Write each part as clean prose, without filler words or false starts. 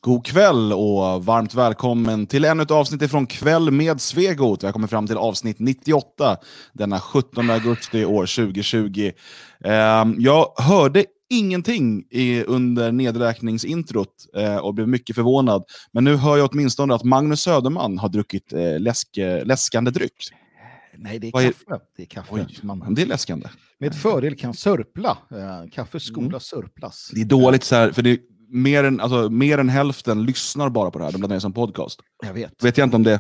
God kväll och varmt välkommen till ännu ett avsnitt från Kväll med Svegot. Vi har kommit fram till avsnitt 98 denna 17 augusti år 2020. Jag hörde ingenting under nedräkningsintrot och blev mycket förvånad. Men nu hör jag åtminstone att Magnus Söderman har druckit läskande dryck. Nej, det är kaffe. Det är kaffe. Oj, det är läskande. Med fördel kan sörpla. Kaffe skola sörplas. Det är dåligt så här, för det är mer än hälften lyssnar bara på det här. De blandar ner som podcast. Jag vet. Vet jag inte om det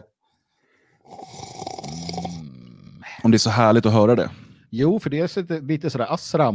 om det är så härligt att höra det. Jo, för det är lite sådär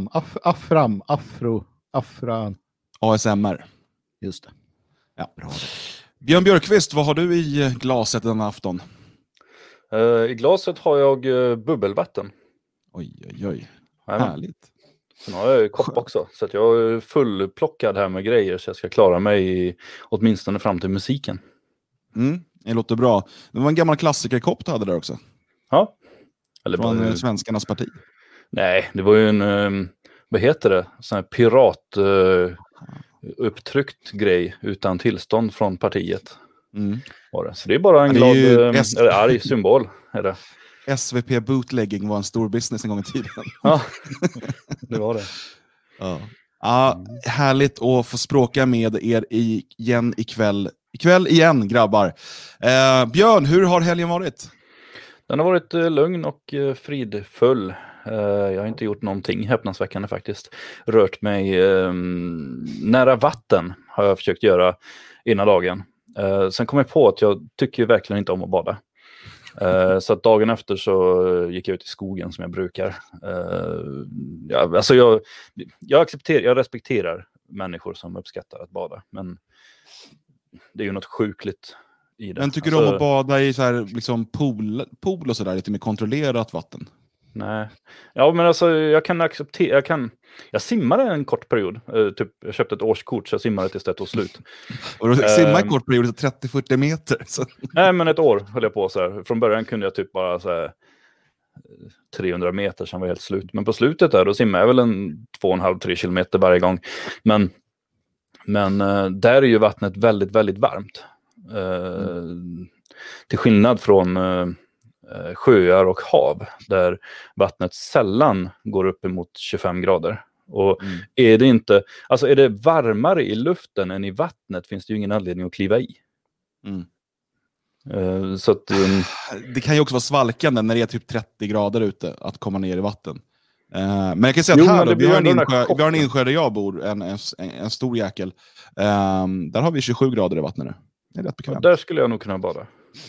afra. ASMR. Just det. Ja. Bra. Björn Björkqvist, vad har du i glaset denna afton? I glaset har jag bubbelvatten. Oj. Härligt. Sen har jag kopp också, så att jag är fullplockad här med grejer så jag ska klara mig åtminstone fram till musiken. Det låter bra. Det var en gammal klassikerkopp du hade där också. Ja. Eller från Svenskarnas parti. Nej, det var ju en, vad heter det? Sån här pirat upptryckt grej utan tillstånd från partiet. Var det. Så det är bara en glad, eller arg symbol. Är det. SVP bootlegging var en stor business en gång i tiden. Ja, det var det. Ja, härligt att få språka med er igen ikväll. Ikväll igen, grabbar. Björn, hur har helgen varit? Den har varit lugn och fridfull. Jag har inte gjort någonting häpnadsväckande faktiskt. Rört mig nära vatten har jag försökt göra innan dagen. Sen kom jag på att jag tycker verkligen inte om att bada. Så att dagen efter så gick jag ut i skogen som jag brukar. Jag respekterar människor som uppskattar att bada. Men det är ju något sjukligt i det. Men tycker du om att bada i så här, liksom pool och sådär, lite mer kontrollerat vatten? Nej. Ja, men alltså jag kan acceptera. Jag simmade en kort period. Jag köpte ett årskort så jag simmade tills det tog slut. Och du simmade en kort period, 30-40 meter? Så. Nej, men ett år höll jag på så här. Från början kunde jag typ bara så här 300 meter, sen var helt slut. Men på slutet där, då simmade jag väl en 2,5-3 kilometer varje gång. Men där är ju vattnet väldigt, väldigt varmt. Till skillnad från sjöar och hav där vattnet sällan går upp emot 25 grader. Och är det varmare i luften än i vattnet finns det ju ingen anledning att kliva i. Så att, det kan ju också vara svalkande när det är typ 30 grader ute att komma ner i vatten. Men jag kan säga att här då, vi har en insjö där jag bor, en stor jäkel. Där har vi 27 grader i vattnet nu. Det är rätt bekvämt. Där skulle jag nog kunna bada.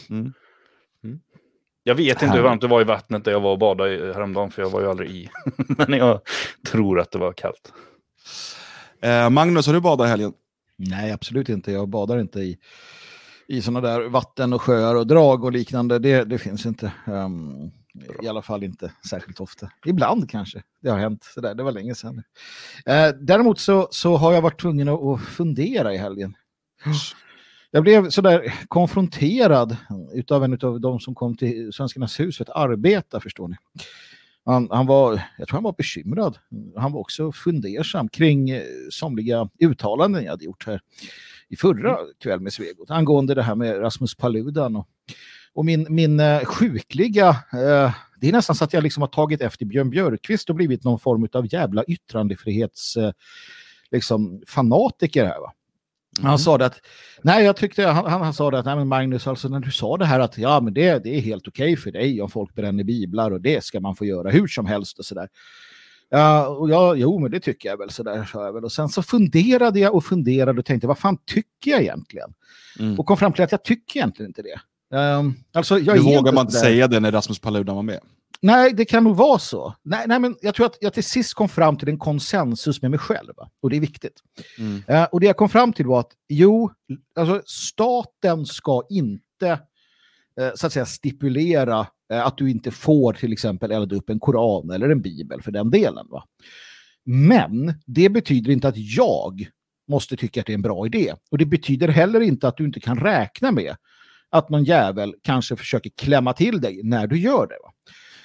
Jag vet inte hur varmt det var i vattnet där jag var och badade häromdagen, för jag var ju aldrig i. Men jag tror att det var kallt. Magnus, har du badat i helgen? Nej, absolut inte. Jag badar inte i sådana där vatten och sjöar och drag och liknande. Det finns inte. I alla fall inte särskilt ofta. Ibland kanske. Det har hänt. Sådär. Det var länge sedan. Däremot så har jag varit tvungen att fundera i helgen. Jag blev sådär konfronterad utav en av de som kom till Svenskarnas hus för att arbeta, förstår ni. Jag tror han var bekymrad. Han var också fundersam kring somliga uttalanden jag hade gjort här i förra Kväll med Svegot angående det här med Rasmus Paludan och min sjukliga det är nästan så att jag liksom har tagit efter Björn Björkqvist och blivit någon form av jävla yttrandefrihets liksom fanatiker här, va. Han sa det att han sa det att nej, men Magnus, alltså när du sa det här att ja, men det är helt okej för dig om folk bränner biblar och det ska man få göra hur som helst och sådär. Jo, men det tycker jag väl, sådär sa jag väl. Och sen så funderade jag och tänkte, vad fan tycker jag egentligen? Och kom fram till att jag tycker egentligen inte det. Alltså, nu vågar man inte säga det när Rasmus Paludan var med. Nej, det kan nog vara så. Nej, men jag tror att jag till sist kom fram till en konsensus med mig själv. Och det är viktigt. Och det jag kom fram till var att alltså staten ska inte så att säga stipulera att du inte får till exempel elda upp en koran eller en bibel för den delen, va. Men det betyder inte att jag måste tycka att det är en bra idé. Och det betyder heller inte att du inte kan räkna med att någon jävel kanske försöker klämma till dig när du gör det, va.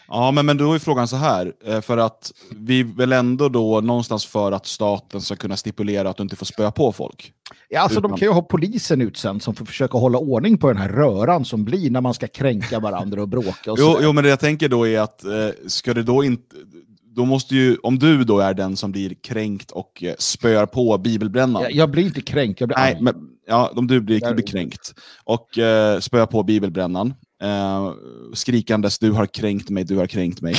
Ja, men då är frågan så här. För att vi väl ändå då någonstans för att staten ska kunna stipulera att du inte får spöa på folk. Ja, alltså de kan ju ha polisen utsänd som får försöka hålla ordning på den här röran som blir när man ska kränka varandra och bråka. Och jo, men det jag tänker då är att ska det då inte... Då måste ju, om du då är den som blir kränkt och spöar på bibelbrännaren. Jag blir inte kränkt, jag blir arg. Nej, men om du blir kränkt och spöar på bibelbrännaren, skrikandes du har kränkt mig,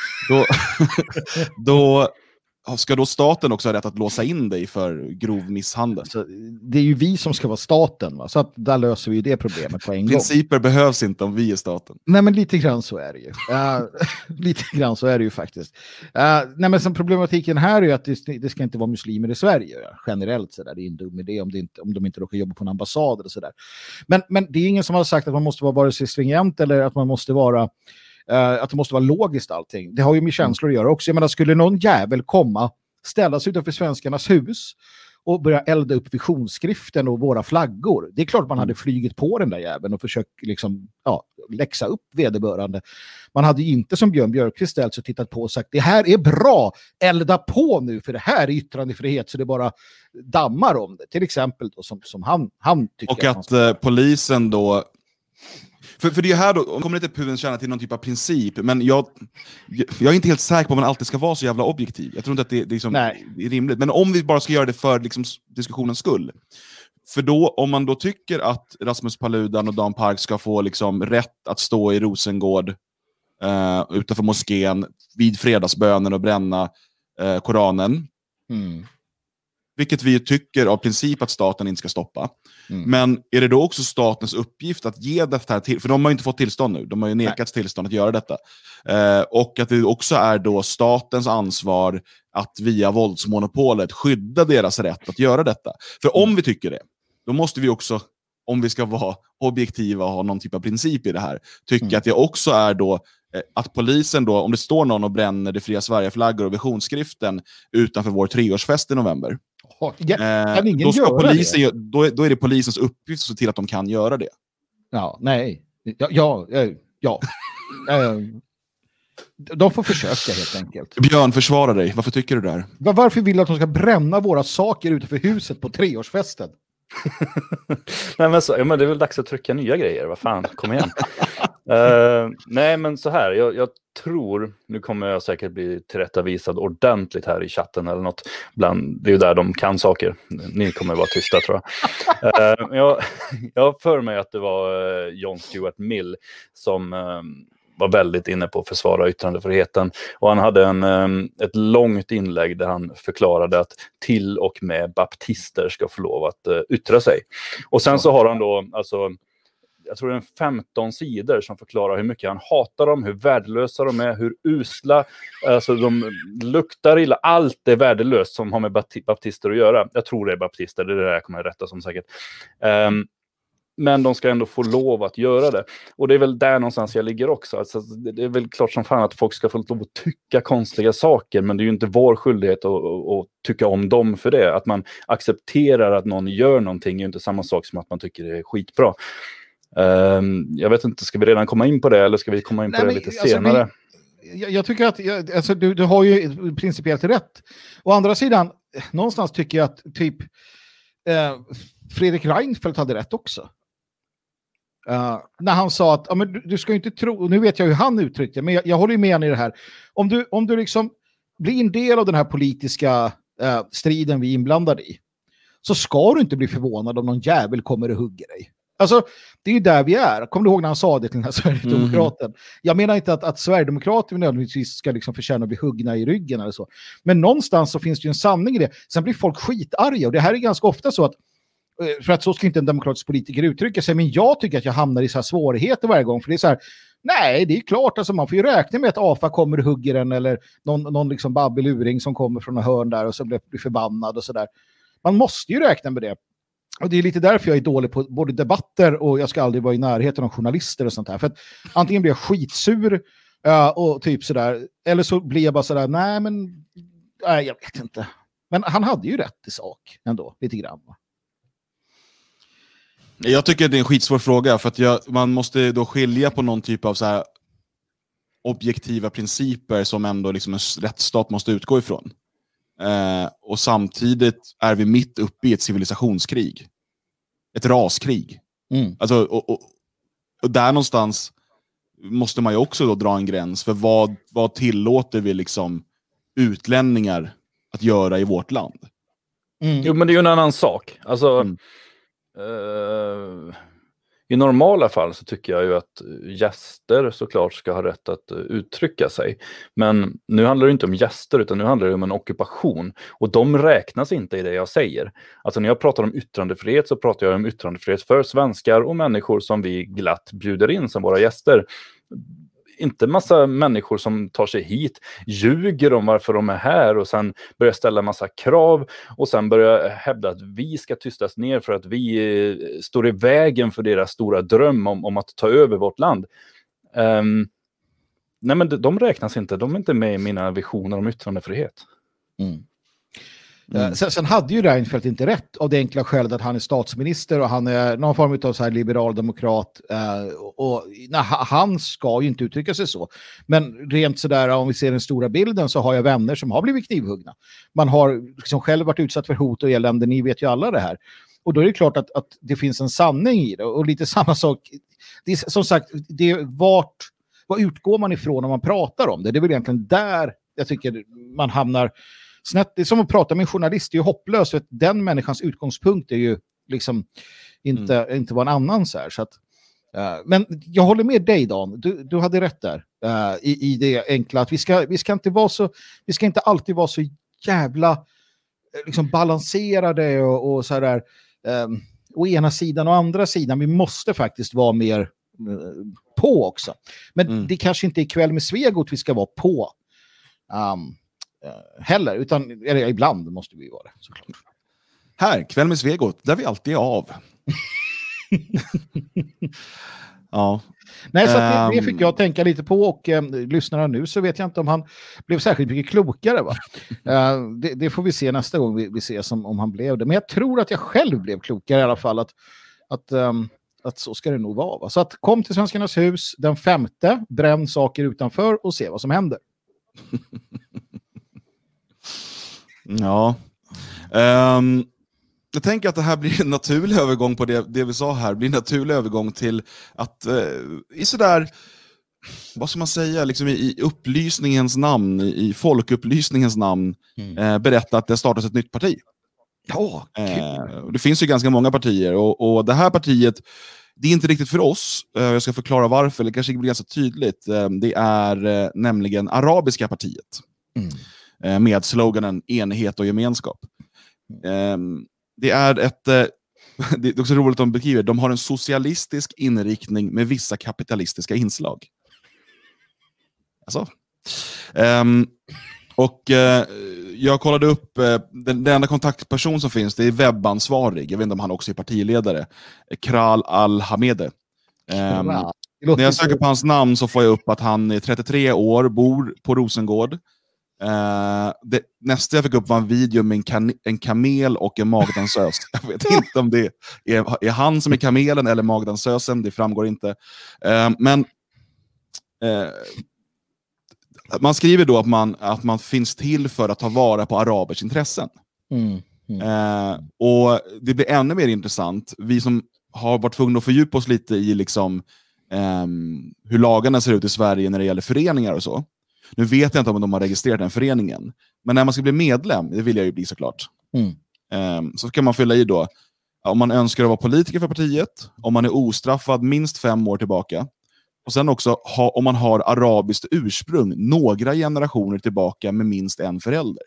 då ska då staten också ha rätt att låsa in dig för grov misshandel. Alltså, det är ju vi som ska vara staten, va? Så att där löser vi ju det problemet på en gång. Principer behövs inte om vi är staten. Nej, men lite grann så är det ju. Lite grann så är det ju faktiskt. Nej, men som problematiken här är ju att det ska inte vara muslimer i Sverige generellt. Så där. Det är en dum idé om de inte råkar jobba på en ambassad eller sådär. Men det är ingen som har sagt att man måste vara vare sig stringent eller att man måste vara att det måste vara logiskt allting. Det har ju med känslor att göra också. Jag menar, skulle någon jävel ställa sig utanför svenskarnas hus och börja elda upp visionsskriften och våra flaggor. Det är klart man hade flygit på den där jäveln och försökt liksom, läxa upp vederbörande. Man hade ju inte som Björn Björkqvist ställt sig och tittat på och sagt det här är bra, elda på nu för det här är yttrandefrihet så det bara dammar om det. Till exempel då, som han tycker. Och att polisen då... För det är här då, kommer inte pudeln känna till någon typ av princip, men jag är inte helt säker på om man alltid ska vara så jävla objektiv. Jag tror inte att det liksom är rimligt. Men om vi bara ska göra det för liksom, diskussionens skull. För då, om man då tycker att Rasmus Paludan och Dan Park ska få liksom rätt att stå i Rosengård utanför moskén vid fredagsbönen och bränna Koranen. Vilket vi tycker av princip att staten inte ska stoppa. Men är det då också statens uppgift att ge detta till, för de har ju inte fått tillstånd nu, de har ju nekats tillstånd att göra detta. Och att det också är då statens ansvar att via våldsmonopolet skydda deras rätt att göra detta. För om vi tycker det, då måste vi också, om vi ska vara objektiva och ha någon typ av princip i det här, tycka att det också är då att polisen då, om det står någon och bränner det fria Sverigeflaggor och visionsskriften utanför vår 3-årsfest i november, då, ska polisen, då är det polisens uppgift att se till att de kan göra det. Ja, nej. Ja. De får försöka helt enkelt. Björn, försvara dig. Varför tycker du det här? Varför vill du att de ska bränna våra saker utanför huset på 3-årsfesten? Nej, men det är väl dags att trycka nya grejer. Vad fan, kom igen. Nej, men så här. Jag tror, nu kommer jag säkert bli tillrättavisad ordentligt här i chatten eller något. Det är ju där de kan saker. Ni kommer vara tysta, tror jag. Jag för mig att det var John Stuart Mill som var väldigt inne på att försvara yttrandefriheten. Och han hade ett långt inlägg där han förklarade att till och med baptister ska få lov att yttra sig. Och sen så har han då, alltså, jag tror det är 15 sidor som förklarar hur mycket han hatar dem, hur värdelösa de är, hur usla, alltså de luktar illa. Allt är värdelöst som har med baptister att göra. Jag tror det är baptister, det är det jag kommer att rätta som säkert. Men de ska ändå få lov att göra det. Och det är väl där någonstans jag ligger också. Alltså, det är väl klart som fan att folk ska få lov att tycka konstiga saker. Men det är ju inte vår skyldighet att tycka om dem för det. Att man accepterar att någon gör någonting är ju inte samma sak som att man tycker det är skitbra. Jag vet inte, ska vi redan komma in på det? Eller ska vi komma in på det lite senare? Jag tycker att du har ju principiellt rätt. Å andra sidan, någonstans tycker jag att typ Fredrik Reinfeldt hade rätt också. När han sa att men du ska inte tro, och nu vet jag hur han uttryckte, men jag håller ju med i det här. Om du liksom blir en del av den här politiska striden vi är inblandade i, så ska du inte bli förvånad om någon jävel kommer och hugger dig. Alltså, det är ju där vi är. Kommer du ihåg när han sa det till den här Sverigedemokraten? Jag menar inte att Sverigedemokrater nödvändigtvis ska liksom förtjäna att bli huggna i ryggen eller så. Men någonstans så finns det ju en sanning i det. Sen blir folk skitarga, och det här är ganska ofta så att, för att så ska inte en demokratisk politiker uttrycka sig, men jag tycker att jag hamnar i så här svårigheter varje gång, för det är så här, nej, det är klart, alltså man får ju räkna med att AFA kommer och hugger en, eller någon liksom babbeluring som kommer från en hörn där och så blir förbannad och sådär. Man måste ju räkna med det. Och det är lite därför jag är dålig på både debatter, och jag ska aldrig vara i närheten av journalister och sånt här. För att antingen blir jag skitsur och typ sådär, eller så blir jag bara sådär, nej, jag vet inte. Men han hade ju rätt i sak ändå, lite grann. Jag tycker det är en skitsvår fråga, för att man måste då skilja på någon typ av så här objektiva principer som ändå liksom en rättsstat måste utgå ifrån. Och samtidigt är vi mitt uppe i ett civilisationskrig. Ett raskrig. Alltså, och där någonstans måste man ju också då dra en gräns för vad tillåter vi liksom utlänningar att göra i vårt land. Jo, men det är ju en annan sak. Alltså, i normala fall så tycker jag ju att gäster såklart ska ha rätt att uttrycka sig. Men nu handlar det inte om gäster, utan nu handlar det om en ockupation. Och de räknas inte i det jag säger. Alltså när jag pratar om yttrandefrihet så pratar jag om yttrandefrihet för svenskar och människor som vi glatt bjuder in som våra gäster. Inte massa människor som tar sig hit, ljuger om varför de är här och sen börjar ställa massa krav och sen börjar hävda att vi ska tystas ner för att vi står i vägen för deras stora dröm om att ta över vårt land. Nej, men de räknas inte, de är inte med i mina visioner om yttrandefrihet. Sen hade ju Reinfeldt inte rätt av det enkla skälet att han är statsminister och han är någon form av så här liberaldemokrat och han ska ju inte uttrycka sig så. Men rent sådär, om vi ser den stora bilden så har jag vänner som har blivit knivhuggna. Man har liksom själv varit utsatt för hot och elände, ni vet ju alla det här. Och då är det klart att det finns en sanning i det. Och lite samma sak, det är, som sagt, det är vad utgår man ifrån när man pratar om det? Det är väl egentligen där jag tycker man hamnar snett. Det är som att prata med en journalist, det är ju hopplöst för att den människans utgångspunkt är ju liksom inte vad en annan så här. Så att, men jag håller med dig, Dan. Du hade rätt där i det enkla att vi ska inte alltid vara så jävla liksom balanserade och så där å ena sidan och andra sidan. Vi måste faktiskt vara mer på också. Men det kanske inte är Kväll med Svegot vi ska vara på heller, utan eller ibland måste vi vara det, såklart. Här, Kväll med Svegot, där vi alltid är av. Ja. Nej, så att det fick jag tänka lite på och lyssnarna nu så vet jag inte om han blev särskilt mycket klokare, va? Det får vi se nästa gång vi ses om han blev det. Men jag tror att jag själv blev klokare i alla fall att så ska det nog vara, va? Så att kom till Svenskarnas hus den 5:e, bränn saker utanför och se vad som händer. Ja. Jag tänker att det här blir en naturlig övergång på det vi sa här. Blir en naturlig övergång till att i sådär, vad ska man säga, liksom i upplysningens namn, i folkupplysningens namn, berätta att det startas ett nytt parti. Ja, det finns ju ganska många partier och det här partiet, det är inte riktigt för oss. Jag ska förklara varför, det kanske blir ganska tydligt. Det är nämligen Arabiska partiet. Med sloganen enighet och gemenskap. Det är det är också roligt att de beskriver. De har en socialistisk inriktning med vissa kapitalistiska inslag. Alltså. Jag kollade upp den enda kontaktperson som finns, det är webbansvarig. Jag vet inte om han också är partiledare. Kral Al-Hamede. När jag söker på hans namn så får jag upp att han är 33 år, bor på Rosengård. Nästa jag fick upp var en video med en kamel och en magdansös. Jag vet inte om det är han som är kamelen eller magdansösen, det framgår inte. Men man skriver då att man finns till för att ta vara på arabers intressen. Och det blir ännu mer intressant. Vi som har varit tvungna att fördjupa oss lite i liksom, hur lagarna ser ut i Sverige när det gäller föreningar och så. Nu vet jag inte om de har registrerat den föreningen. Men när man ska bli medlem, det vill jag ju bli såklart. Så kan man fylla i då. Om man önskar att vara politiker för partiet. Om man är ostraffad minst 5 år tillbaka. Och sen också om man har arabiskt ursprung några generationer tillbaka med minst en förälder.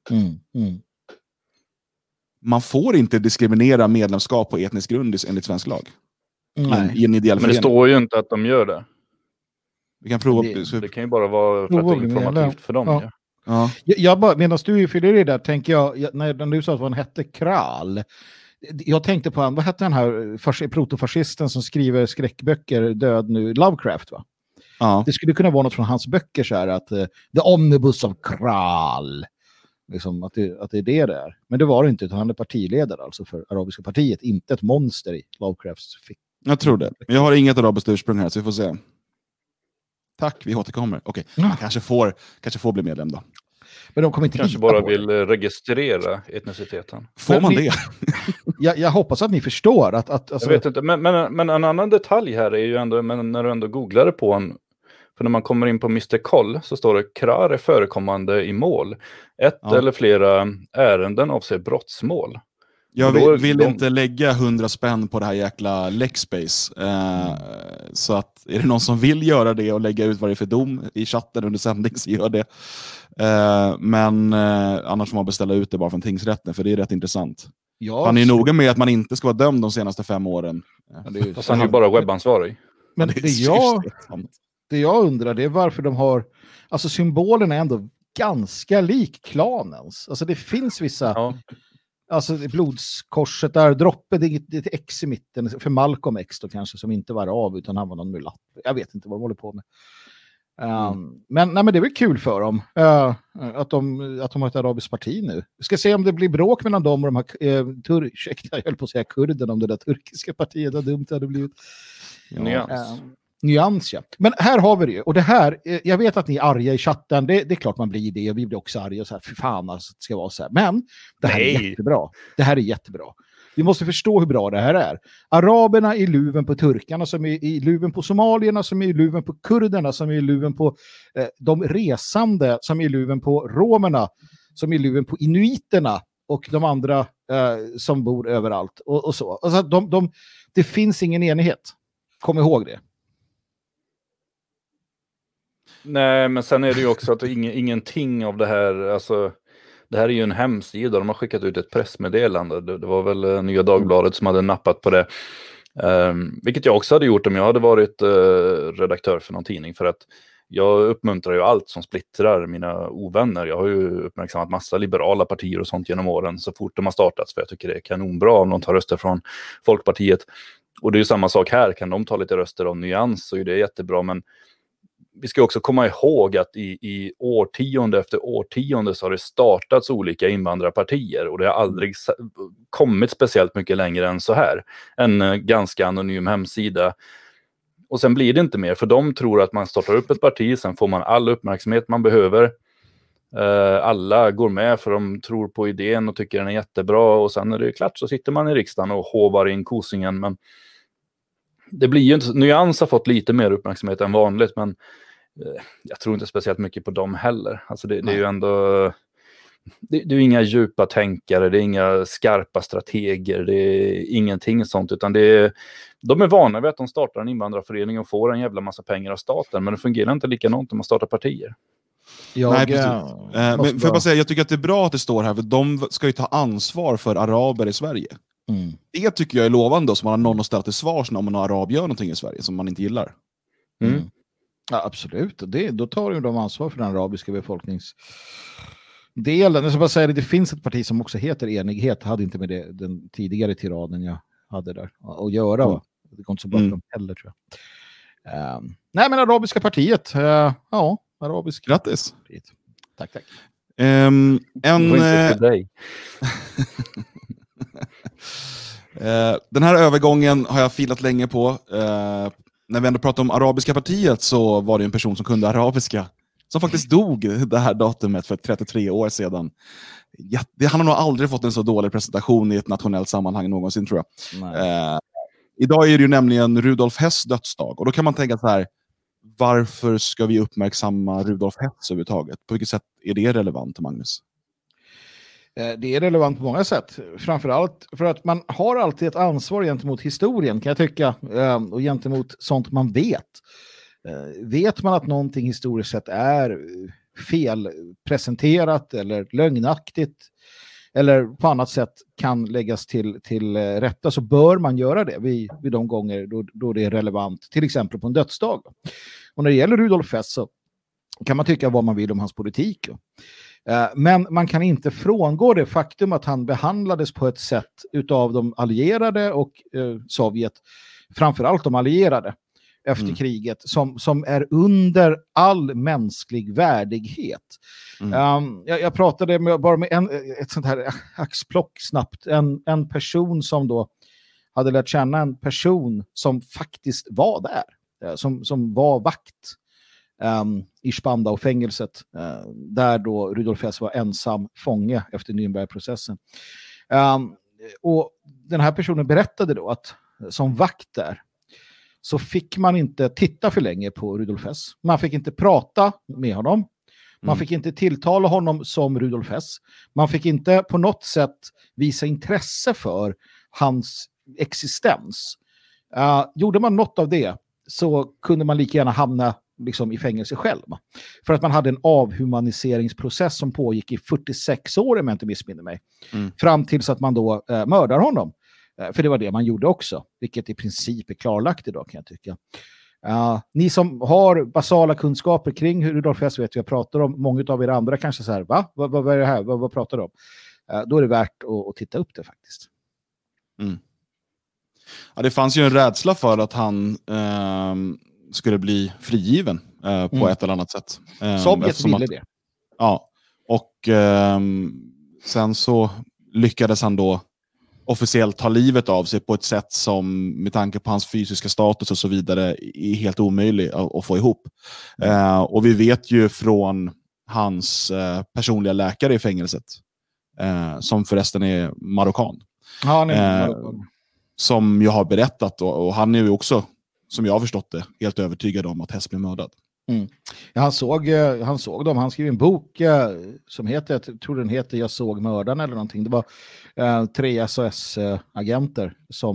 Man får inte diskriminera medlemskap på etnisk grund enligt svensk lag. I en ideell förening. Men det står ju inte att de gör det. Vi kan prova. Det kan ju bara vara för att det är informativt för dem. Ja. Jag bara, medan du fyller det där, tänker jag, när du sa att han hette Kral, jag tänkte på vad hette den här protofascisten som skriver skräckböcker, död nu, Lovecraft, va? Ja. Det skulle kunna vara något från hans böcker så här, att The Omnibus of Kral, liksom, att det är det där. Men det var det inte, utan han är partiledare alltså för Arabiska partiet, inte ett monster i Lovecrafts fick. Jag tror det. Jag har inget arabiskt ursprung här, så vi får se. Tack, vi återkommer. Okej, man kanske får bli medlem då. Men de kommer inte kanske bara vill registrera etniciteten. Får man det? Jag hoppas att ni förstår att alltså... Jag vet inte, men en annan detalj här är ju ändå, men när du ändå googlar det på en, för när man kommer in på Mr. Koll så står det KRAR är förekommande i mål. Eller flera ärenden avser brottsmål. Jag vill inte lägga 100 spänn på det här jäkla Lexbase. Så att är det någon som vill göra det och lägga ut vad det är för dom i chatten under sändning så gör det. Men annars får man beställa ut det bara från tingsrätten, för det är rätt intressant. Han är ju noga med att man inte ska vara dömd de senaste 5 åren. Fast han är ju bara webbansvarig. Men det jag undrar, det är varför de har... Alltså symbolen är ändå ganska lik klanens. Alltså det finns vissa... Ja. Alltså blodskorset där, droppet, det är ett X i mitten, för Malcolm X då kanske, som inte var arav utan han var någon mulatt. Jag vet inte vad de håller på med. Men det är väl kul för dem att de har ett arabiskt parti nu. Vi ska se om det blir bråk mellan dem och de här jag höll på att säga kurden om det där turkiska partiet. Vad dumt det hade blivit. Nyans, ja. Men här har vi det ju. Och det här, jag vet att ni är arga i chatten. Det är klart man blir det. Och vi blir också arga. Så här, för fan, alltså, det ska vara så här. Men det här är jättebra. Det här är jättebra. Vi måste förstå hur bra det här är. Araberna är i luven på turkarna, som är i luven på somalierna, som är i luven på kurderna, som är i luven på de resande, som är i luven på romerna, som är i luven på inuiterna och de andra som bor överallt. Och så. Alltså, det finns ingen enighet. Kom ihåg det. Nej, men sen är det ju också att ingenting av det här, alltså det här är ju en hemsida, de har skickat ut ett pressmeddelande, det var väl Nya Dagbladet som hade nappat på det, vilket jag också hade gjort om jag hade varit redaktör för någon tidning, för att jag uppmuntrar ju allt som splittrar mina ovänner. Jag har ju uppmärksammat massa liberala partier och sånt genom åren så fort de har startats, för jag tycker det är kanonbra om de tar röster från Folkpartiet. Och det är ju samma sak här, kan de ta lite röster av Nyans så är det jättebra, men vi ska också komma ihåg att i årtionde efter årtionde så har det startats olika invandrarpartier och det har aldrig kommit speciellt mycket längre än så här. En ganska anonym hemsida. Och sen blir det inte mer, för de tror att man startar upp ett parti, sen får man all uppmärksamhet man behöver. Alla går med för de tror på idén och tycker den är jättebra, och sen är det klart så sitter man i riksdagen och hovar in kosingen, men det blir ju inte, Nyans har fått lite mer uppmärksamhet än vanligt, men jag tror inte speciellt mycket på dem heller. Alltså det är ju ändå, det är inga djupa tänkare, det är inga skarpa strateger, det är ingenting sånt, utan de är vana vid att de startar en invandrarförening och får en jävla massa pengar av staten, men det fungerar inte likadant om man startar partier. Nej, men får jag bara säga, jag tycker att det är bra att det står här, för de ska ju ta ansvar för araber i Sverige. Det tycker jag är lovande, som man har någon att ställa till svars om en arab gör någonting i Sverige som man inte gillar. Ja, absolut. Då tar ju de ansvar för den arabiska befolkningsdelen. Jag ska bara säga det finns ett parti som också heter Enighet. Hade inte med den tidigare tiraden jag hade där att göra. Det går inte så bra för dem heller, tror jag. Nej, men Arabiska partiet. Arabisk. Grattis. Partiet. Tack. Den här övergången har jag filat länge på. När vi ändå pratade om Arabiska partiet så var det en person som kunde arabiska som faktiskt dog det här datumet för 33 år sedan. Han har nog aldrig fått en så dålig presentation i ett nationellt sammanhang någonsin, tror jag. Idag är det ju nämligen Rudolf Hess dödsdag, och då kan man tänka så här: varför ska vi uppmärksamma Rudolf Hess överhuvudtaget? På vilket sätt är det relevant, Magnus? Det är relevant på många sätt. Framförallt för att man har alltid ett ansvar gentemot historien, kan jag tycka, och gentemot sånt man vet. Vet man att någonting historiskt sett är felpresenterat eller lögnaktigt eller på annat sätt kan läggas till rätta, så bör man göra det vid de gånger då det är relevant, till exempel på en dödsdag. Och när det gäller Rudolf Hess så kan man tycka vad man vill om hans politik. Men man kan inte frångå det faktum att han behandlades på ett sätt utav de allierade och Sovjet, framförallt de allierade efter kriget, som är under all mänsklig värdighet. Jag pratade med ett sånt här axplock snabbt. En person som då hade lärt känna en person som faktiskt var där, som var vakt i Spandau-fängelset, där då Rudolf Hess var ensam fånge efter Nürnbergprocessen. Och den här personen berättade då att som vakt där så fick man inte titta för länge på Rudolf Hess. Man fick inte prata med honom. Man fick inte tilltala honom som Rudolf Hess. Man fick inte på något sätt visa intresse för hans existens. Gjorde man något av det så kunde man lika gärna hamna liksom i fängelse själv. För att man hade en avhumaniseringsprocess som pågick i 46 år, om jag inte missminner mig. Fram tills att man då mördar honom. För det var det man gjorde också. Vilket i princip är klarlagt idag, kan jag tycka. Ni som har basala kunskaper kring hur Rudolf Hess vet jag pratar om, många av er andra kanske så här, va? Vad är det här? Vad pratar du om? Då är det värt att titta upp det faktiskt. Ja, det fanns ju en rädsla för att han skulle bli frigiven på ett eller annat sätt. Sovjet ville det. Ja, och sen så lyckades han då officiellt ta livet av sig på ett sätt som med tanke på hans fysiska status och så vidare är helt omöjlig att få ihop. Och vi vet ju från hans personliga läkare i fängelset, som förresten är marockan. Ja, nej, marockan. Som jag har berättat och han är ju också, som jag har förstått det, helt övertygad om att Hess blev mördad. Ja, han såg dem. Han skrev en bok som heter, jag tror den heter Jag såg mördaren eller någonting. Det var 3 SOS-agenter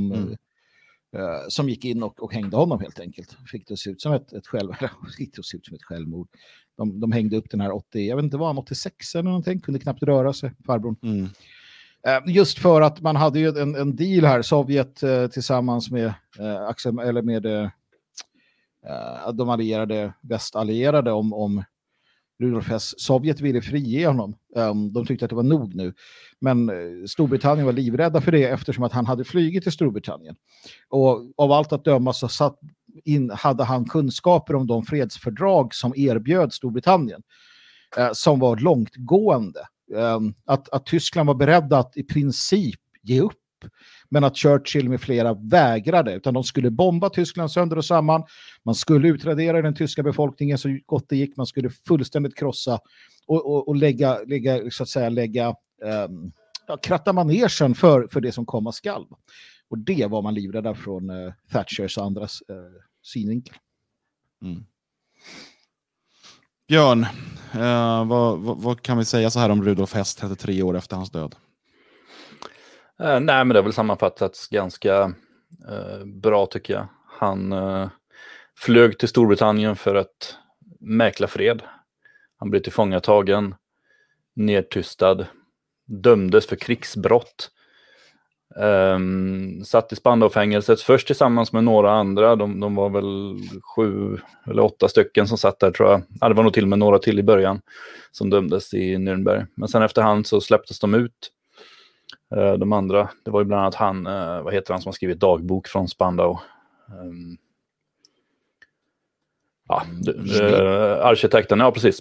som gick in och hängde honom helt enkelt. Fick det se ut som ett självmord. De hängde upp den här 80, jag vet inte vad han 86 eller någonting, kunde knappt röra sig, farbrorn. Just för att man hade ju en deal här, Sovjet tillsammans med de allierade, västallierade om Rudolf Hess. Sovjet ville frige honom. De tyckte att det var nog nu. Men Storbritannien var livrädda för det eftersom att han hade flygit till Storbritannien. Och av allt att döma så hade han kunskaper om de fredsfördrag som erbjöd Storbritannien. Som var långtgående. Att Tyskland var beredda att i princip ge upp. Men att Churchill med flera vägrade, utan de skulle bomba Tyskland sönder och samman. Man skulle utradera den tyska befolkningen så gott det gick. Man skulle fullständigt krossa och lägga så att säga, kratta manegen för det som komma skall. Och det var man livrädda från Thatchers och andras synvinkel. Björn, vad kan vi säga så här om Rudolf Hess 33 år efter hans död? Nej, men det har väl sammanfattats ganska bra tycker jag. Han flög till Storbritannien för att mäkla fred. Han blev tillfångatagen, nedtystad, dömdes för krigsbrott. Satt i Spandau-fängelset först tillsammans med några andra. De var väl 7 eller 8 stycken som satt där tror jag. Ja, det var nog till och med några till i början som dömdes i Nürnberg. Men sen efterhand så släpptes de ut. De andra, det var ju bland annat han, vad heter han som har skrivit dagbok från Spandau? Arkitekten, ja precis.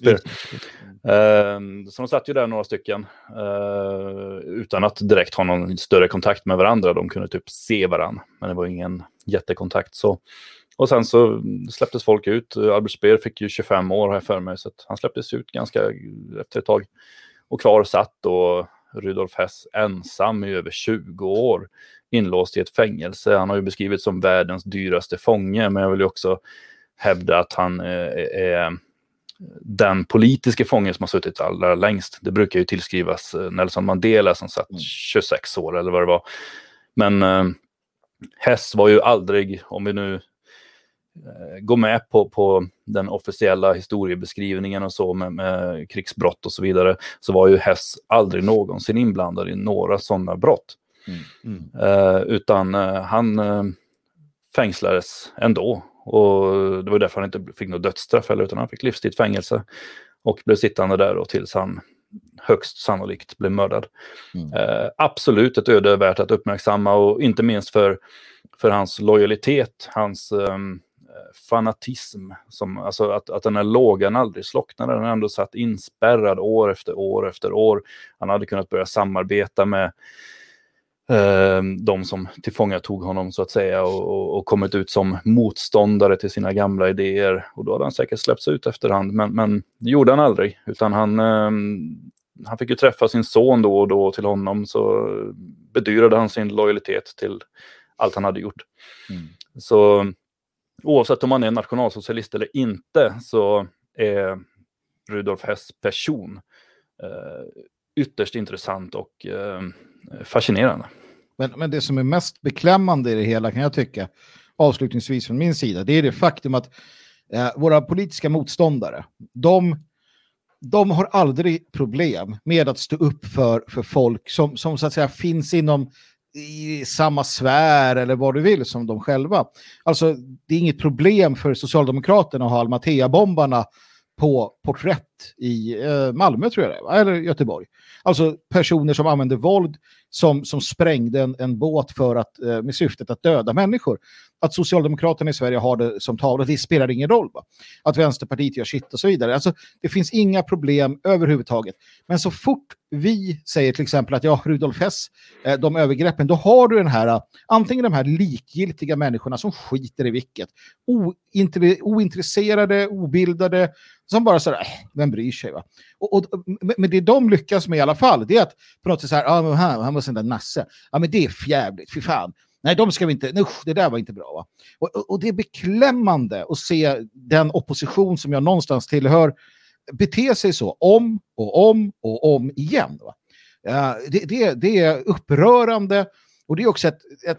Så de satt ju där några stycken utan att direkt ha någon större kontakt med varandra. De kunde typ se varandra, men det var ingen jättekontakt. Så. Och sen så släpptes folk ut. Albert Speer fick ju 25 år här för mig, så att han släpptes ut ganska efter ett tag. Och kvar satt och Rudolf Hess ensam i över 20 år inlåst i ett fängelse. Han har ju beskrivits som världens dyraste fånge, men jag vill ju också hävda att han är den politiska fången som har suttit allra längst. Det brukar ju tillskrivas Nelson Mandela som satt 26 år eller vad det var. Men Hess var ju aldrig, om vi nu går med på den officiella historiebeskrivningen och så med krigsbrott och så vidare, så var ju Hess aldrig någonsin inblandad i några sådana brott. Utan han fängslades ändå. Och det var därför han inte fick något dödsstraff eller, utan han fick livstids fängelse och blev sittande där och tills han högst sannolikt blev mördad. Absolut ett öde värt att uppmärksamma, och inte minst för hans lojalitet, hans fanatism, som, alltså att den här lågan aldrig slocknade. Den ändå satt inspärrad år efter år efter år. Han hade kunnat börja samarbeta med de som tillfångatog honom så att säga och kommit ut som motståndare till sina gamla idéer. Och då hade han säkert släppts ut efterhand, men det gjorde han aldrig. Utan han fick ju träffa sin son då och då, till honom så bedyrade han sin lojalitet till allt han hade gjort. Så oavsett om man är nationalsocialist eller inte så är Rudolf Hess person ytterst intressant och fascinerande. Men det som är mest beklämmande i det hela, kan jag tycka, avslutningsvis från min sida, det är det faktum att våra politiska motståndare, de har aldrig problem med att stå upp för folk som så att säga finns inom i samma sfär eller vad du vill som de själva. Alltså det är inget problem för Socialdemokraterna att ha Almatea-bombarna på porträtt i Malmö, tror jag det är, eller Göteborg. Alltså personer som använder våld, som sprängde en båt för att, med syftet att döda människor. Att Socialdemokraterna i Sverige har det som tavla, det spelar ingen roll. Va? Att Vänsterpartiet gör shit och så vidare. Alltså, det finns inga problem överhuvudtaget. Men så fort vi säger till exempel att Rudolf Hess, de övergreppen, då har du den här, antingen de här likgiltiga människorna som skiter i vilket, ointresserade, obildade, som bara sådär, vem bryr sig, va? Men det de lyckas med i alla fall, det är att på något sätt så här, han var sån där nasse. Ja, men det är fjävligt, fy fan. Nej, de ska vi inte, det där var inte bra, va? Och det är beklämmande att se den opposition som jag någonstans tillhör bete sig så om och om igen, va? Det är upprörande, och det är också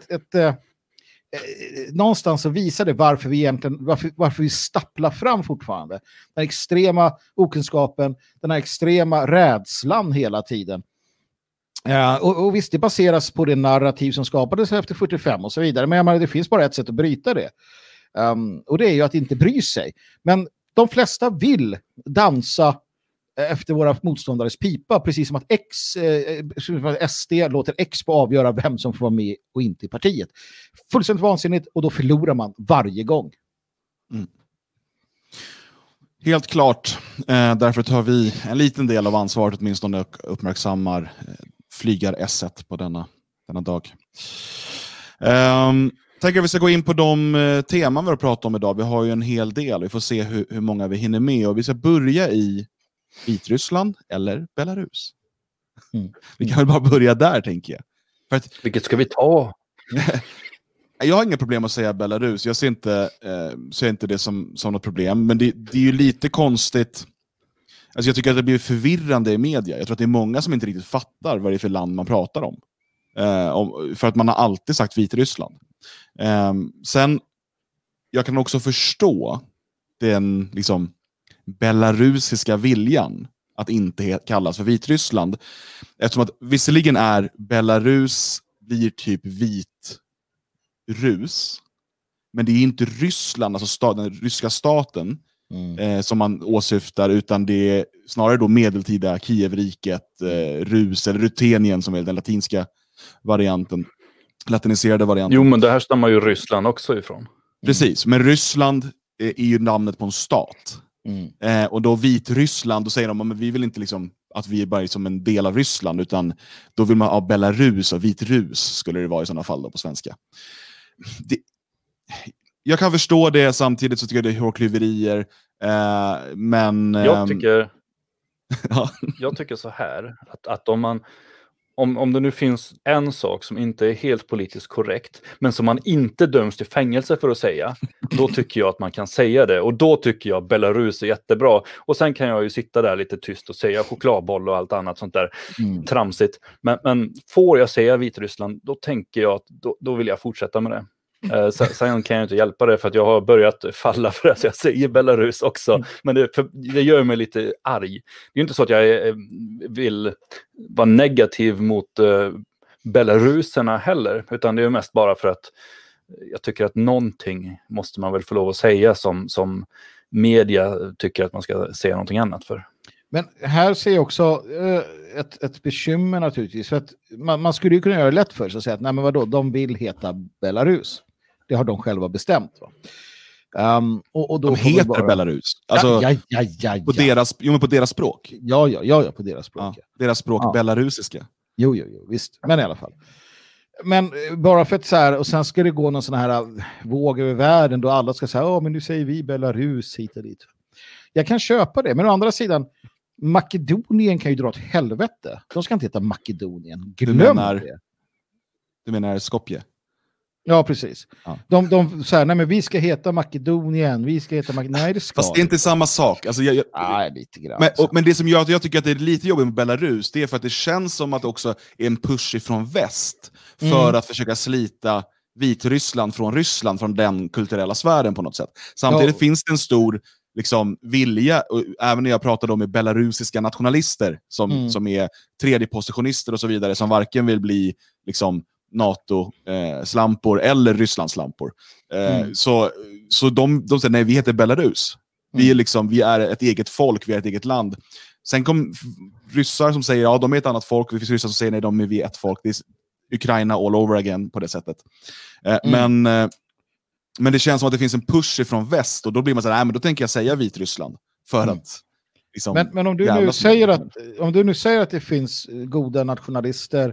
någonstans så visar det varför vi egentligen varför vi stapplar fram fortfarande. Den extrema okunskapen, den här extrema rädslan hela tiden. Och visst, det baseras på det narrativ som skapades efter 45 och så vidare. Men jag menar, det finns bara ett sätt att bryta det. Och det är ju att inte bry sig. Men de flesta vill dansa efter våra motståndares pipa, precis som att SD låter X på avgöra vem som får vara med och inte i partiet. Fullständigt vansinnigt, och då förlorar man varje gång. Helt klart. Därför tar vi en liten del av ansvaret åtminstone och uppmärksammar flygar S1 på denna dag. Tänker vi ska gå in på de teman vi har pratat om idag. Vi har ju en hel del. Vi får se hur många vi hinner med. Och vi ska börja i Vitryssland eller Belarus. Vi kan väl bara börja där, tänker jag. För att, vilket ska vi ta? Jag har inga problem att säga Belarus. Jag ser inte det som något problem. Men det är ju lite konstigt. Alltså jag tycker att det blir förvirrande i media. Jag tror att det är många som inte riktigt fattar vad det är för land man pratar om. För att man har alltid sagt Vitryssland. Sen, jag kan också förstå den liksom belarusiska viljan att inte kallas för Vitryssland. Eftersom att visserligen är Belarus blir typ Vitrus. Men det är inte Ryssland, alltså den ryska staten som man åsyftar, utan det är snarare då medeltida Kievriket, Rus eller Rutenien som är den latinska varianten, latiniserade varianten. Jo, men det här stammar ju Ryssland också ifrån. Precis, men Ryssland är ju namnet på en stat. Och då Vitryssland, då säger de att vi vill inte liksom att vi är bara som en del av Ryssland, utan då vill man ha Belarus och Vitrus skulle det vara i sådana fall då på svenska. Jag kan förstå det, samtidigt så tycker jag det är hårklyverier. Men jag tycker så här att om det nu finns en sak som inte är helt politiskt korrekt, men som man inte döms till fängelse för att säga, då tycker jag att man kan säga det. Och då tycker jag Belarus är jättebra. Och sen kan jag ju sitta där lite tyst och säga chokladboll och allt annat sånt där tramsigt. Men får jag säga Vitryssland, då tänker jag att då vill jag fortsätta med det. Sen kan jag inte hjälpa det, för att jag har börjat falla för det, så jag säger Belarus också. Men det gör mig lite arg. Det är inte så att jag vill vara negativ mot belaruserna heller, utan det är mest bara för att jag tycker att någonting måste man väl få lov att säga som media tycker att man ska säga någonting annat för. Men här ser jag också ett bekymmer naturligtvis. För att man skulle ju kunna göra det lätt för sig och säga att nej, men vadå, de vill heta Belarus. Det har de själva bestämt, va? Och då de heter Belarus. Alltså, på deras språk. Ja, på deras språk. Ja, deras språk, belarusiska. Jo, visst. Men i alla fall. Men bara för att så här, och sen ska det gå någon sån här våg över världen då alla ska säga, men nu säger vi Belarus hit och dit. Jag kan köpa det, men å andra sidan, Makedonien kan ju dra åt helvete. De ska inte heta Makedonien. Glöm det. Du menar Skopje? Ja, precis. Ja. De säger, nej men vi ska heta Makedonien, Nej, det ska. Fast det är inte samma sak. Alltså, nej, lite grann. Men det som gör att jag tycker att det är lite jobbigt med Belarus, det är för att det känns som att det också är en push ifrån väst för att försöka slita Vitryssland från den kulturella sfären på något sätt. Samtidigt finns det en stor liksom, vilja, och även när jag pratade om med belarusiska nationalister som är tredjepositionister och så vidare, som varken vill bli liksom NATO-slampor eller Ryssland-slampor. Så de säger, nej, vi heter Belarus. Vi är ett eget folk, vi är ett eget land. Sen kom ryssar som säger, ja, de är ett annat folk. Det finns ryssar som säger, nej, vi är ett folk. Det är Ukraina all over again på det sättet. Men det känns som att det finns en push ifrån väst, och då blir man så här, nej, men då tänker jag säga Vitryssland för att liksom, men om du nu säger att det finns goda nationalister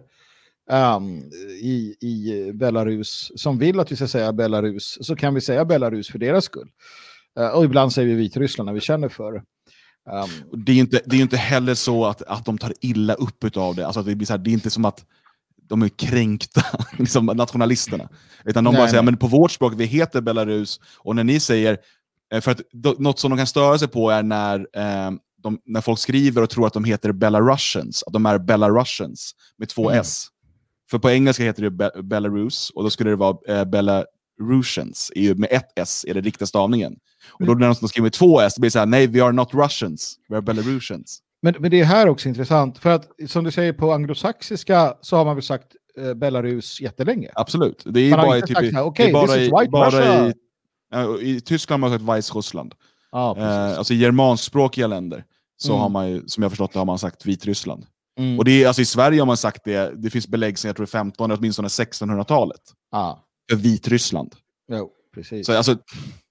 i Belarus som vill att vi ska säga Belarus, så kan vi säga Belarus för deras skull. Och ibland säger vi Vitryssland när vi känner för det. Det är ju inte heller så att de tar illa upp utav det. Alltså att det blir så här, det är inte som att de är kränkta, liksom nationalisterna. Utan de bara säger, men på vårt språk, vi heter Belarus. Och när ni säger, för att något som de kan störa sig på är när folk skriver och tror att de heter Belarusians, att de är Belarusians med 2 S. För på engelska heter det Belarus, och då skulle det vara Belarusians. Med 1 S är det riktiga stavningen. Och då när de skriver med 2 S, det blir så här, nej, we are not Russians, we are Belarusians. Men det är här också intressant, för att som du säger på anglosaxiska så har man väl sagt Belarus jättelänge. Absolut. Det är bara i Tyskland har man sagt Weißrussland. Alltså i germanskspråkiga länder så har man ju, som jag förstått det, har man sagt Vitryssland. Och det är, alltså i Sverige har man sagt det finns belägg sen jag tror 15 eller åtminstone 1600-talet. För Vitryssland. Jo, precis. Så alltså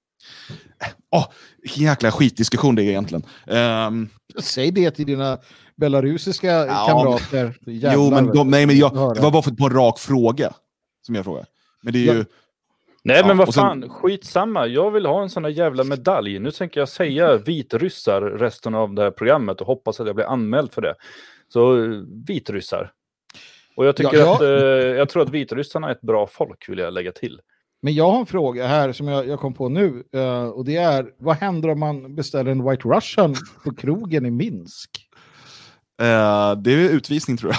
vilken jäkla skitdiskussion det är egentligen. Säg det till dina belarusiska kamrater. Jo, men det var bara på en rak fråga som jag frågade. Men det är ju... Nej, men vad fan, skitsamma. Jag vill ha en sån här jävla medalj. Nu tänker jag säga vitryssar resten av det här programmet och hoppas att jag blir anmäld för det. Så vitryssar. Och jag tycker jag tror att vitryssarna är ett bra folk, vill jag lägga till. Men jag har en fråga här som jag kom på nu. Och det är, vad händer om man beställer en White Russian på krogen i Minsk? Det är utvisning, tror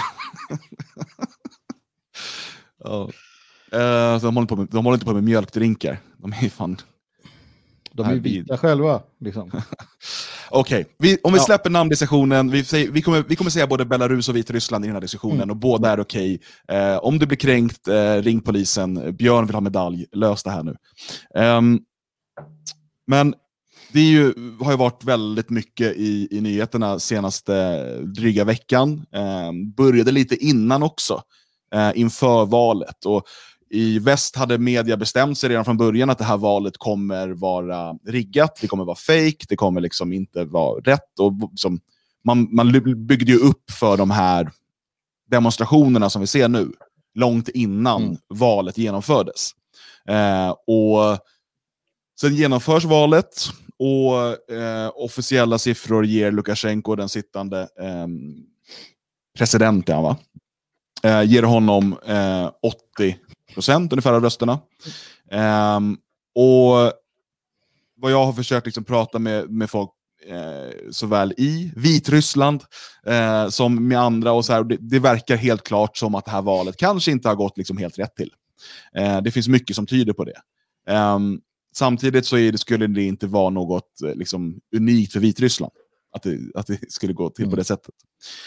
jag. De håller inte på med mjölkdrinkar. De är fan... De är vita själva, liksom. Okej, om vi släpper namndiskussionen, vi kommer säga både Belarus och Vitryssland i den här diskussionen, och båda är okej. Om du blir kränkt, ring polisen. Björn vill ha medalj. Lös det här nu. Men det har ju varit väldigt mycket i nyheterna senaste dryga veckan. Började lite innan också, inför valet. Och i väst hade media bestämt sig redan från början att det här valet kommer vara riggat, det kommer vara fake, det kommer liksom inte vara rätt. Och som, man byggde ju upp för de här demonstrationerna som vi ser nu, långt innan valet genomfördes. Och sen genomförs valet, och officiella siffror ger Lukasjenko, den sittande presidenten, va? Ger honom 80% ungefär av rösterna. Och vad jag har försökt liksom prata med folk såväl i Vitryssland som med andra, och så här, det verkar helt klart som att det här valet kanske inte har gått liksom helt rätt till. Det finns mycket som tyder på det. Samtidigt så skulle det inte vara något liksom unikt för Vitryssland att det skulle gå till på det sättet.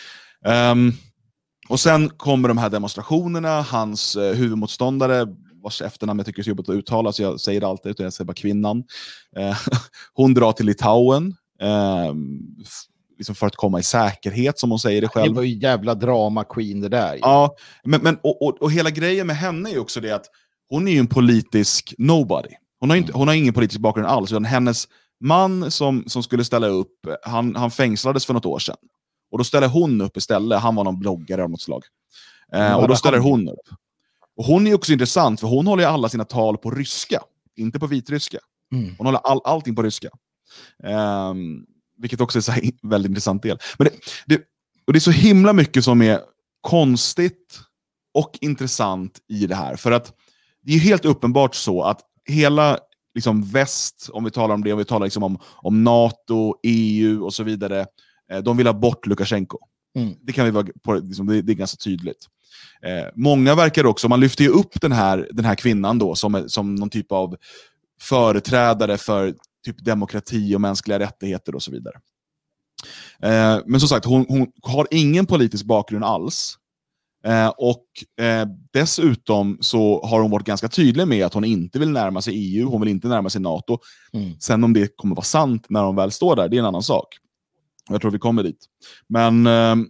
Och sen kommer de här demonstrationerna. Hans huvudmotståndare, vars efternamn jag tycker är så jobbigt att uttala, så jag säger det alltid, utan jag säger bara kvinnan. Hon drar till Litauen liksom för att komma i säkerhet, som hon säger det själv. Det var ju jävla drama queen det där. Ja, men hela grejen med henne är också det att hon är ju en politisk nobody. Hon har ingen politisk bakgrund alls, utan hennes man som skulle ställa upp, han fängslades för något år sedan. Och då ställer hon upp istället. Han var någon bloggare av något slag. Och då ställer hon upp. Och hon är också intressant, för hon håller alla sina tal på ryska, inte på vitryska. Hon håller allting på ryska. Vilket också är så här väldigt intressant del. Men och det är så himla mycket som är konstigt och intressant i det här. För att det är helt uppenbart så att hela liksom väst, om vi talar om det, om vi talar liksom om NATO, EU och så vidare, de vill ha bort Lukasjenko. Det kan vi vara på, liksom, det är ganska tydligt. Många verkar också, man lyfter ju upp den här kvinnan då som någon typ av företrädare för typ demokrati och mänskliga rättigheter och så vidare. Men som sagt, hon har ingen politisk bakgrund alls. Och dessutom så har hon varit ganska tydlig med att hon inte vill närma sig EU, hon vill inte närma sig NATO. Sen om det kommer vara sant när hon väl står där, det är en annan sak. Jag tror vi kommer dit. Men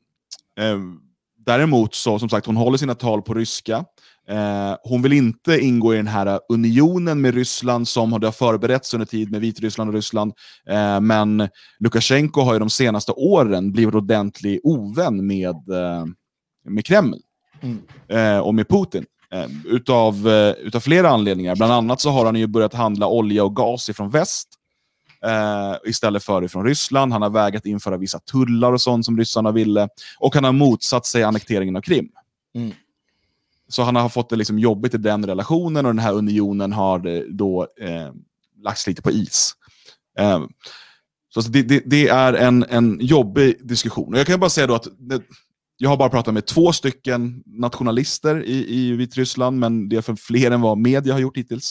däremot så, som sagt, hon håller sina tal på ryska. Hon vill inte ingå i den här unionen med Ryssland som har förberetts under tid med Vitryssland och Ryssland. Men Lukasjenko har ju de senaste åren blivit ordentlig ovän med Kreml och med Putin. Utav flera anledningar. Bland annat så har han ju börjat handla olja och gas ifrån väst istället för ifrån Ryssland. Han har vägat införa vissa tullar och sånt som ryssarna ville. Och han har motsatt sig annekteringen av Krim. Så han har fått det liksom jobbigt i den relationen, och den här unionen har då lagts lite på is. Så det är en jobbig diskussion. Och jag kan bara säga då att jag har bara pratat med 2 stycken nationalister i Vitryssland, men det är för fler än vad media har gjort hittills.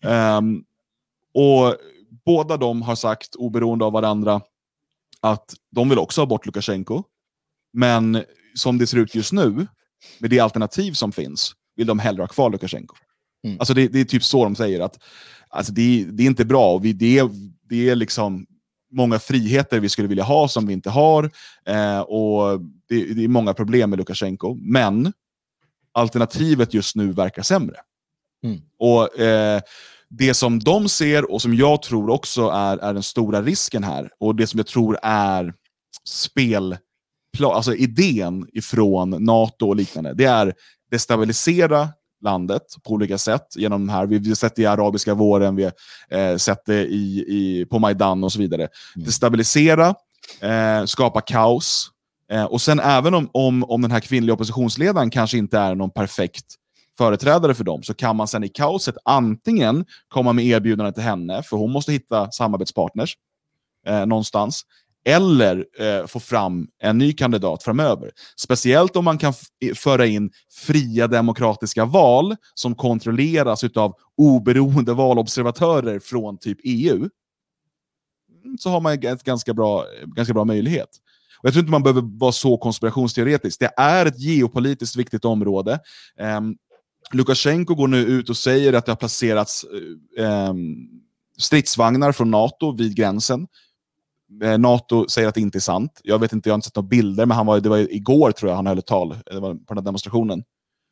Och båda de har sagt, oberoende av varandra, att de vill också ha bort Lukasjenko. Men som det ser ut just nu, med det alternativ som finns, vill de hellre ha kvar Lukasjenko. Alltså det är typ så de säger, att alltså det är inte bra, och det är liksom många friheter vi skulle vilja ha som vi inte har, och det är många problem med Lukasjenko, men alternativet just nu verkar sämre. Och det som de ser, och som jag tror också är den stora risken här, och det som jag tror är alltså idén ifrån NATO och liknande, det är destabilisera landet på olika sätt genom här. Vi har sett det i arabiska våren, vi har sett det på Majdan och så vidare. Destabilisera, skapa kaos, och sen även om den här kvinnliga oppositionsledaren kanske inte är någon perfekt företrädare för dem, så kan man sen i kaoset antingen komma med erbjudanden till henne, för hon måste hitta samarbetspartners någonstans, eller få fram en ny kandidat framöver. Speciellt om man kan föra in fria demokratiska val som kontrolleras utav oberoende valobservatörer från typ EU. Så har man en ganska bra möjlighet. Och jag tror inte man behöver vara så konspirationsteoretisk. Det är ett geopolitiskt viktigt område. Lukasjenko går nu ut och säger att det har placerats stridsvagnar från NATO vid gränsen. NATO säger att det inte är sant. Jag vet inte, jag har inte sett några bilder, men det var igår tror jag han höll ett tal, det var på den här demonstrationen.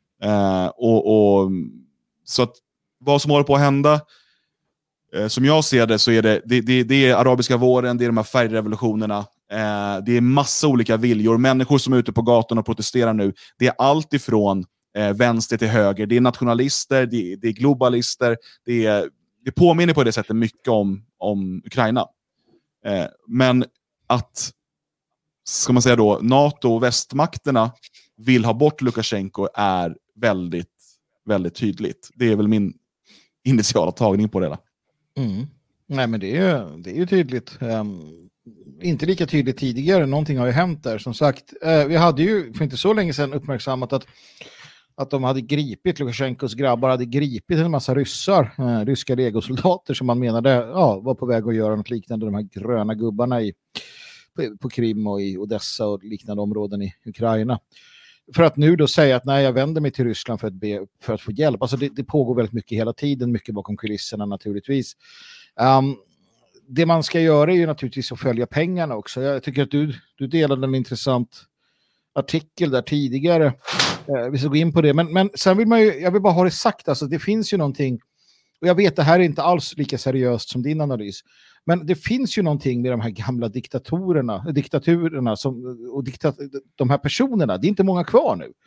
Så att vad som håller på att hända, som jag ser det, så är det är arabiska våren, det är de här färgrevolutionerna, det är massa olika viljor, människor som är ute på gatan och protesterar nu. Det är allt ifrån vänster till höger, det är nationalister, det är globalister, det påminner på det sättet mycket om Ukraina. Men att, ska man säga då, NATO och västmakterna vill ha bort Lukasjenko är väldigt, väldigt tydligt. Det är väl min initiala tagning på det. Nej, men det är ju tydligt. Inte lika tydligt tidigare. Någonting har ju hänt där. Som sagt, vi hade ju för inte så länge sedan uppmärksammat att de hade gripit, Lukasjenkos grabbar hade gripit en massa ryska legosoldater som man menade var på väg att göra något liknande, de här gröna gubbarna på Krim och i Odessa och liknande områden i Ukraina. För att nu då säga att nej, jag vänder mig till Ryssland för att få hjälp. Alltså det pågår väldigt mycket hela tiden, mycket bakom kulisserna naturligtvis. Det man ska göra är ju naturligtvis att följa pengarna också. Jag tycker att du delade en intressant artikel där tidigare. Vi ska gå in på det. Men sen jag vill bara ha det sagt. Alltså, det finns ju någonting, och jag vet det här är inte alls lika seriöst som din analys. Men det finns ju någonting med de här gamla diktaturerna de här personerna. Det är inte många kvar nu.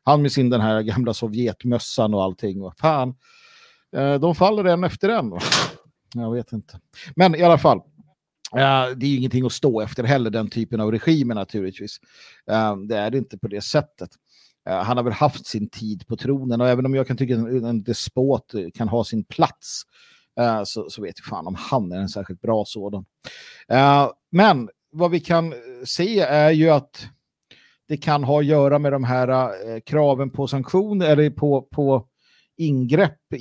Han med sin den här gamla Sovjetmössan och allting. Vad fan. De faller en efter en. Va? Jag vet inte. Men i alla fall. Det är ju ingenting att stå efter heller, den typen av regimer naturligtvis. Det är det inte på det sättet. Han har väl haft sin tid på tronen, och även om jag kan tycka att en despot kan ha sin plats, så vet jag fan om han är en särskilt bra sådan. Men vad vi kan se är ju att det kan ha att göra med de här kraven på sanktioner eller på ingrepp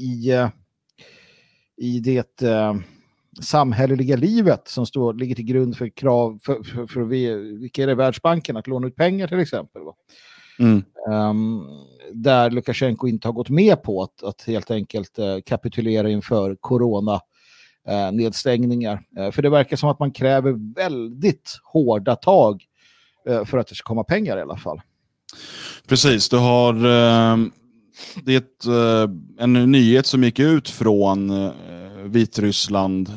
i det samhälleliga livet som ligger till grund för krav för vilka är det, Världsbanken att låna ut pengar till exempel. Va? Där Lukasjenko inte har gått med på att helt enkelt kapitulera inför corona nedstängningar. För det verkar som att man kräver väldigt hårda tag för att det ska komma pengar i alla fall. Precis, du har det en nyhet som gick ut från Vitryssland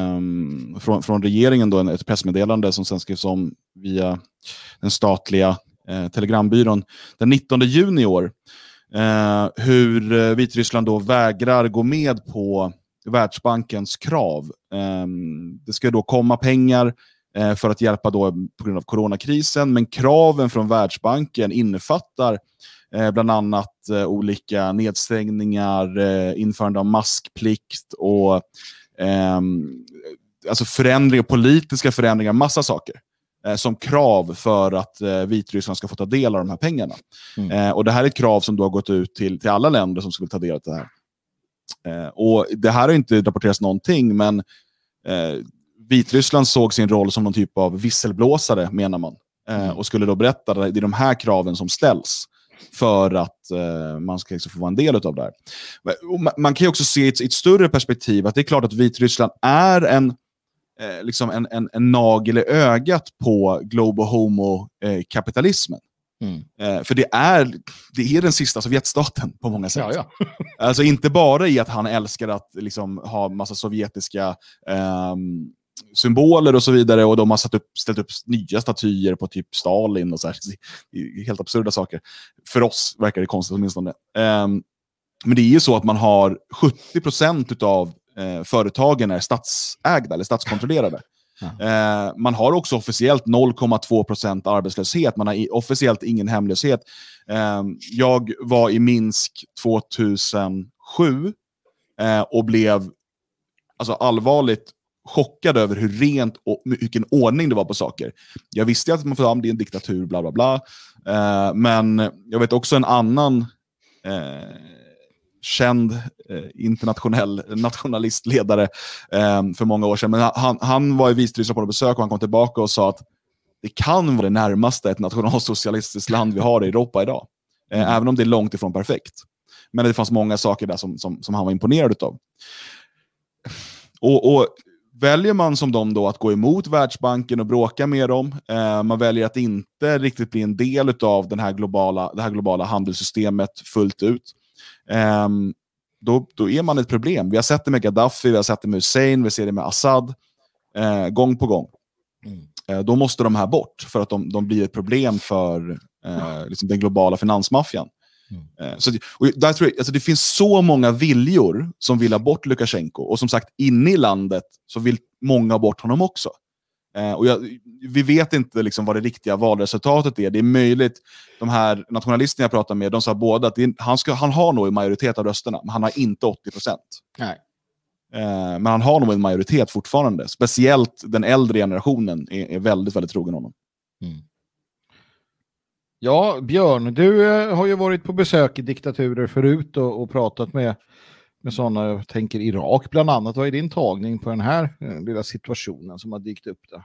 från regeringen då, ett pressmeddelande som sen skrevs om via den statliga telegrambyrån den 19 juni i år, hur Vitryssland då vägrar gå med på Världsbankens krav. Det ska då komma pengar för att hjälpa då på grund av coronakrisen, men kraven från Världsbanken innefattar bland annat olika nedstängningar, införande av maskplikt och alltså förändringar, politiska förändringar, massa saker som krav för att Vitryssland ska få ta del av de här pengarna. Och det här är ett krav som då har gått ut till alla länder som skulle ta del av det här. Och det här har inte rapporterats någonting, men Vitryssland såg sin roll som någon typ av visselblåsare, menar man. Och skulle då berätta att det är de här kraven som ställs för att man ska liksom få vara en del av det här. Man kan ju också se i ett större perspektiv att det är klart att Vitryssland är en nagel i ögat på global homo-kapitalismen. För det är den sista Sovjetstaten på många sätt. Ja. Alltså inte bara i att han älskar att liksom ha massa sovjetiska symboler och så vidare, och de har ställt upp nya statyer på typ Stalin och så här, helt absurda saker. För oss verkar det konstigt åtminstone. Men det är ju så att man har 70% av företagen är statsägda eller statskontrollerade. Man har också officiellt 0,2% arbetslöshet. Man har officiellt ingen hemlöshet. Jag var i Minsk 2007 och blev alltså allvarligt chockad över hur rent och vilken ordning det var på saker. Jag visste att man får det är en diktatur, bla bla bla. Men jag vet också en annan känd internationell nationalistledare för många år sedan. Men han var i Vitryssland på besök och han kom tillbaka och sa att det kan vara det närmaste ett nationalsocialistiskt land vi har i Europa idag. Även om det är långt ifrån perfekt. Men det fanns många saker där som han var imponerad utav. Och väljer man som dem då att gå emot Världsbanken och bråka med dem, man väljer att inte riktigt bli en del av det här globala handelssystemet fullt ut, då är man ett problem. Vi har sett det med Gaddafi, vi har sett det med Hussein, vi ser det med Assad gång på gång. Då måste de här bort för att de blir ett problem för liksom den globala finansmaffian. Och där tror jag, alltså det finns så många viljor som vill ha bort Lukasjenko, och som sagt inne i landet så vill många ha bort honom också. Och vi vet inte liksom vad det riktiga valresultatet är. Det är möjligt, de här nationalisterna jag pratar med, de sa båda att han har nog en majoritet av rösterna, men han har inte 80%. Nej. Men han har nog en majoritet fortfarande. Speciellt den äldre generationen är väldigt, väldigt trogen honom. Ja, Björn, du har ju varit på besök i diktaturer förut och pratat med sådana, jag tänker Irak bland annat. Vad är din tagning på den här lilla situationen som har dykt upp där?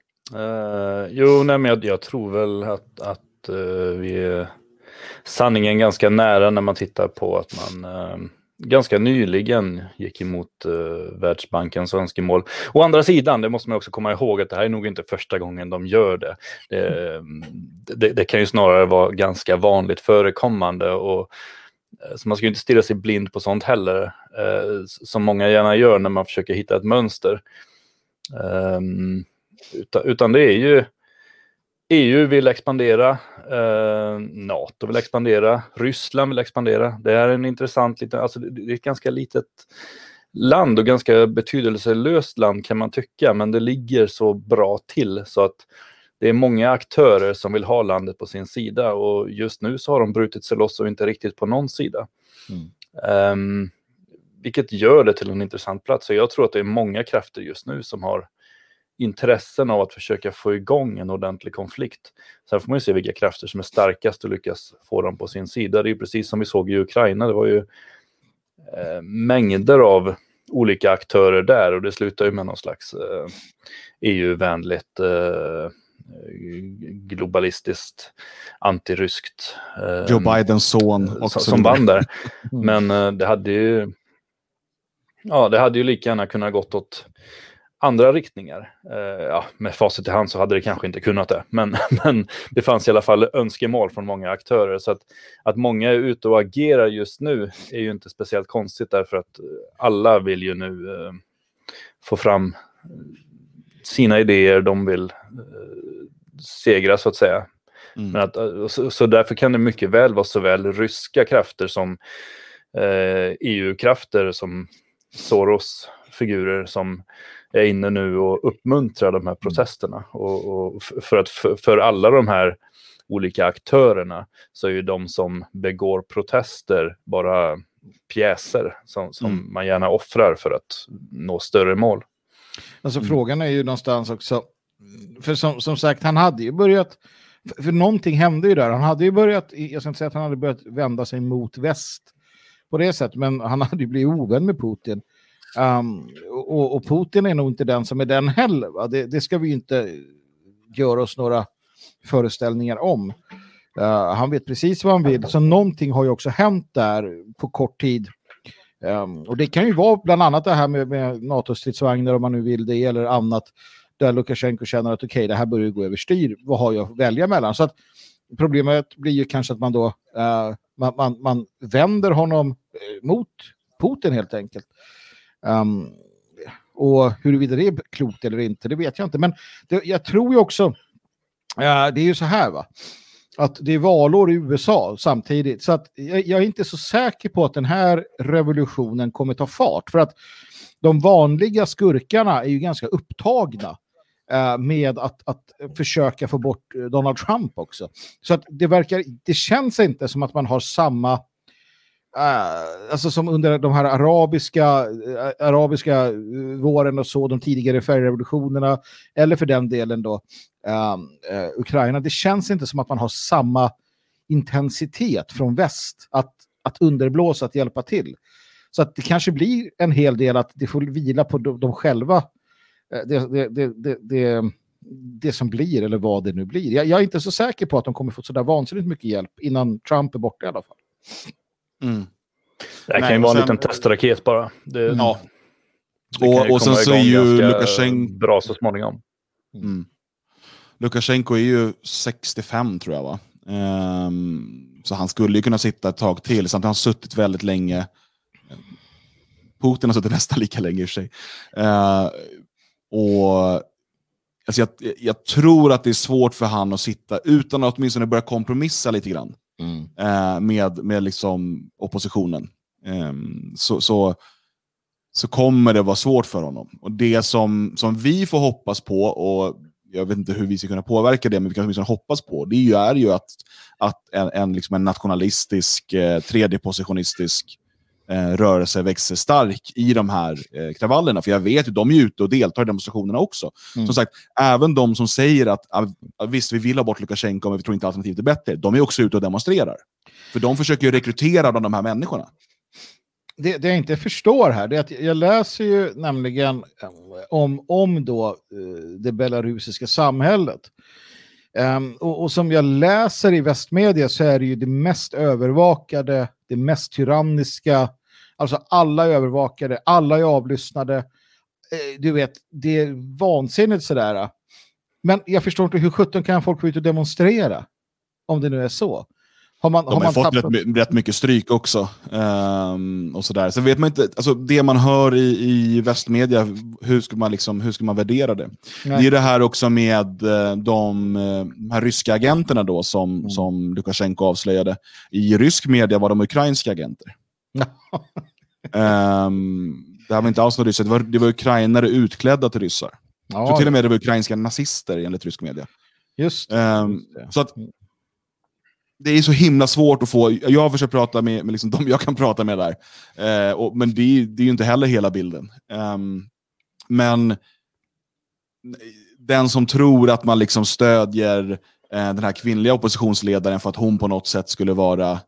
Men jag tror väl att vi är sanningen ganska nära när man tittar på att man ganska nyligen gick emot Världsbankens önskemål. Å andra sidan, det måste man också komma ihåg att det här är nog inte första gången de gör det. Det kan ju snarare vara ganska vanligt förekommande, och så man ska ju inte stirra sig blind på sånt heller, som många gärna gör när man försöker hitta ett mönster. Utan det är ju EU vill expandera, NATO vill expandera, Ryssland vill expandera. Det är en intressant liten, alltså det är ett ganska litet land och ganska betydelselöst land kan man tycka, men det ligger så bra till så att det är många aktörer som vill ha landet på sin sida, och just nu så har de brutit sig loss och inte riktigt på någon sida. Vilket gör det till en intressant plats. Så jag tror att det är många krafter just nu som har intressen av att försöka få igång en ordentlig konflikt. Sen får man ju se vilka krafter som är starkast och lyckas få dem på sin sida. Det är ju precis som vi såg i Ukraina. Det var ju mängder av olika aktörer där, och det slutar ju med någon slags EU-vänligt globalistiskt antiryskt Joe Bidens son som vann där. Men det hade ju lika gärna kunnat gått åt andra riktningar. Med facit i hand så hade det kanske inte kunnat det. Men det fanns i alla fall önskemål från många aktörer. Så att många är ute och agerar just nu är ju inte speciellt konstigt, därför att alla vill ju nu få fram sina idéer. De vill segra så att säga. Men så därför kan det mycket väl vara såväl ryska krafter som EU-krafter, som Soros-figurer som är inne nu och uppmuntrar de här protesterna. Och för alla de här olika aktörerna så är ju de som begår protester bara pjäser som man gärna offrar för att nå större mål. Alltså frågan är ju någonstans också, för som sagt, han hade ju börjat, för någonting hände ju där, han hade ju börjat, jag ska inte säga att han hade börjat vända sig mot väst på det sättet, men han hade ju blivit ovän med Putin. Och Putin är nog inte den som är den heller, va? Det ska vi ju inte göra oss några föreställningar om. Han vet precis vad han vill, så någonting har ju också hänt där på kort tid. Och det kan ju vara bland annat det här med NATO-stridsvagnar, om man nu vill det, eller annat, där Lukasjenko känner att okej, det här börjar gå överstyr, vad har jag att välja mellan? Så att problemet blir ju kanske att man då man vänder honom mot Putin helt enkelt. Och huruvida det är klokt eller inte, det vet jag inte. Men jag tror ju också, det är ju så här, va, att det är valår i USA samtidigt. Så att jag är inte så säker på att den här revolutionen kommer ta fart. För att de vanliga skurkarna är ju ganska upptagna med att försöka få bort Donald Trump också. Så att det känns inte som att man har samma alltså som under de här arabiska våren och så, de tidigare färgrevolutionerna, eller för den delen då Ukraina. Det känns inte som att man har samma intensitet från väst att underblåsa, att hjälpa till. Så att det kanske blir en hel del att det får vila på de själva, det som blir, eller vad det nu blir. Jag är inte så säker på att de kommer få så där vansinnigt mycket hjälp innan Trump är borta i alla fall. Det här kan ju vara en liten testraket bara. Ja. Och sen så är ju Lukasjenko bra så småningom. Lukasjenko är ju 65 tror jag, va? Så han skulle ju kunna sitta ett tag till. Samtidigt har han suttit väldigt länge. Putin har suttit nästan lika länge i och för sig. Och alltså jag tror att det är svårt för han att sitta utan att åtminstone börja kompromissa lite grann med liksom oppositionen. Så kommer det vara svårt för honom. Och det som vi får hoppas på, och jag vet inte hur vi ska kunna påverka det, men vi kan åtminstone hoppas på, det är ju att en nationalistisk, tredjepositionistisk rörelse växer stark i de här kravallerna. För jag vet ju, de är ute och deltar i demonstrationerna också. Som sagt, även de som säger att visst, vi vill ha bort Lukasjenko, men vi tror inte alternativet är bättre, de är också ute och demonstrerar. För de försöker ju rekrytera bland de här människorna. Det jag inte förstår här, det är att jag läser ju nämligen om då det belarusiska samhället. Och som jag läser i västmedia så är det ju det mest övervakade, det mest tyranniska, alltså alla är övervakade, alla är avlyssnade. Du vet, det är vansinnigt sådär. Men jag förstår inte, hur 17 kan folk få ut och demonstrera? Om det nu är så. Har man fått tappat... rätt mycket stryk också. Och sådär. Så vet man inte, alltså det man hör i västmedia, hur ska man värdera det? Nej. Det är det här också med de här ryska agenterna då som Lukasjenko avslöjade. I rysk media var de ukrainska agenter. Det här var inte alls något ryssar, det var ukrainare utklädda till ryssar. Ja, så till och med det var ukrainska nazister enligt rysk media. Just så att det är så himla svårt att få. Jag har försökt prata med liksom de jag kan prata med där. Men det är ju inte heller hela bilden. Men den som tror att man liksom stödjer den här kvinnliga oppositionsledaren för att hon på något sätt skulle vara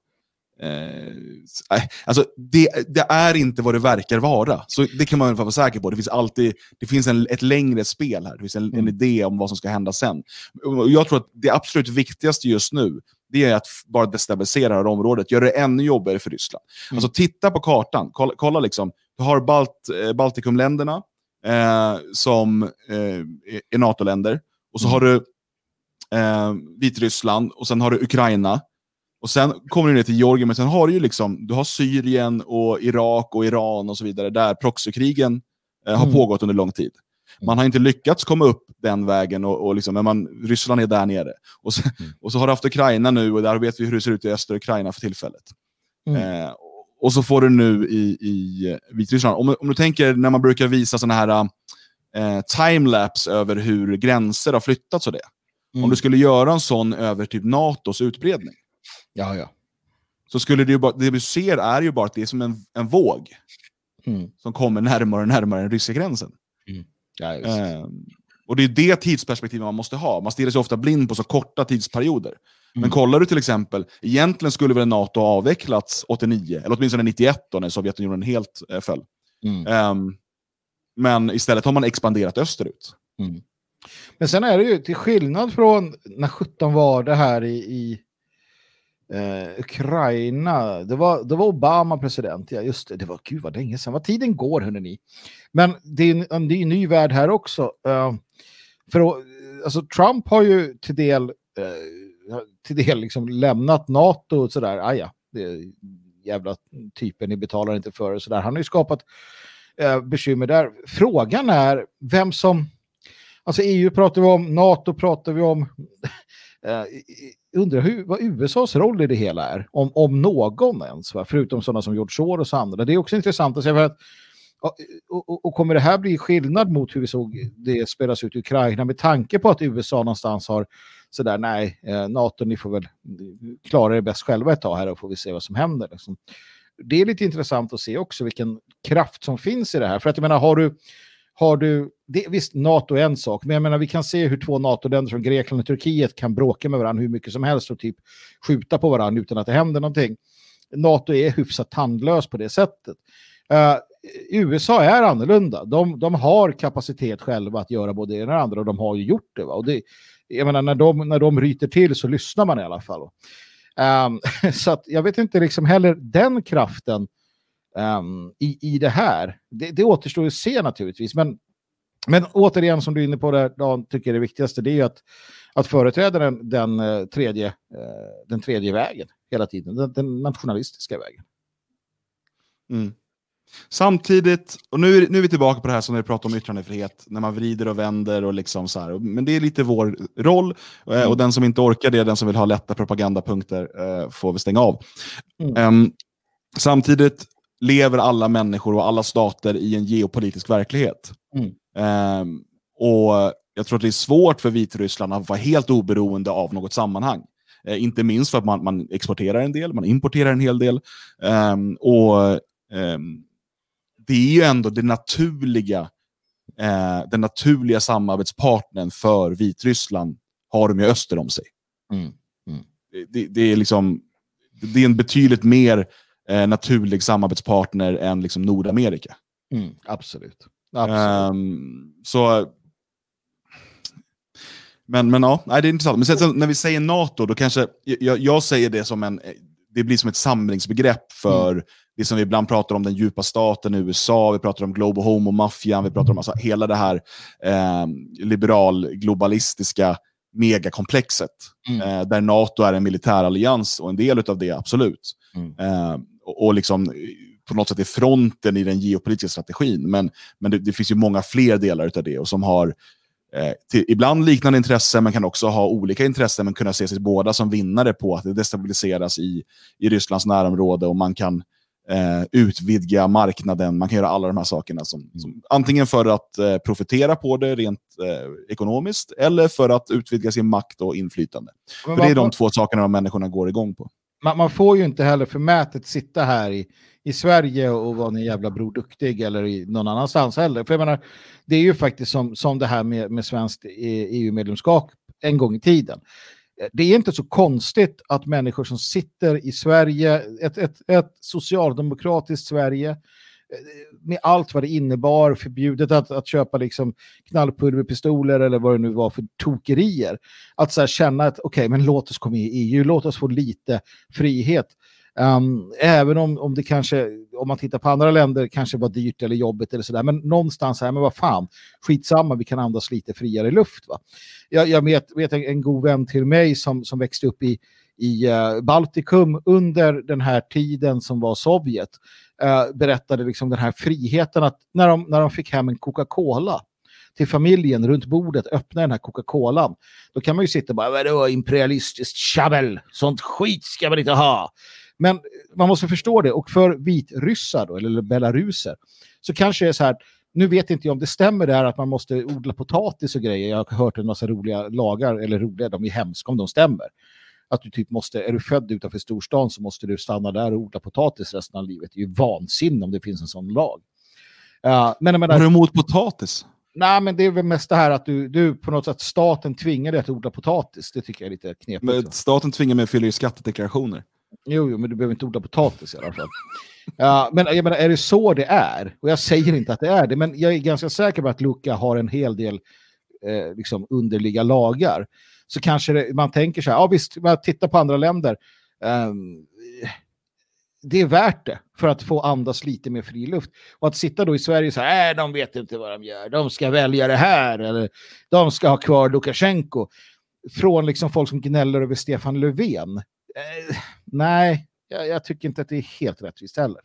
alltså det är inte vad det verkar vara. Så det kan man vara säker på. Det finns ett längre spel här. Det finns en idé om vad som ska hända sen. Jag tror att det absolut viktigaste just nu, det är att bara destabilisera det här området. Göra det ännu jobbigare för Ryssland. Alltså titta på kartan. Kolla liksom. Du har Baltikumländerna som är NATO-länder. Och så har du Vitryssland. Och sen har du Ukraina. Och sen kommer du ner till Georgien, men sen har du ju liksom, du har Syrien och Irak och Iran och så vidare, där proxykrigen har pågått under lång tid. Man har inte lyckats komma upp den vägen och liksom, men Ryssland är där nere. Och så har du haft Ukraina nu, och där vet vi hur det ser ut i östra Ukraina för tillfället. Och så får du nu i Vitryssland. Om du tänker när man brukar visa såna här timelapse över hur gränser har flyttats och det. Om du skulle göra en sån över typ NATOs utbredning. Ja. Så skulle det ju bara, det vi ser är ju bara att det är som en våg som kommer närmare och närmare den ryska gränsen. Ja, just. Och det är det tidsperspektivet man måste ha. Man stirrar sig ofta blind på så korta tidsperioder. Men kollar du till exempel, egentligen skulle väl NATO ha avvecklats 89, eller åtminstone 91 då, när Sovjetunionen helt föll. Men istället har man expanderat österut. Men sen är det ju till skillnad från när 17 var det här i Ukraina. Det var Obama president. Ja, just det. Det var gud vad länge sedan. Vad tiden går, hörni. Men det är en ny värld här också. Alltså Trump har ju till del liksom lämnat NATO och sådär. Ja, det är jävla typen, ni betalar inte för och sådär. Han har ju skapat bekymmer där. Frågan är vem som, alltså EU pratar vi om, NATO pratar vi om. Undrar vad USAs roll i det hela är, om någon ens, förutom sådana som George Soros och andra. Det är också intressant att se för att och kommer det här bli skillnad mot hur vi såg det spelas ut i Ukraina, med tanke på att USA någonstans har sådär, nej, NATO, ni får väl klara det bäst själva ett tag här och får vi se vad som händer liksom. Det är lite intressant att se också vilken kraft som finns i det här, för att jag menar, har du det, visst, NATO är en sak, men jag menar, vi kan se hur två NATO-länder som Grekland och Turkiet kan bråka med varandra hur mycket som helst och typ skjuta på varandra utan att det händer någonting. NATO är hyfsat tandlös på det sättet. USA är annorlunda. De har kapacitet själva att göra både det ena och det andra, och de har ju gjort det. Va? Och det, jag menar, när de ryter till så lyssnar man i alla fall. Så att jag vet inte liksom heller den kraften i det här. Det återstår att se naturligtvis. Men återigen, som du är inne på där, Dan, tycker det viktigaste det är att företräda den tredje vägen hela tiden. Den nationalistiska vägen. Samtidigt, och nu är vi tillbaka på det här som vi pratar om yttrandefrihet, när man vrider och vänder och liksom så här. Men det är lite vår roll, och den som inte orkar det, den som vill ha lätta propagandapunkter, får vi stänga av. Samtidigt lever alla människor och alla stater i en geopolitisk verklighet. Och jag tror att det är svårt för Vitryssland att vara helt oberoende av något sammanhang. Inte minst för att man exporterar en del, man importerar en hel del. Det är ju ändå den naturliga samarbetspartnern för Vitryssland har de ju öster om sig. Det är liksom, det är en betydligt mer naturlig samarbetspartner än liksom Nordamerika. Absolut. Så men ja, nej, det är intressant. Men sen när vi säger NATO, då kanske jag säger det som det blir som ett samlingsbegrepp för det som vi ibland pratar om, den djupa staten i USA, vi pratar om global homo-maffian, vi pratar om hela det här liberal-globalistiska megakomplexet. Där NATO är en militärallians och en del av det, absolut. Och liksom på något sätt är fronten i den geopolitiska strategin. Men det finns ju många fler delar av det och som har ibland liknande intressen, men kan också ha olika intressen, men kunna se sig båda som vinnare på att det destabiliseras i Rysslands närområde, och man kan utvidga marknaden, man kan göra alla de här sakerna som antingen för att profitera på det rent ekonomiskt, eller för att utvidga sin makt och inflytande. För det är de två sakerna de människorna går igång på. Man får ju inte heller förmätet sitta här i Sverige och vara en jävla broduktig eller i någon annanstans heller. För jag menar, det är ju faktiskt som det här med svenskt EU-medlemskap en gång i tiden. Det är inte så konstigt att människor som sitter i Sverige, ett socialdemokratiskt Sverige, med allt vad det innebar, förbjudet att köpa liksom knallpulverpistoler eller vad det nu var för tokerier, att så här känna att okej, men låt oss komma i EU, låt oss få lite frihet. Även om det kanske, om man tittar på andra länder, kanske var dyrt eller jobbigt eller sådär, men någonstans här, men vad fan, skitsamma, vi kan andas lite friare luft, va? Jag vet en god vän till mig som växte upp i Baltikum under den här tiden som var Sovjet, berättade liksom den här friheten att när de fick hem en Coca-Cola till familjen runt bordet, öppna den här Coca-Colan, då kan man ju sitta och bara, vadå imperialistiskt tjabbel, sånt skit ska man inte ha. Men man måste förstå det, och för vitryssar då, eller belaruser, så kanske det är så här, nu vet inte jag om det stämmer där att man måste odla potatis och grejer. Jag har hört en massa roliga lagar, eller roliga, de är hemska om de stämmer. Att du typ måste, är du född utanför storstan så måste du stanna där och odla potatis resten av livet. Det är ju vansinne om det finns en sån lag. Men jag menar, har du emot potatis? Nej, men det är väl mest det här att du på något sätt, staten tvingar dig att odla potatis. Det tycker jag är lite knepigt. Men staten tvingar mig att fylla i skattedeklarationer. Jo, men du behöver inte odla potatis i alla fall. Men jag menar, är det så det är? Och jag säger inte att det är det, men jag är ganska säker på att Luca har en hel del liksom underliga lagar. Så kanske man tänker så här, ja visst, man tittar på andra länder. Det är värt det för att få andas lite mer fri luft. Och att sitta då i Sverige så här, de vet inte vad de gör. De ska välja det här, eller de ska ha kvar Lukasjenko. Från liksom folk som gnäller över Stefan Löfven. Nej, jag tycker inte att det är helt rättvist heller.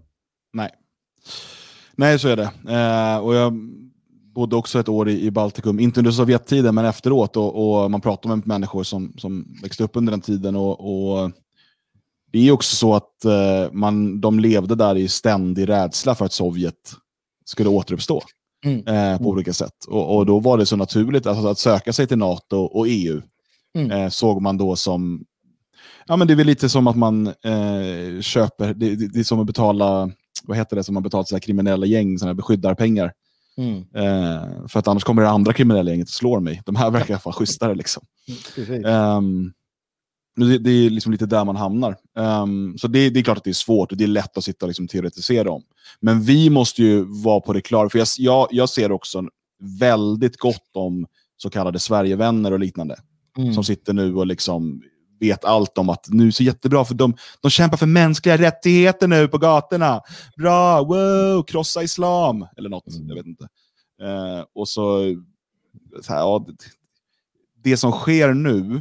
Nej, så är det. Och jag bodde också ett år i Baltikum, inte under Sovjettiden men efteråt, och man pratar med människor som växte upp under den tiden, och det är också så att de levde där i ständig rädsla för att Sovjet skulle återuppstå på olika sätt, och då var det så naturligt att söka sig till NATO och EU. Såg man då som, ja men det är väl lite som att man köper, det är som att betala, vad heter det, som man betalar till kriminella gäng, sådana här beskyddarpengar. För att annars kommer det andra kriminella gänget och slår mig. De här verkar fan schysstare liksom. Det är liksom lite där man hamnar. Så det är klart att det är svårt, och det är lätt att sitta och liksom teoretisera om. Men vi måste ju vara på det klara, för jag ser också väldigt gott om så kallade Sverigevänner och liknande, som sitter nu och liksom vet allt om att nu är så jättebra, för de kämpar för mänskliga rättigheter nu på gatorna. Bra, wow, krossa islam eller något, jag vet inte. Och så här, ja, det som sker nu,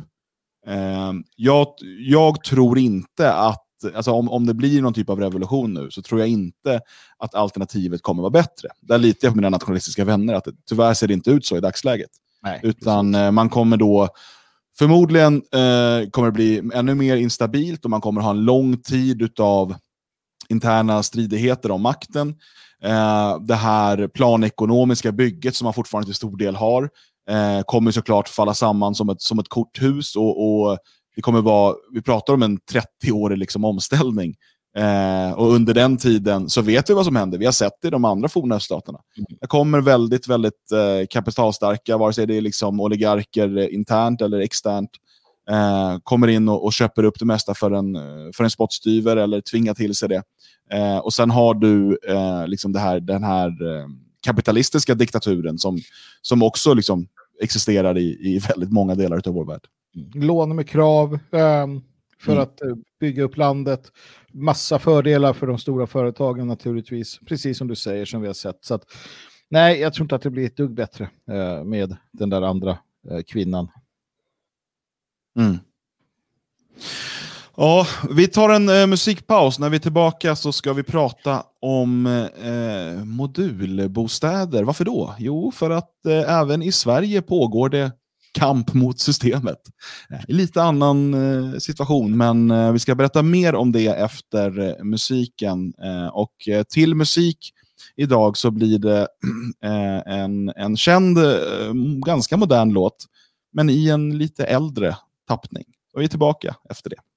jag tror inte att, alltså om det blir någon typ av revolution nu, så tror jag inte att alternativet kommer vara bättre. Där litar jag på mina nationalistiska vänner att tyvärr ser det inte ut så i dagsläget. Nej, utan man kommer då förmodligen kommer det bli ännu mer instabilt, och man kommer ha en lång tid av interna stridigheter om makten. Det här planekonomiska bygget som man fortfarande till stor del har kommer såklart falla samman som ett korthus, och det kommer vara, vi pratar om en 30-årig liksom omställning. Och under den tiden så vet vi vad som händer. Vi har sett det i de andra forna öststaterna. Det kommer väldigt, väldigt kapitalstarka, vare sig det är liksom oligarker internt eller externt, kommer in och köper upp det mesta för en spottstyver eller tvingar till sig det. Och sen har du liksom den här kapitalistiska diktaturen som också liksom existerar i väldigt många delar av vår värld. Lån med krav för att bygga upp landet. Massa fördelar för de stora företagen naturligtvis. Precis som du säger, som vi har sett. Så att, nej, jag tror inte att det blir ett dugg bättre med den där andra kvinnan. Mm. Ja, vi tar en musikpaus. När vi är tillbaka så ska vi prata om modulbostäder. Varför då? Jo, för att även i Sverige pågår det kamp mot systemet. Lite annan situation, men vi ska berätta mer om det efter musiken. Och till musik idag så blir det en känd, ganska modern låt, men i en lite äldre tappning. Och vi är tillbaka efter det.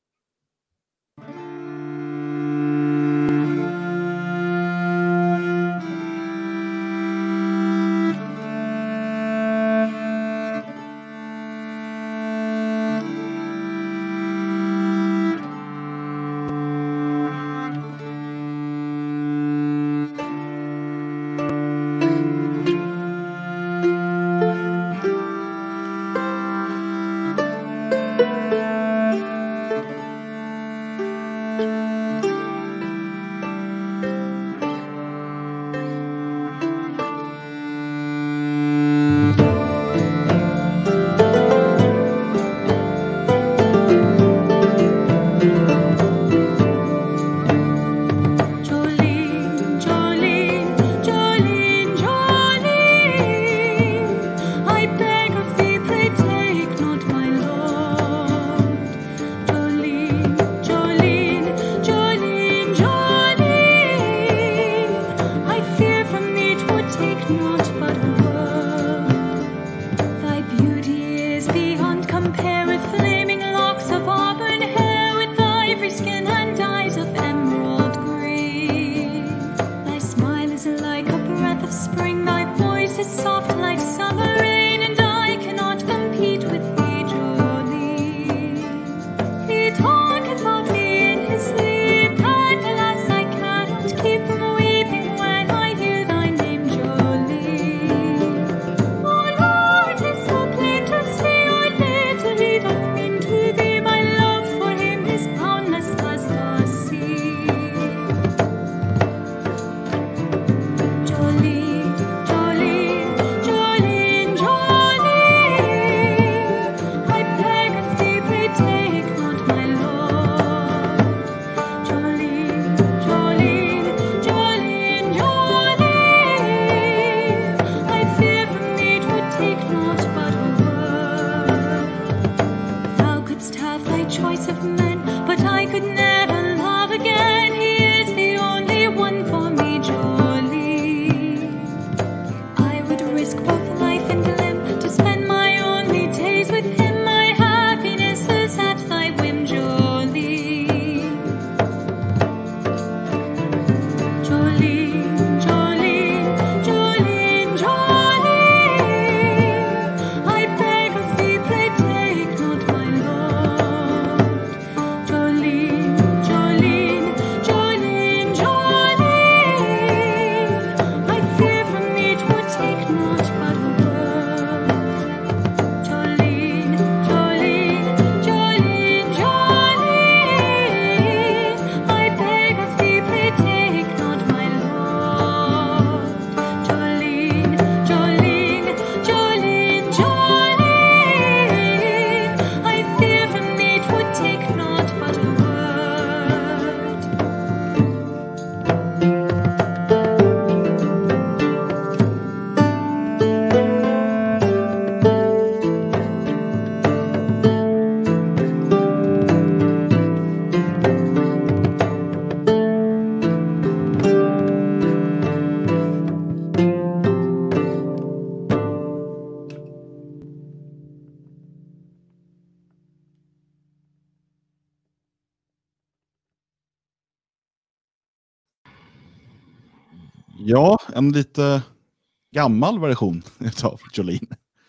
Ja, en lite gammal version av Jolene.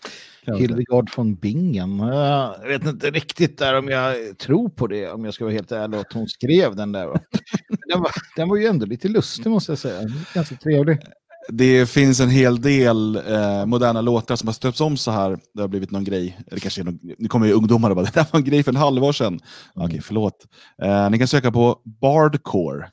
Hildegard von Bingen. Jag vet inte riktigt där om jag tror på det, om jag ska vara helt ärlig, att hon skrev den där. Den var ju ändå lite lustig, måste jag säga. Ganska trevlig. Det finns en hel del moderna låtar som har stöpts om så här. Det har blivit någon grej. Eller kanske nu kommer ju ungdomar och bara, det där var en grej för en halvår sedan. Okej, förlåt. Ni kan söka på Bardcore.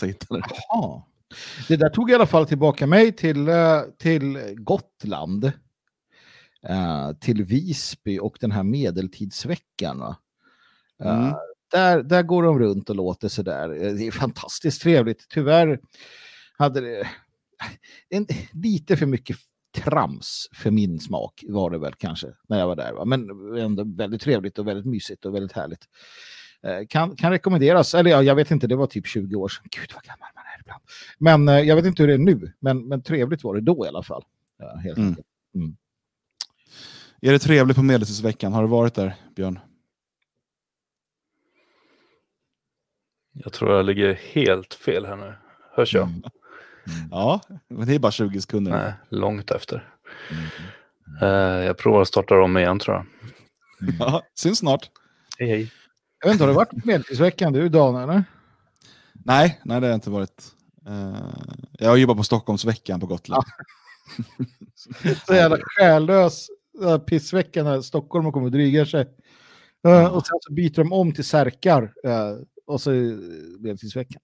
Jaha. Det där tog i alla fall tillbaka mig till Gotland. till Visby och den här medeltidsveckan. Va? Mm. Där går de runt och låter så där. Det är fantastiskt trevligt. Tyvärr hade det lite för mycket trams för min smak var det väl kanske när jag var där. Va? Men ändå väldigt trevligt och väldigt mysigt och väldigt härligt. Kan rekommenderas. Eller ja, jag vet inte, det var typ 20 år sedan. Gud vad gammal man är ibland. Men jag vet inte hur det är nu. Men trevligt var det då i alla fall. Ja, helt enkelt. Mm. Är det trevligt på medeltidsveckan? Har du varit där, Björn? Jag tror jag ligger helt fel här nu. Hörs jag? Ja, men det är bara 20 sekunder. Nej, långt efter. Jag provar att starta om igen, tror jag. Ja, syns snart. Hej. Jag vet inte, har det varit på medeltidsveckan du, Dan, eller? Nej, det har jag inte varit. Jag har jobbat på Stockholmsveckan på Gotland. Så jävla själlös pissveckan när Stockholm kommer och drygar sig. Och sen så byter de om till särkar. Och så medeltidsveckan.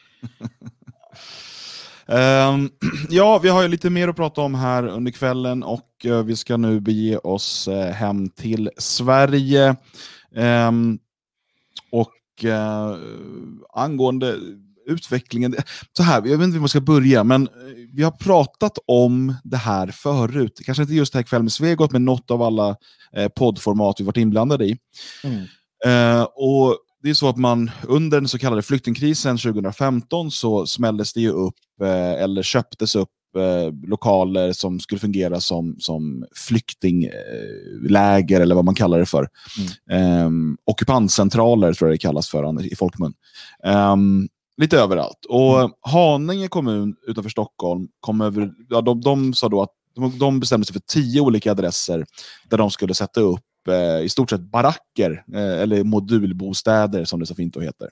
Ja, vi har ju lite mer att prata om här under kvällen och vi ska nu bege oss hem till Sverige. Angående utvecklingen, så här, jag vet inte hur man ska börja, men vi har pratat om det här förut. Kanske inte just här kväll med Svegot, men något av alla poddformat vi varit inblandade i. Och det är så att man under den så kallade flyktingkrisen 2015 så smälldes det ju upp eller köptes upp lokaler som skulle fungera som flyktingläger eller vad man kallar det för. Ockupantcentraler tror jag det kallas för i folkmun. Lite överallt. Och Haninge kommun utanför Stockholm kom över, ja, de sa då att de bestämde sig för 10 olika adresser där de skulle sätta upp i stort sett baracker eller modulbostäder som det så fint då heter.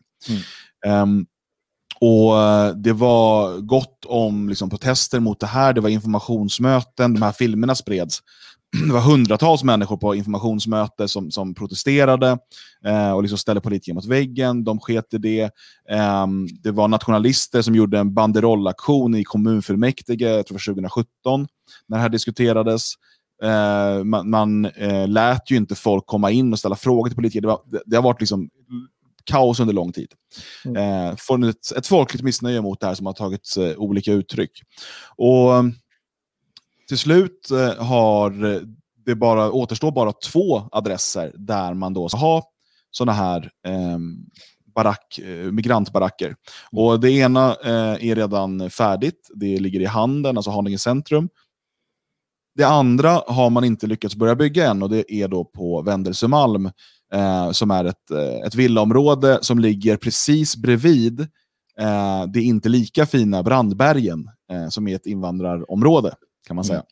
Och det var gott om liksom protester mot det här. Det var informationsmöten, de här filmerna spreds. Det var hundratals människor på informationsmöte som protesterade och liksom ställde politiker mot väggen. De sket i det. Det var nationalister som gjorde en banderollaktion i kommunfullmäktige, jag tror 2017, när det här diskuterades. Man lät ju inte folk komma in och ställa frågor till politiker. Det har varit liksom kaos under lång tid. Från ett folkligt missnöje mot det här som har tagit olika uttryck. Och till slut återstår bara 2 adresser där man då ska ha såna här migrantbaracker. Och det ena är redan färdigt. Det ligger i Handen, alltså Haninge centrum. Det andra har man inte lyckats börja bygga än och det är då på Vendelsömalm som är ett villaområde som ligger precis bredvid det inte lika fina Brandbergen som är ett invandrarområde kan man säga.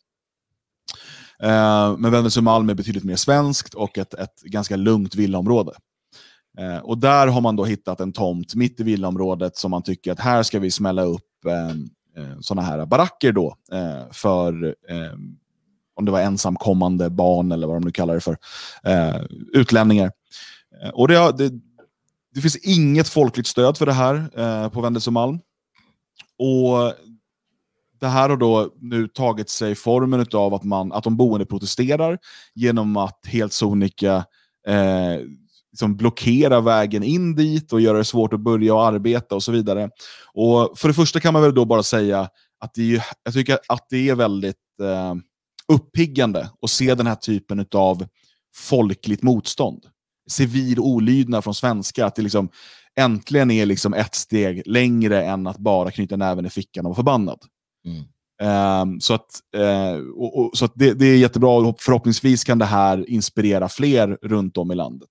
Men Vendelsömalm är betydligt mer svenskt och ett ganska lugnt villaområde. Och där har man då hittat en tomt mitt i villaområdet som man tycker att här ska vi smälla upp såna här baracker då för om det var ensamkommande barn eller vad de nu kallar det för, utlänningar. Och det finns inget folkligt stöd för det här på Vendelsömalm. Och det här har då nu tagit sig formen av att de boende protesterar genom att helt sonika liksom blockera vägen in dit och göra det svårt att börja och arbeta och så vidare. Och för det första kan man väl då bara säga att jag tycker att det är väldigt uppiggande att se den här typen av folkligt motstånd. Civil olydnad från svenskar, att det liksom äntligen är liksom ett steg längre än att bara knyta näven i fickan och vara förbannad. Så att det är jättebra och förhoppningsvis kan det här inspirera fler runt om i landet.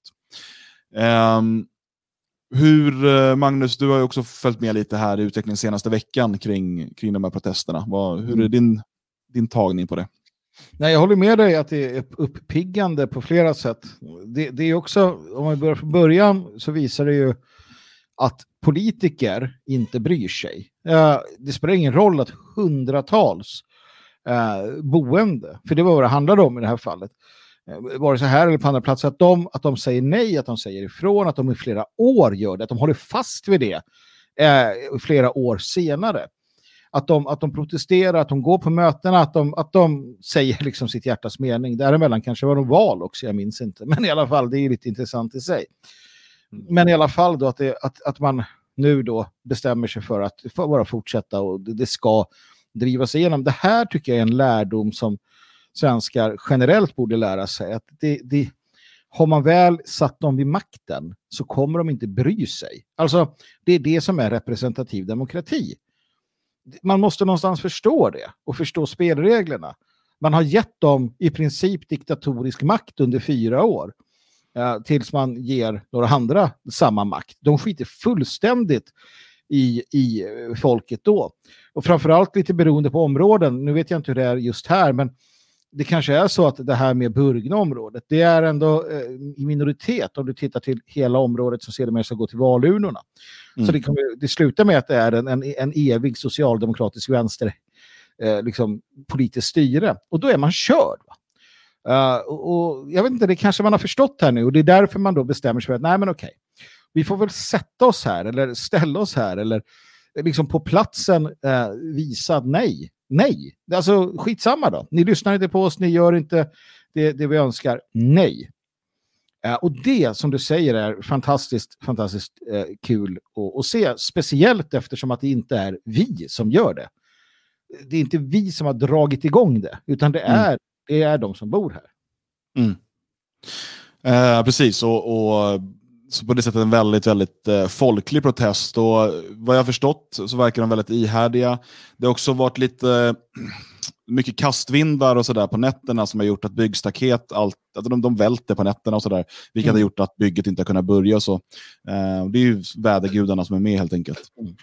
Magnus, du har ju också följt med lite här i utvecklingen senaste veckan kring de här protesterna. Hur är din tagning på det? Nej, jag håller med dig att det är uppiggande på flera sätt. Det är också, om man börjar från början så visar det ju att politiker inte bryr sig. Det spelar ingen roll att hundratals boende, för det var vad det handlade om i det här fallet, var det så här eller på andra platser, att de säger nej, att de säger ifrån, att de i flera år gör det, att de håller fast vid det flera år senare. att de protesterar, att de går på mötena, att de säger liksom sitt hjärtas mening. Däremellan kanske var de val också, jag minns inte. Men i alla fall, det är lite intressant i sig. Men i alla fall då att man nu då bestämmer sig för att bara fortsätta och det ska drivas igenom. Det här tycker jag är en lärdom som svenskar generellt borde lära sig. Att har man väl satt dem vid makten så kommer de inte bry sig. Alltså, det är det som är representativ demokrati. Man måste någonstans förstå det och förstå spelreglerna. Man har gett dem i princip diktatorisk makt under 4 år. Tills man ger några andra samma makt. De skiter fullständigt i folket då. Och framförallt lite beroende på områden. Nu vet jag inte hur det är just här, men det kanske är så att det här med burgna området, det är ändå i minoritet om du tittar till hela området så ser det mer ska gå till valurnorna. Så det slutar med att det är en evig socialdemokratisk vänster liksom politiskt styre. Och då är man körd, va? Och jag vet inte, det kanske man har förstått här nu och det är därför man då bestämmer sig för att nej men okej, vi får väl sätta oss här eller ställa oss här eller liksom på platsen visa att nej, alltså skitsamma då, ni lyssnar inte på oss, ni gör inte det vi önskar, nej. Och det som du säger är fantastiskt kul att se, speciellt eftersom att det inte är vi som gör det. Det är inte vi som har dragit igång det, utan det är de som bor här. Precis, och så på det sättet en väldigt, väldigt folklig protest. Och vad jag har förstått så verkar de väldigt ihärdiga. Det har också varit lite mycket kastvindar och sådär på nätterna som har gjort att byggstaket, att de välter på nätterna och sådär. Vilket har gjort att bygget inte har kunnat börja. Så, det är ju vädergudarna som är med helt enkelt.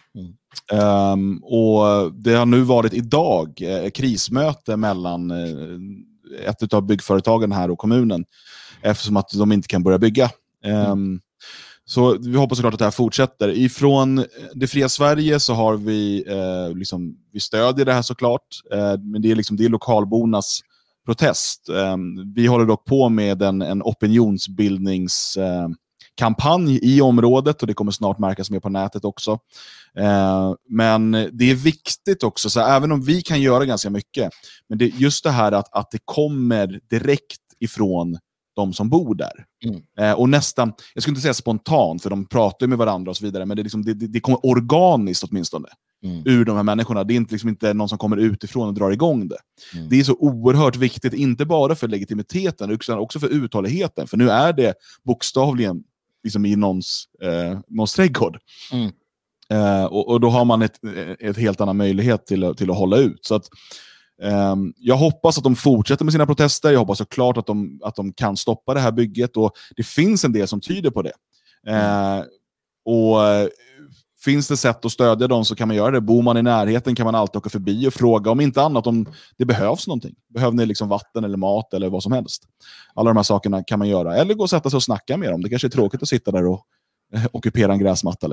Och det har nu varit idag krismöte mellan ett av byggföretagen här och kommunen eftersom att de inte kan börja bygga. Så vi hoppas såklart att det här fortsätter. Ifrån Det fria Sverige så har vi vi stödjer det här såklart, men det är lokalbornas protest. Vi håller dock på med en opinionsbildningskampanj i området och det kommer snart märkas mer på nätet också. Men det är viktigt också, så även om vi kan göra ganska mycket, men det är just det här att det kommer direkt ifrån de som bor där. Och nästan, jag skulle inte säga spontant, för de pratar med varandra och så vidare, men det kommer organiskt åtminstone ur de här människorna. Det är inte någon som kommer utifrån och drar igång det. Det är så oerhört viktigt, inte bara för legitimiteten utan också för uthålligheten, för nu är det bokstavligen i någons trädgård. Och då har man ett helt annan möjlighet till att hålla ut. Så att jag hoppas att de fortsätter med sina protester. Jag hoppas såklart att de kan stoppa det här bygget, och det finns en del som tyder på det. Och finns det sätt att stödja dem så kan man göra det. Bor man i närheten kan man alltid åka förbi och fråga, om inte annat, om det behövs någonting. Behöver ni vatten eller mat eller vad som helst. Alla de här sakerna kan man göra. Eller gå och sätta sig och snacka med dem. Det kanske är tråkigt att sitta där och ockupera en gräsmatta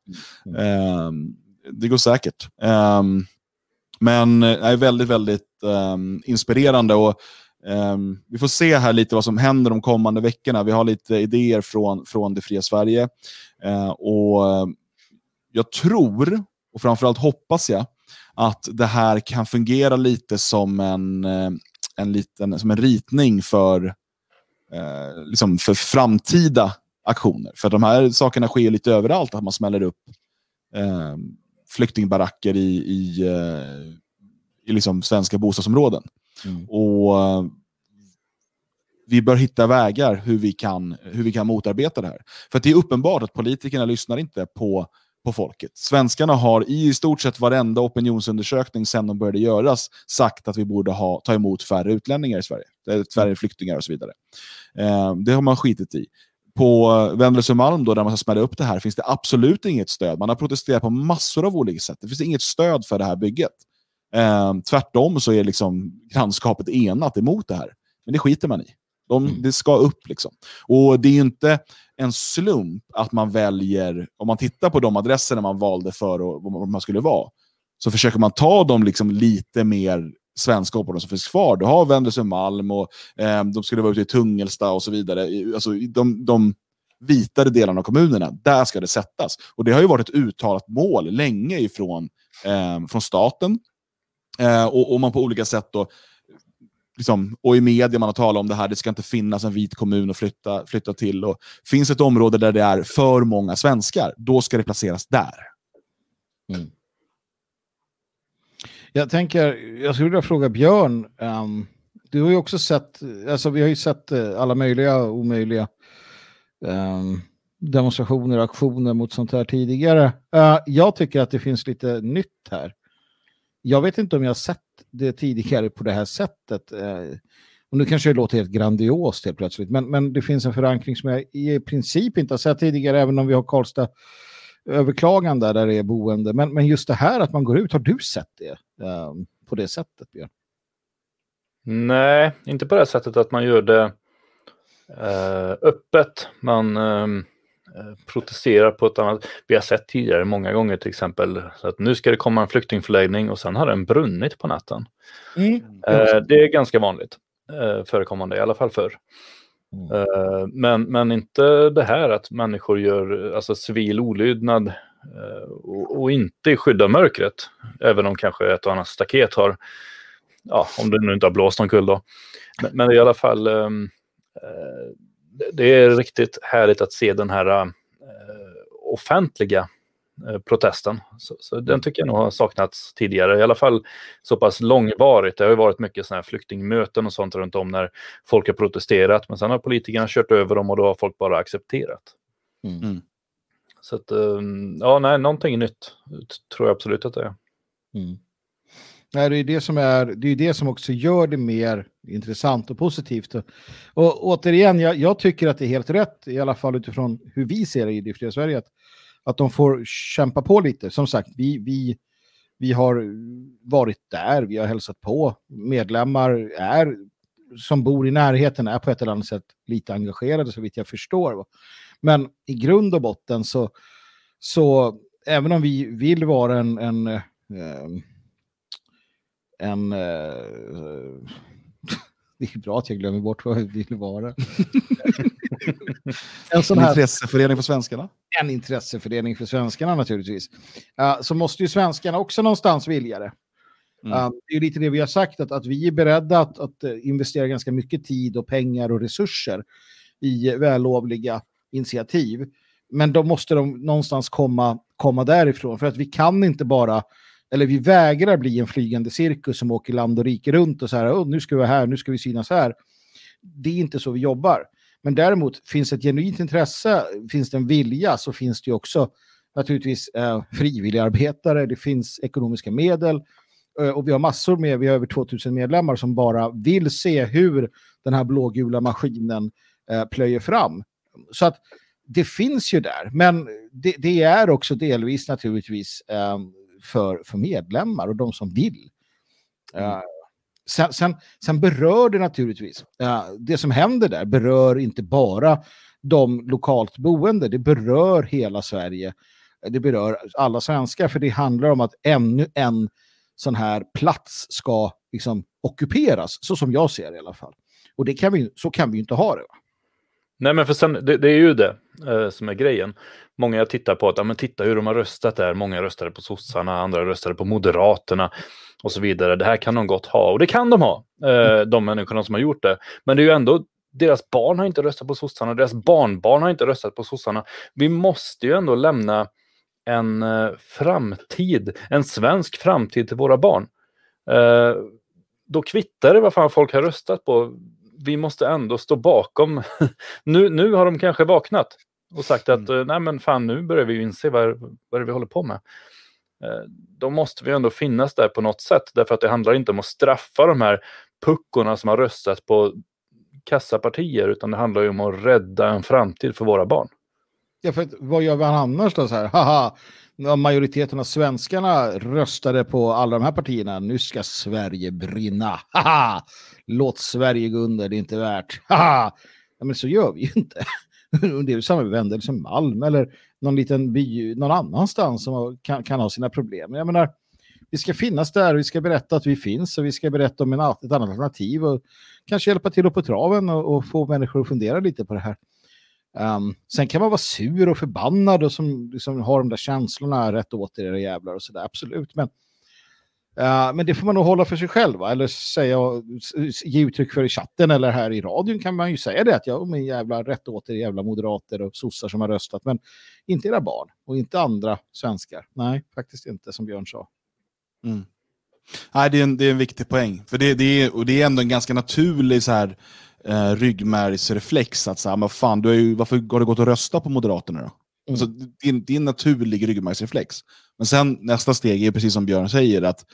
det går säkert. Men är väldigt, väldigt inspirerande, och vi får se här lite vad som händer de kommande veckorna. Vi har lite idéer från Det fria Sverige, och jag tror, och framförallt hoppas jag, att det här kan fungera lite som en ritning för framtida aktioner. För de här sakerna sker lite överallt, att man smäller upp flyktingbaracker i svenska bostadsområden. Och vi bör hitta vägar hur vi kan motarbeta det här. För att det är uppenbart att politikerna lyssnar inte på folket. Svenskarna har i stort sett varenda opinionsundersökning sedan de började göras sagt att vi borde ta emot färre utlänningar i Sverige. Färre flyktingar och så vidare. Det har man skitit i. På Vendelsömalm då, där man ska smälla upp det här, finns det absolut inget stöd. Man har protesterat på massor av olika sätt. Det finns inget stöd för det här bygget. Tvärtom så är grannskapet enat emot det här. Men det skiter man i. Det ska upp . Och det är ju inte en slump att man väljer, om man tittar på de adresserna man valde för och vad man skulle vara, så försöker man ta dem lite mer svenska områden som finns kvar. Du har Vendelsömalm och de skulle vara ute i Tungelsta och så vidare. Alltså de vitare delarna av kommunerna, där ska det sättas. Och det har ju varit ett uttalat mål länge ifrån från staten. Och man på olika sätt då, liksom, och i media man har talat om det här, det ska inte finnas en vit kommun att flytta till. Och finns ett område där det är för många svenskar, då ska det placeras där. Mm. Jag skulle vilja fråga Björn, du har ju också sett, alltså vi har ju sett alla möjliga och omöjliga demonstrationer och aktioner mot sånt här tidigare. Jag tycker att det finns lite nytt här. Jag vet inte om jag har sett det tidigare på det här sättet. Och nu kanske det låter helt grandiost helt plötsligt. Men det finns en förankring som jag i princip inte har sett tidigare, även om vi har Karlstad överklagande där det är boende. Men just det här att man går ut, har du sett det på det sättet, Björn? Nej, inte på det sättet att man gör det öppet. Man protesterar på ett annat. Vi har sett tidigare många gånger till exempel så att nu ska det komma en flyktingförläggning och sen har den brunnit på natten. Det är ganska vanligt förekommande, i alla fall förr. Men inte det här att människor gör alltså civil olydnad och inte skyddar mörkret, även om kanske ett och annat staket har, ja, om det nu inte har blåst någon kull då. Men i alla fall det är riktigt härligt att se den här offentliga protesten. Så den tycker jag nog har saknats tidigare. I alla fall så pass långvarigt. Det har ju varit mycket sådana här flyktingmöten och sånt runt om när folk har protesterat. Men sen har politikerna kört över dem och då har folk bara accepterat. Så att, ja, nej, någonting nytt tror jag absolut att det är. Nej, det är det som också gör det mer intressant och positivt. Och återigen, jag tycker att det är helt rätt, i alla fall utifrån hur vi ser det i det fria Sverige, att de får kämpa på lite. Som sagt, vi har varit där, vi har hälsat på. Medlemmar som bor i närheten är på ett eller annat sätt lite engagerade, så vitt jag förstår. Men i grund och botten så även om vi vill vara en det är bra att jag glömmer bort vad jag vill vara. En intresseförening för svenskarna. En intresseförening för svenskarna naturligtvis. Så måste ju svenskarna också någonstans vilja det. Det är lite det vi har sagt, att vi är beredda att investera ganska mycket tid och pengar och resurser i vällovliga initiativ. Men då måste de någonstans komma därifrån. För att vi kan inte bara, eller vi vägrar bli en flygande cirkus som åker land och rike runt och så här, nu ska vi här, nu ska vi synas här. Det är inte så vi jobbar. Men däremot finns det ett genuint intresse, finns det en vilja, så finns det ju också naturligtvis frivilligarbetare, det finns ekonomiska medel och vi har massor med, vi har över 2000 medlemmar som bara vill se hur den här blågula maskinen plöjer fram. Så att det finns ju där, men det är också delvis naturligtvis för medlemmar och de som vill. Sen berör det naturligtvis. Det som händer där berör inte bara de lokalt boende, det berör hela Sverige. Det berör alla svenskar, för det handlar om att ännu en sån här plats ska liksom ockuperas, så som jag ser det i alla fall. Och så kan vi ju inte ha det, va? Nej, men för sen, det är ju det som är grejen. Många tittar på att, men titta hur de har röstat där. Många röstade på sossarna, andra röstade på moderaterna och så vidare. Det här kan de gott ha. Och det kan de ha, de människorna som har gjort det. Men det är ju ändå, deras barn har inte röstat på sossarna. Deras barnbarn har inte röstat på sossarna. Vi måste ju ändå lämna en framtid, en svensk framtid till våra barn. Då kvittar det vad fan folk har röstat på. Vi måste ändå stå bakom. Nu har de kanske vaknat och sagt att nej men fan, nu börjar vi inse vad vi håller på med. Då måste vi ändå finnas där på något sätt. Därför att det handlar inte om att straffa de här puckorna som har röstat på kassapartier, utan det handlar ju om att rädda en framtid för våra barn. Ja, för vad gör vi annars då så här? Haha, majoriteten av svenskarna röstade på alla de här partierna. Nu ska Sverige brinna. Haha! Låt Sverige gå under, det är inte värt. Haha! Ja, men så gör vi ju inte. Det är ju samma med Vendel som Malm eller någon liten by någon annanstans som kan ha sina problem. Jag menar, vi ska finnas där och vi ska berätta att vi finns och vi ska berätta om ett annat alternativ och kanske hjälpa till upp på traven och få människor att fundera lite på det här. Sen kan man vara sur och förbannad och som liksom har de där känslorna rätt åt era jävlar och sådär, absolut. Men det får man nog hålla för sig själv, va? Eller ge uttryck för i chatten eller här i radion kan man ju säga det att men jävla rätt åt er jävla moderater och sossar som har röstat, men inte era barn och inte andra svenskar. Nej, faktiskt inte, som Björn sa. Mm. Nej, det är en viktig poäng. För det är ändå en ganska naturlig så här, ryggmärgsreflex att säga, men fan, varför har du gått och rösta på Moderaterna då? Alltså, det är en naturlig ryggmärgsreflex. Men sen nästa steg är precis som Björn säger att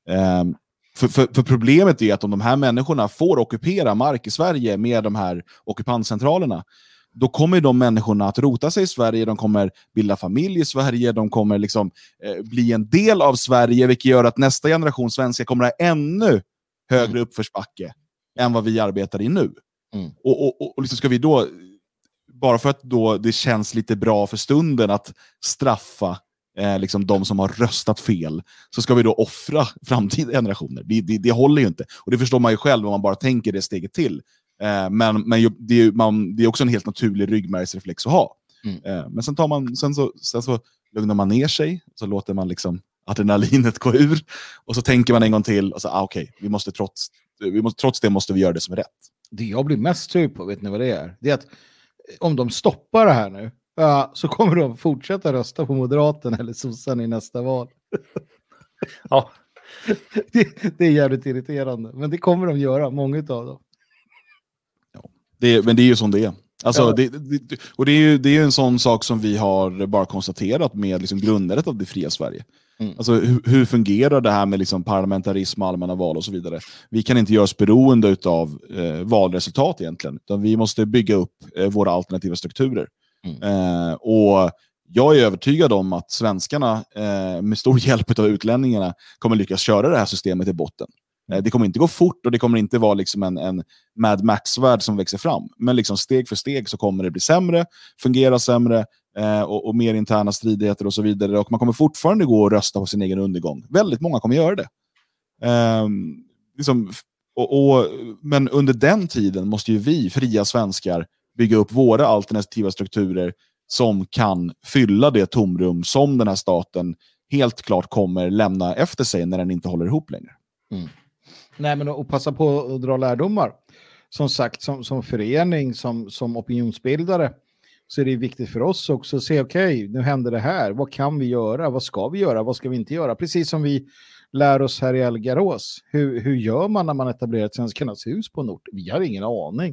för problemet är att om de här människorna får ockupera mark i Sverige med de här ockupantcentralerna, då kommer de människorna att rota sig i Sverige, de kommer bilda familj i Sverige, de kommer liksom bli en del av Sverige, vilket gör att nästa generation svenskar kommer att ha ännu högre uppförsbacke än vad vi arbetar i nu. Och liksom ska vi då, bara för att då det känns lite bra för stunden att straffa liksom de som har röstat fel, så ska vi då offra framtida generationer. Det håller ju inte. Och det förstår man ju själv om man bara tänker det steget till. Men det är också en helt naturlig ryggmärgsreflex att ha. Men sen så lugnar man ner sig, så låter man liksom adrenalinet gå ur, och så tänker man en gång till och så okej, vi måste trots det måste vi göra det som är rätt. Det jag blir mest sur på, vet ni vad det är? Det är att om de stoppar det här nu, så kommer de fortsätta rösta på Moderaterna eller sossarna i nästa val. Ja. Det är jävligt irriterande, men det kommer de göra, många av dem. Men det är ju som det är. Alltså, och det är ju en sån sak som vi har bara konstaterat med liksom grundäret av det fria Sverige. Alltså, hur fungerar det här med liksom parlamentarism, allmänna val och så vidare? Vi kan inte göra oss beroende av valresultat egentligen, utan vi måste bygga upp våra alternativa strukturer. Och jag är övertygad om att svenskarna med stor hjälp av utlänningarna kommer lyckas köra det här systemet i botten. Det kommer inte gå fort och det kommer inte vara liksom en Mad Max-värld som växer fram. Men liksom steg för steg så kommer det bli sämre, fungera sämre och mer interna stridigheter och så vidare. Och man kommer fortfarande gå och rösta på sin egen undergång. Väldigt många kommer göra det. Men under den tiden måste ju vi, fria svenskar, bygga upp våra alternativa strukturer som kan fylla det tomrum som den här staten helt klart kommer lämna efter sig när den inte håller ihop längre. Nej, men att passa på att dra lärdomar. Som sagt, som förening, som opinionsbildare, så är det viktigt för oss också att se, okej, nu händer det här. Vad kan vi göra? Vad ska vi göra? Vad ska vi inte göra? Precis som vi lär oss här i Elgarås. Hur gör man när man etablerar ett Svenskarnas hus på en ort? Vi har ingen aning.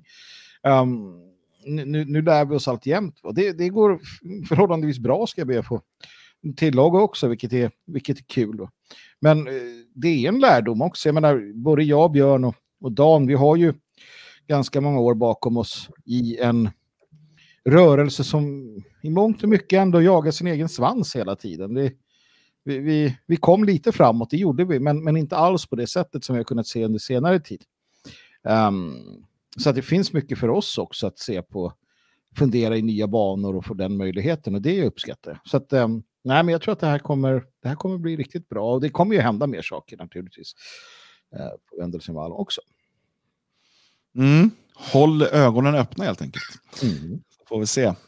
Nu lär vi oss allt jämt. Och det går förhållandevis bra, ska jag be att få tillaga också, vilket är kul då. Men det är en lärdom också. Jag menar, både jag, Björn och Dan, vi har ju ganska många år bakom oss i en rörelse som i mångt och mycket ändå jagar sin egen svans hela tiden. Vi kom lite framåt, det gjorde vi, men inte alls på det sättet som vi har kunnat se under senare tid. Så att det finns mycket för oss också att se på, fundera i nya banor och få den möjligheten, och det uppskattar jag. Så att nej, men jag tror att det här kommer bli riktigt bra, och det kommer ju hända mer saker naturligtvis på Wendelsenvall också. Håll ögonen öppna helt enkelt. Får vi se.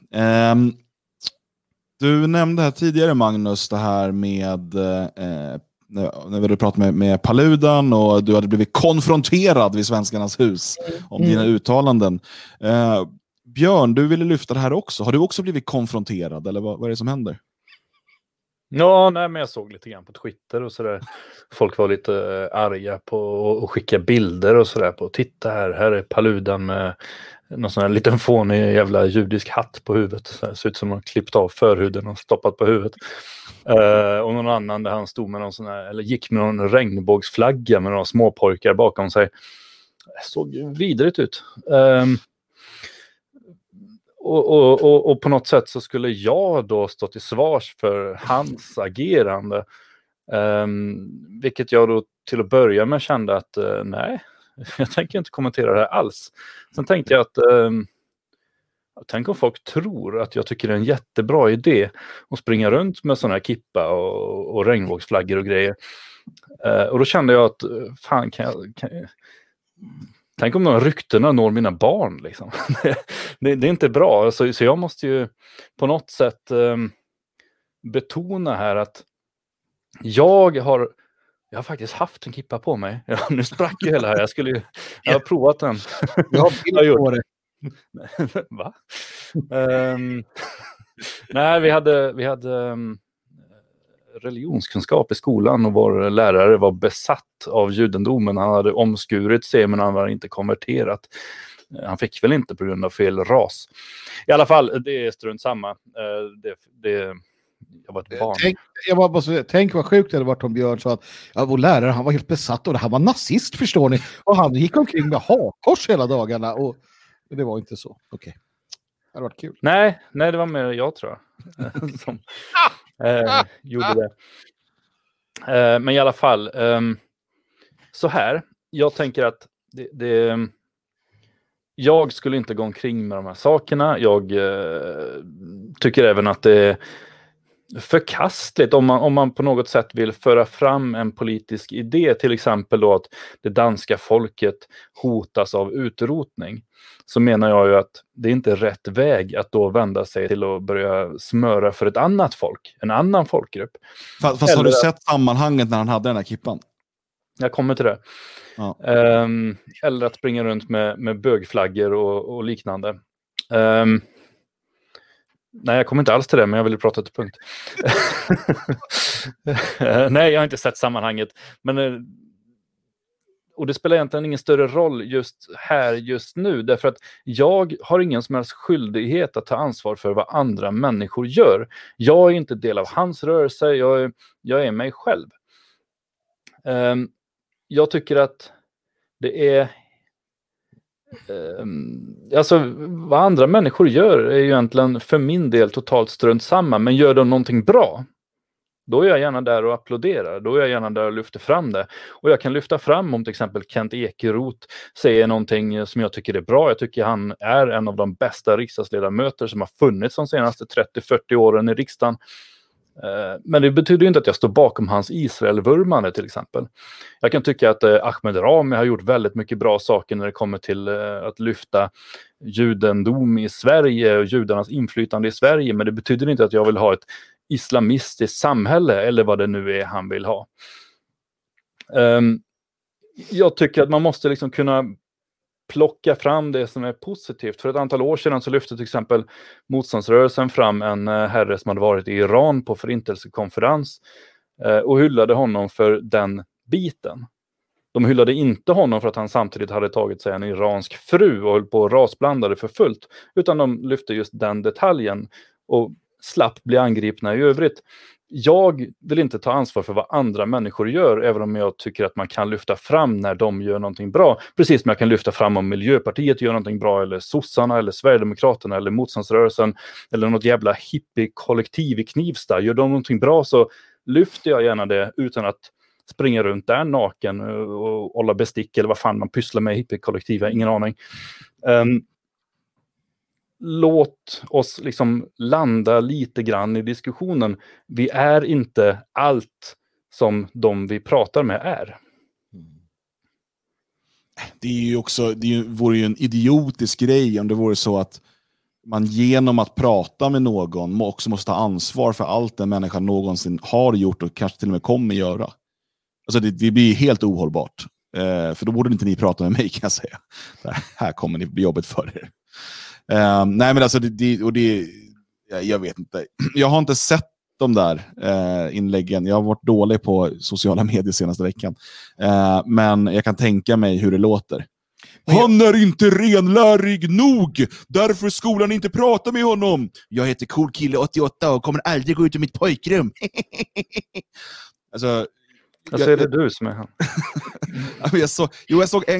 Du nämnde här tidigare, Magnus, det här med när vi hade pratat med Paludan och du hade blivit konfronterad vid Svenskarnas hus om dina uttalanden. Björn, du ville lyfta det här också. Har du också blivit konfronterad, eller vad är det som händer? Ja, nej, men jag såg lite grann på Twitter och sådär. Folk var lite arga på att skicka bilder och sådär på. Titta här är Paludan med någon sån här liten fånig jävla judisk hatt på huvudet. Så ser ut som man klippt av förhuden och stoppat på huvudet. Och någon annan där han stod med någon sån här, eller gick med någon regnbågsflagga med några småpojkar bakom sig. Det såg ju vidrigt ut. Och på något sätt så skulle jag då stå till svars för hans agerande. Vilket jag då till att börja med kände att nej, jag tänker inte kommentera det här alls. Sen tänkte jag att tänk om folk tror att jag tycker det är en jättebra idé att springa runt med sådana här kippa och regnbågsflaggor och grejer. Och då kände jag att fan, Tänk om de ryktena når mina barn. Liksom. Det är inte bra. Så jag måste ju på något sätt betona här att jag har faktiskt haft en kippa på mig. Ja, nu sprack ju hela här. Jag har provat den. Jag har bild på det. Va? Nej, vi hade religionskunskap i skolan och vår lärare var besatt av judendomen. Han hade omskurit sig men han var inte konverterat. Han fick väl inte på grund av fel ras. I alla fall, det är strunt samma. Jag var ett barn. Tänk vad sjukt det hade varit om Björn sa att vår lärare, han var helt besatt och han var nazist, förstår ni. Och han gick omkring med hakkors hela dagarna. Och det var inte så. Okej. Det hade varit kul. Nej, det var mer jag tror jag. Som gjorde det. Men i alla fall, så här. Jag tänker att jag skulle inte gå omkring med de här sakerna. Jag tycker även att det är förkastligt om man på något sätt vill föra fram en politisk idé, till exempel då att det danska folket hotas av utrotning, så menar jag ju att det är inte rätt väg att då vända sig till att börja smöra för ett annat folk, en annan folkgrupp. Fast har du sett sammanhanget när han hade den här kippan? Jag kommer till det. Ja. Eller att springa runt med bögflaggor och liknande. Nej, jag kommer inte alls till det, men jag ville prata till punkt. Nej, jag har inte sett sammanhanget. Men, och det spelar egentligen ingen större roll just nu. Därför att jag har ingen som helst skyldighet att ta ansvar för vad andra människor gör. Jag är inte del av hans rörelse, jag är mig själv. Jag tycker att det är... alltså vad andra människor gör är ju egentligen för min del totalt strunt samma, men gör de någonting bra, då är jag gärna där och applåderar, då är jag gärna där och lyfter fram det. Och jag kan lyfta fram om till exempel Kent Ekeroth säger någonting som jag tycker är bra. Jag tycker han är en av de bästa riksdagsledamöter som har funnits de senaste 30-40 åren i riksdagen. Men det betyder ju inte att jag står bakom hans Israel-vurmande till exempel. Jag kan tycka att Ahmed Rami har gjort väldigt mycket bra saker när det kommer till att lyfta judendom i Sverige och judarnas inflytande i Sverige. Men det betyder inte att jag vill ha ett islamistiskt samhälle eller vad det nu är han vill ha. Jag tycker att man måste liksom kunna plocka fram det som är positivt. För ett antal år sedan så lyfte till exempel motståndsrörelsen fram en herre som hade varit i Iran på förintelsekonferens och hyllade honom för den biten. De hyllade inte honom för att han samtidigt hade tagit sig en iransk fru och höll på att rasblanda det för fullt, utan de lyfte just den detaljen och slapp bli angripna i övrigt. Jag vill inte ta ansvar för vad andra människor gör, även om jag tycker att man kan lyfta fram när de gör någonting bra. Precis som jag kan lyfta fram om Miljöpartiet gör någonting bra, eller sossarna, eller Sverigedemokraterna, eller motståndsrörelsen, eller något jävla hippie-kollektiv i Knivsta. Gör de någonting bra så lyfter jag gärna det utan att springa runt där naken och hålla bestick, eller vad fan man pysslar med i hippie-kollektiv, ingen aning. Låt oss liksom landa lite grann i diskussionen. Vi är inte allt som de vi pratar med är. Det är ju också, vore ju en idiotisk grej om det vore så att man genom att prata med någon också måste ta ansvar för allt den människan någonsin har gjort och kanske till och med kommer göra. Alltså det blir helt ohållbart. För då borde inte ni prata med mig, kan jag säga. Här kommer ni bli jobbet för er. Nej, men alltså jag vet inte. Jag har inte sett de där inläggen. Jag har varit dålig på sociala medier senaste veckan. Men jag kan tänka mig hur det låter. Han är inte renlärig nog. Därför skolan inte pratar med honom. Jag heter Cool Kille 88 och kommer aldrig gå ut ur mitt pojkrum. Alltså är det du som är han? jag såg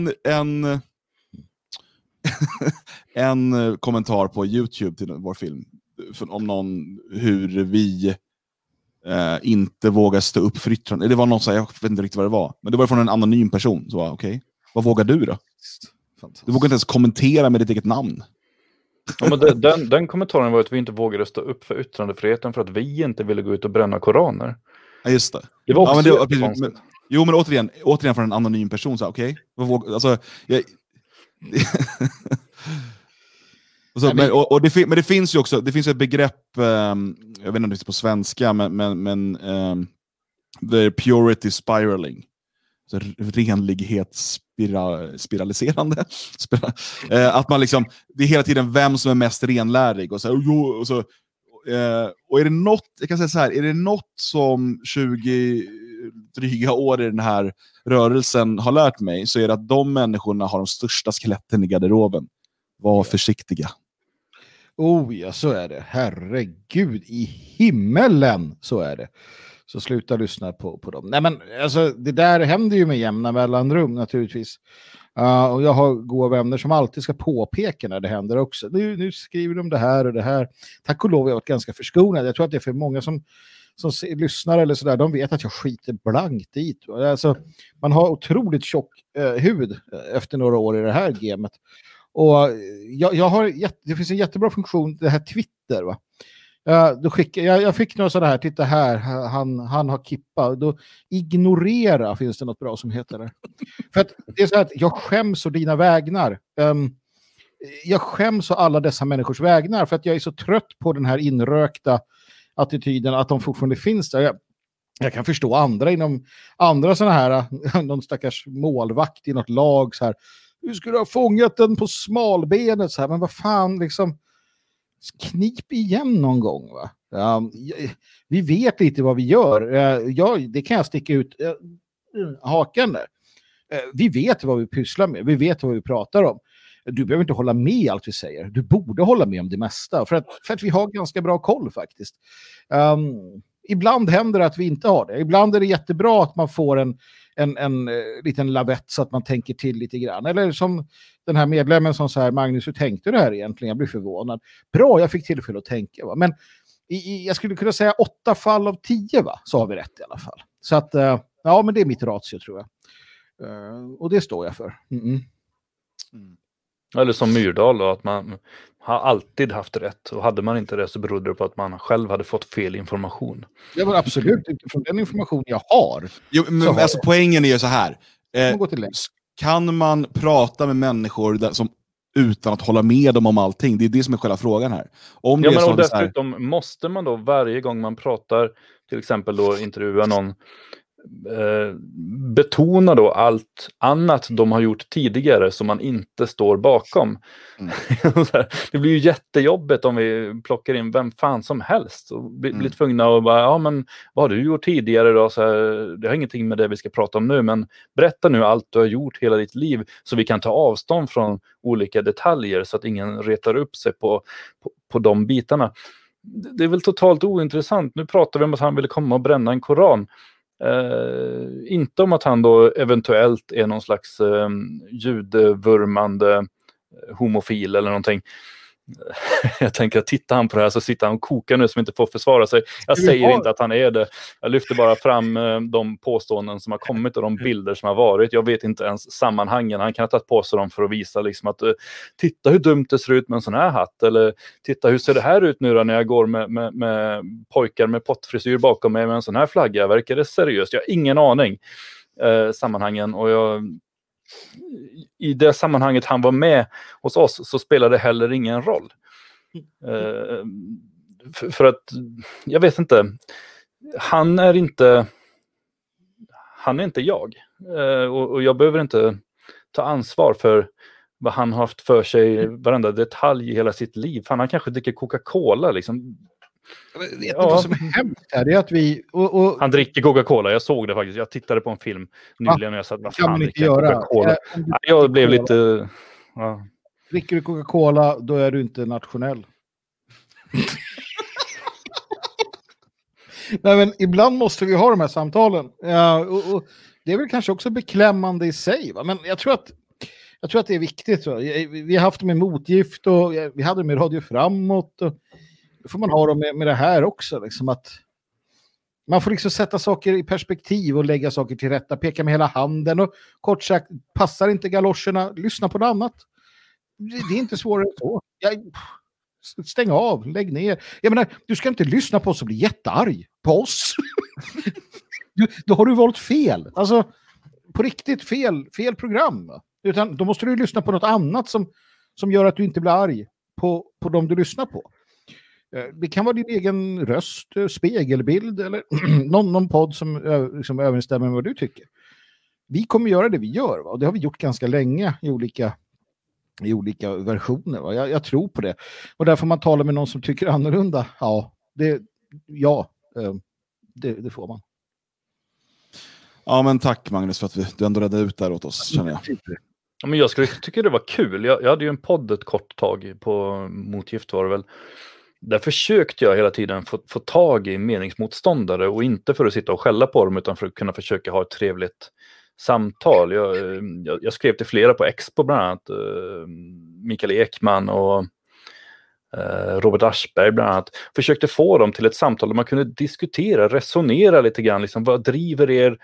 en kommentar på YouTube till vår film om någon hur vi inte vågar stå upp för yttrande. Det var något så jag vet inte riktigt vad det var, men det var från en anonym person. Så okej. Vad vågar du då? Du vågar inte ens kommentera med ditt eget namn. Ja, men den kommentaren var att vi inte vågade stå upp för yttrandefriheten för att vi inte ville gå ut och bränna koraner. Ja, just det. Det var också Jo, men återigen från en anonym person. Okej? Alltså, men det finns ju också, det finns ett begrepp, jag vet inte om det är på svenska, men the purity spiraling. Så renlighetsspiraliserande. Att man liksom, det är hela tiden vem som är mest renlärig. Och är det något, jag kan säga så här, är det något som 20 dryga år i den här rörelsen har lärt mig, så är det att de människorna har de största skeletten i garderoben. Var försiktiga. Ja, så är det. Herregud i himmelen, så är det. Så sluta lyssna på dem. Nej, men alltså, det där händer ju med jämna mellanrum naturligtvis. Och jag har goda vänner som alltid ska påpeka när det händer också. Nu skriver de det här och det här. Tack och lov har jag varit ganska förskonad. Jag tror att det är för många som lyssnar eller sådär, de vet att jag skiter blankt dit. Alltså, man har otroligt tjock hud efter några år i det här gamet. Och det finns en jättebra funktion, det här Twitter, va? Då jag fick några sådana här, titta här, han har kippa. Då ignorera, finns det något bra som heter det. För att det är så att jag skäms å dina vägnar. Jag skäms å alla dessa människors vägnar, för att jag är så trött på den här inrökta attityden, att de fortfarande finns där. Jag kan förstå andra sådana här, någon stackars målvakt i något lag så här, du skulle ha fångat den på smalbenet så här, men vad fan, liksom knip igen någon gång, va? Vi vet lite vad vi gör. Det kan jag sticka ut hakan där. Vi vet vad vi pysslar med. Vi vet vad vi pratar om. Du behöver inte hålla med allt vi säger. Du borde hålla med om det mesta. För att vi har ganska bra koll faktiskt. Ibland händer det att vi inte har det. Ibland är det jättebra att man får en liten lavett så att man tänker till lite grann. Eller som den här medlemmen som så här, Magnus, hur tänkte du här egentligen? Jag blir förvånad. Bra, jag fick tillfälle att tänka. Va? Men jag skulle kunna säga 8 fall av 10, va? Så har vi rätt i alla fall. Så att, ja, men det är mitt ratio, tror jag. Och det står jag för. Eller som Myrdal då, att man har alltid haft rätt. Och hade man inte det så berodde det på att man själv hade fått fel information. Ja, men absolut. Utifrån den information jag har. Jo, men alltså, poängen är ju så här. Kan man prata med människor som utan att hålla med dem om allting? Det är det som är själva frågan här. Om det är så, och dessutom måste man då varje gång man pratar, till exempel då intervjua någon, betona då allt annat de har gjort tidigare som man inte står bakom. Det blir ju jättejobbigt om vi plockar in vem fan som helst och blir tvungna att bara, ja men vad har du gjort tidigare då? Så här, det har ingenting med det vi ska prata om nu, men berätta nu allt du har gjort hela ditt liv så vi kan ta avstånd från olika detaljer så att ingen retar upp sig på de bitarna. Det är väl totalt ointressant. Nu pratar vi om att han ville komma och bränna en koran. Inte om att han då eventuellt är någon slags judevurmande homofil eller någonting. Jag tänker att tittar han på det här så sitter han och kokar nu som inte får försvara sig. Jag säger inte att han är det. Jag lyfter bara fram de påståenden som har kommit och de bilder som har varit. Jag vet inte ens sammanhangen. Han kan ha tagit på sig dem för att visa liksom att titta hur dumt det ser ut med en sån här hatt. Eller titta hur ser det här ut nu då när jag går med pojkar med pottfrisyr bakom mig med en sån här flagga. Verkar det seriöst? Jag har ingen aning sammanhangen, och i det sammanhanget han var med hos oss så spelade det heller ingen roll. För att, jag vet inte, han är inte jag. Och jag behöver inte ta ansvar för vad han har haft för sig, varenda detalj i hela sitt liv. Han kanske dricker Coca-Cola liksom. Vad som är hemskt här, det är att vi... Han dricker Coca-Cola, jag såg det faktiskt. Jag tittade på en film nyligen och jag sa, vad fan dricker Coca-Cola? Jag blev lite... Ja. Dricker du Coca-Cola, då är du inte nationell. Nej, men ibland måste vi ha de här samtalen. Och det är väl kanske också beklämmande i sig, va? Men jag tror att det är viktigt. Va? Vi har haft det med motgift och vi hade det med Radio Framåt och då får man ha dem med det här också. Liksom att man får liksom sätta saker i perspektiv och lägga saker till rätta. Peka med hela handen och kort sagt, passar inte galoscherna, lyssna på något annat. Det är inte svårare än så. Stäng av, lägg ner. Jag menar, du ska inte lyssna på oss och bli jättearg på oss. Då har du valt fel. Alltså, på riktigt fel program. Va? Utan då måste du lyssna på något annat som gör att du inte blir arg på de du lyssnar på. Det kan vara din egen röst, spegelbild eller någon podd som liksom överensstämmer med vad du tycker. Vi kommer göra det vi gör, va? Och det har vi gjort ganska länge i olika versioner. Va? Jag tror på det. Och där får man tala med någon som tycker annorlunda. Det får man. Ja, men tack Magnus för att du ändå räddade ut där åt oss, känner jag. Ja, men jag skulle tycka det var kul. Jag hade ju en podd ett kort tag på Motgift var det väl. Där försökte jag hela tiden få tag i meningsmotståndare och inte för att sitta och skälla på dem utan för att kunna försöka ha ett trevligt samtal. Jag skrev till flera på Expo bland annat. Mikael Ekman och Robert Aschberg bland annat. Försökte få dem till ett samtal där man kunde diskutera, resonera lite grann. Liksom, vad driver er?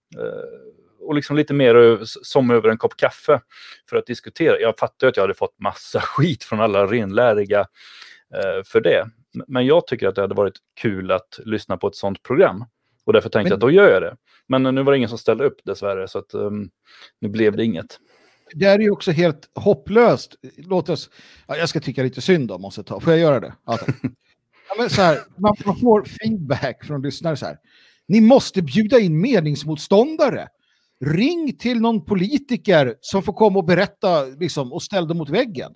Och liksom lite mer som över en kopp kaffe för att diskutera. Jag fattade att jag hade fått massa skit från alla renläriga för det. Men jag tycker att det hade varit kul att lyssna på ett sånt program. Och därför tänkte jag att då gör jag det. Men nu var det ingen som ställde upp dessvärre så att nu blev det inget. Det är ju också helt hopplöst. Låt oss, jag ska tycka lite synd om måste ta. Får jag göra det? Ja, men så här, man får feedback från lyssnare så här. Ni måste bjuda in meningsmotståndare. Ring till någon politiker som får komma och berätta liksom, och ställa dem mot väggen.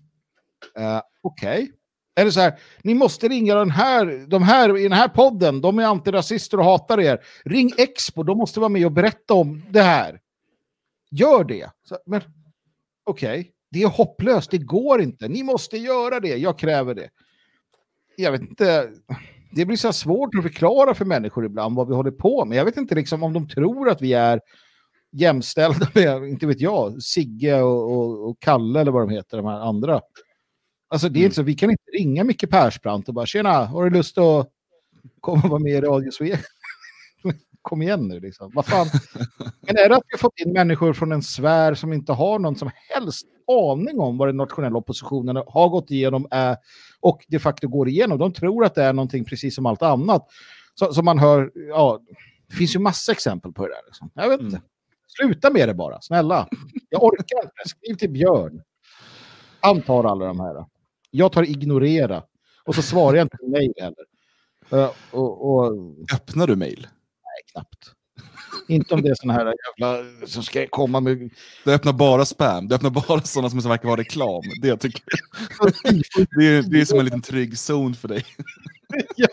Okej. Eller så här, ni måste ringa de här i den här podden, de är antirasister och hatar er. Ring Expo, de måste vara med och berätta om det här. Gör det. Men okej, det är hopplöst, det går inte. Ni måste göra det, jag kräver det. Jag vet inte, det blir så svårt att förklara för människor ibland vad vi håller på med. Jag vet inte liksom om de tror att vi är jämställda med, inte vet jag, Sigge och Kalle eller vad de heter, de här andra. Alltså det är inte så, vi kan inte ringa Micke Persbrandt och bara, tjena, har du lust att komma och vara med i Radio Svea? Kom igen nu liksom. Vad fan? Men är det att vi har fått in människor från en sfär som inte har någon som helst aning om vad den nationella oppositionen har gått igenom och de facto går igenom. De tror att det är någonting precis som allt annat. Så man hör, ja, det finns ju massa exempel på det där. Liksom. Jag vet inte. Sluta med det bara, snälla. Jag orkar inte. Skriv till Björn. Han tar alla de här. Jag tar ignorera. Och så svarar jag inte på mejl heller. Öppnar du mejl? Nej, knappt. Inte om det är såna här jävla som ska komma med... Du öppnar bara spam. Du öppnar bara sådana som verkar vara reklam. Det tycker jag. Det är som en liten trygg zon för dig. Ja.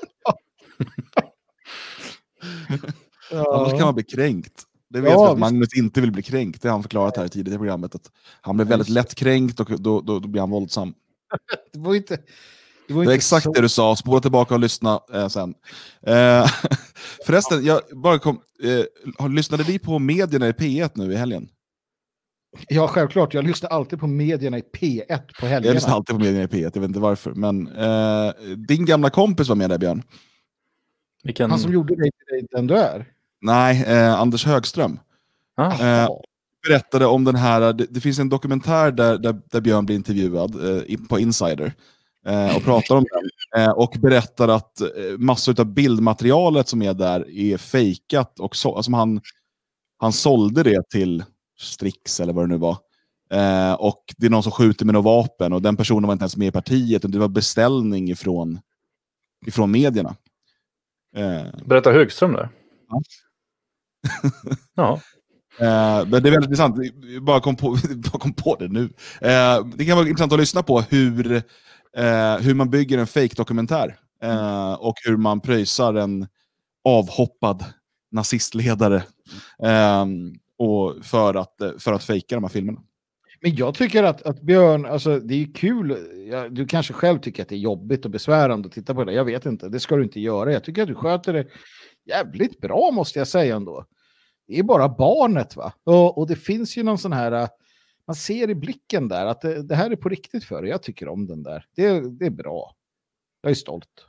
Annars kan man bli kränkt. Det vet jag att Magnus inte vill bli kränkt. Det har han förklarat här tidigt i programmet. Att han blir väldigt lätt kränkt och då blir han våldsam. Det var inte exakt så... det du sa. Spola tillbaka och lyssna sen. Förresten, jag bara lyssnade vi på medierna i P1 nu i helgen? Ja, självklart. Jag lyssnar alltid på medierna i P1 på helgerna. Jag lyssnar alltid på medierna i P1. Jag vet inte varför. Men din gamla kompis var med där, Björn. Han som gjorde dig till dig den du är? Nej, Anders Högström. Berättade om den här, det finns en dokumentär där Björn blir intervjuad på Insider och pratar om den och berättar att massor av bildmaterialet som är där är fejkat och alltså han sålde det till Strix eller vad det nu var och det är någon som skjuter med något vapen och den personen var inte ens med i partiet och det var beställning ifrån medierna. Berättar Högström där? Ja. Ja. Men det är väldigt intressant. Bara kom på det nu. Det kan vara intressant att lyssna på hur man bygger en fake-dokumentär och hur man pröjsar en avhoppad nazistledare och för att fejka de här filmerna. Men jag tycker att Björn, alltså det är kul. Du kanske själv tycker att det är jobbigt och besvärande att titta på det. Jag vet inte, det ska du inte göra. Jag tycker att du sköter det jävligt bra måste jag säga ändå. Det är bara barnet va? Och det finns ju någon sån här, man ser i blicken där att det här är på riktigt för dig. Jag tycker om den där. Det är bra. Jag är stolt.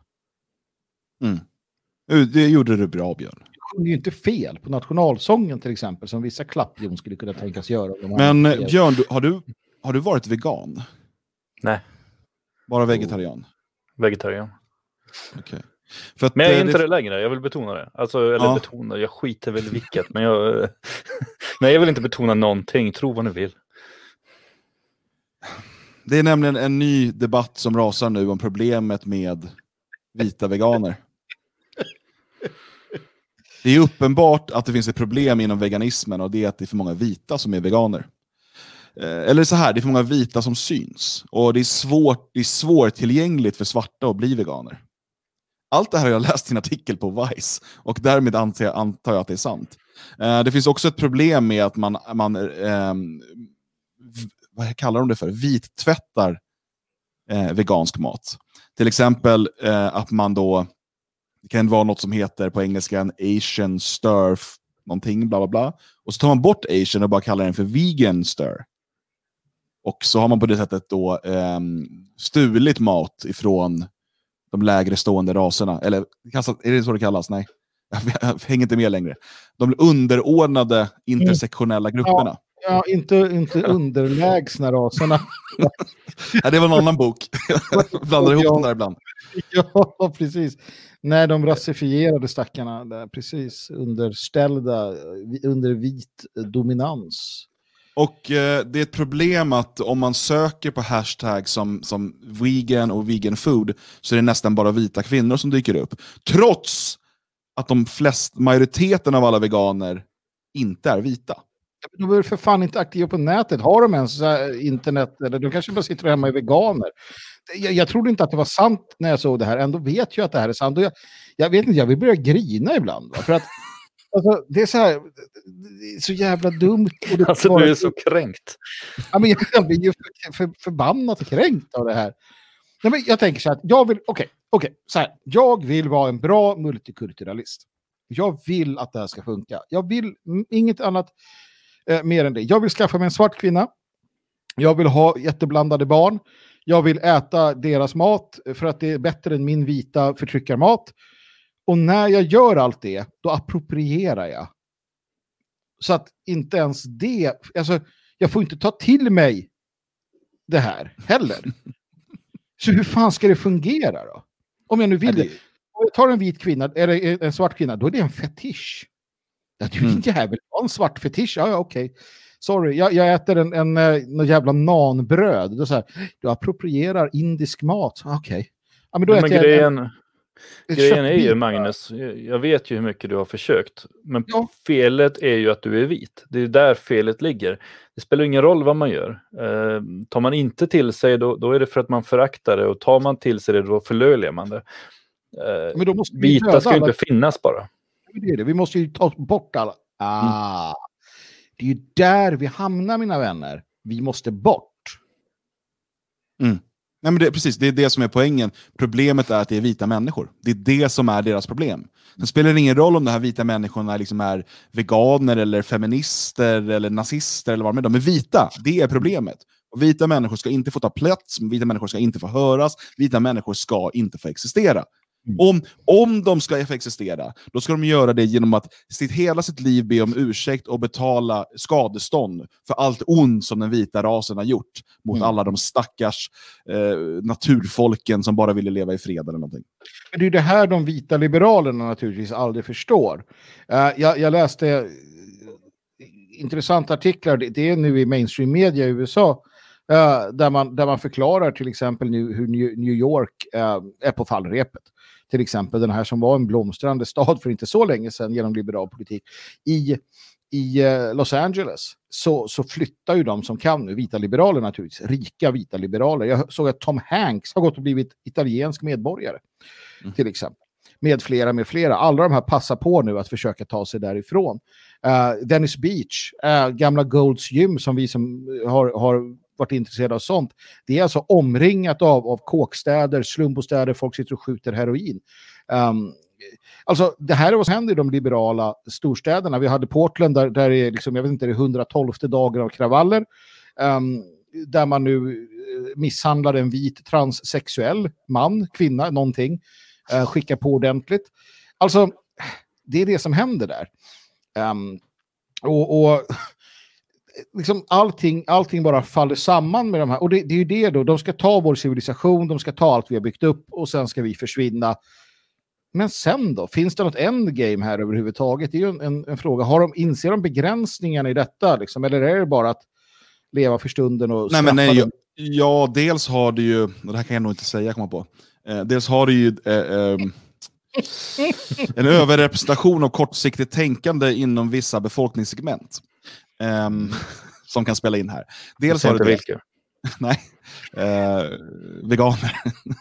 Det gjorde du bra, Björn. Du sjunger ju inte fel på nationalsången till exempel som vissa klappjon skulle kunna tänkas göra. Men Björn, har du varit vegan? Nej. Bara vegetarian? Vegetarian. Okej. För att, Men jag är inte det längre, jag vill betona det. Alltså, eller Ja. betona, jag skiter väl i vilket. Men jag, nej, jag vill inte betona någonting, tro vad ni vill. Det är nämligen en ny debatt som rasar nu om problemet med vita veganer. Det är uppenbart att det finns ett problem inom veganismen, och det är att det är för många vita som är veganer. Eller så här, det är för många vita som syns. Och det är svårtillgängligt för svarta att bli veganer. Allt det här har jag läst i en artikel på Vice, och därmed antar jag att det är sant. Det finns också ett problem med att man vad kallar de det för? Vittvättar vegansk mat. Till exempel att man då, det kan vara något som heter på engelska en Asian stir, någonting bla bla bla. Och så tar man bort Asian och bara kallar den för vegan stir. Och så har man på det sättet då stulit mat ifrån de lägre stående raserna. Eller är det så det kallas? Nej. Jag hänger inte med längre. De underordnade intersektionella grupperna. Ja, inte underlägsna raserna. Ja, det var en annan bok. Blandar ihop dem där ibland. Ja, precis. Nej, de rasifierade stackarna där, precis. Underställda, under vit dominans. Och det är ett problem att om man söker på hashtag som vegan och vegan food, så är det nästan bara vita kvinnor som dyker upp. Trots att majoriteten av alla veganer inte är vita. De är för fan inte aktiva på nätet. Har de ens internet? Eller de kanske bara sitter hemma i veganer. Jag trodde inte att det var sant när jag såg det här. Ändå vet jag att det här är sant. Och jag vet inte, jag vill börja grina ibland. Va? För att alltså, det är så här, det är så jävla dumt. Och alltså du är så kränkt. Ja, men jag blir ju förbannat och kränkt av det här. Nej, men jag tänker så här, att jag vill, okej, så här, jag vill vara en bra multikulturalist. Jag vill att det här ska funka. Jag vill inget annat mer än det. Jag vill skaffa mig en svart kvinna. Jag vill ha jätteblandade barn. Jag vill äta deras mat för att det är bättre än min vita förtryckarmat. Och när jag gör allt det, då approprierar jag. Så att inte ens det, alltså jag får inte ta till mig det här heller. Så hur fan ska det fungera då? Om jag nu vill det. Om jag tar en vit kvinna, eller en svart kvinna, då är det en fetisch. Det är ju inte jävla en svart fetisch. Ja, okej. Sorry, jag äter en jävla nanbröd. Då så här, du approprierar indisk mat. Okej. Ja, men då äter grejen är ju, Magnus, jag vet ju hur mycket du har försökt. Men felet är ju att du är vit. Det är där felet ligger. Det spelar ingen roll vad man gör. Tar man inte till sig, då är det för att man föraktar det. Och tar man till sig det, då förlöjligar man det. Men då måste vita ska ju inte finnas bara. Vi måste ju ta bort alla. Det är ju där vi hamnar, mina vänner. Vi måste bort. Nej, men precis, det är det som är poängen. Problemet är att det är vita människor. Det är det som är deras problem. Det spelar ingen roll om de här vita människorna liksom är veganer eller feminister eller nazister eller vad de är. De är vita, det är problemet. Och vita människor ska inte få ta plats, vita människor ska inte få höras, vita människor ska inte få existera. Om de ska få existera, då ska de göra det genom att hela sitt liv be om ursäkt och betala skadestånd för allt ont som den vita rasen har gjort mot alla de stackars naturfolken som bara ville leva i fred eller någonting. Men det är det här de vita liberalerna naturligtvis aldrig förstår. Jag läste intressanta artiklar, det är nu i mainstream media i USA, där man förklarar till exempel nu hur New York är på fallrepet. Till exempel den här som var en blomstrande stad för inte så länge sedan genom liberal politik. I Los Angeles så flyttar ju de som kan nu, vita liberaler naturligtvis, rika vita liberaler. Jag såg att Tom Hanks har gått och blivit italiensk medborgare till exempel. Med flera. Alla de här passar på nu att försöka ta sig därifrån. Venice Beach, gamla Gold's Gym som vi som har varit intresserade av sånt. Det är alltså omringat av kåkstäder, slumbostäder, folk sitter och skjuter heroin. Alltså det här är vad som händer i de liberala storstäderna. Vi hade Portland där är liksom, jag vet inte, det är 112:e dagen av kravaller. Där man nu misshandlar en vit transsexuell man, kvinna, någonting. Skickar på ordentligt. Alltså det är det som händer där. Och liksom allting bara faller samman med de här. Och det är ju det då. De ska ta vår civilisation, de ska ta allt vi har byggt upp och sen ska vi försvinna Men sen då? Finns det något endgame här överhuvudtaget? Det är ju en fråga. Inser de begränsningarna i detta? Liksom? Eller är det bara att leva för stunden och straffa dem? Ja, dels har du ju, och det här kan jag nog inte säga, komma på. Dels har du ju en överrepresentation av kortsiktigt tänkande inom vissa befolkningssegment. Som kan spela in här. Dels har du det. Nej, veganer.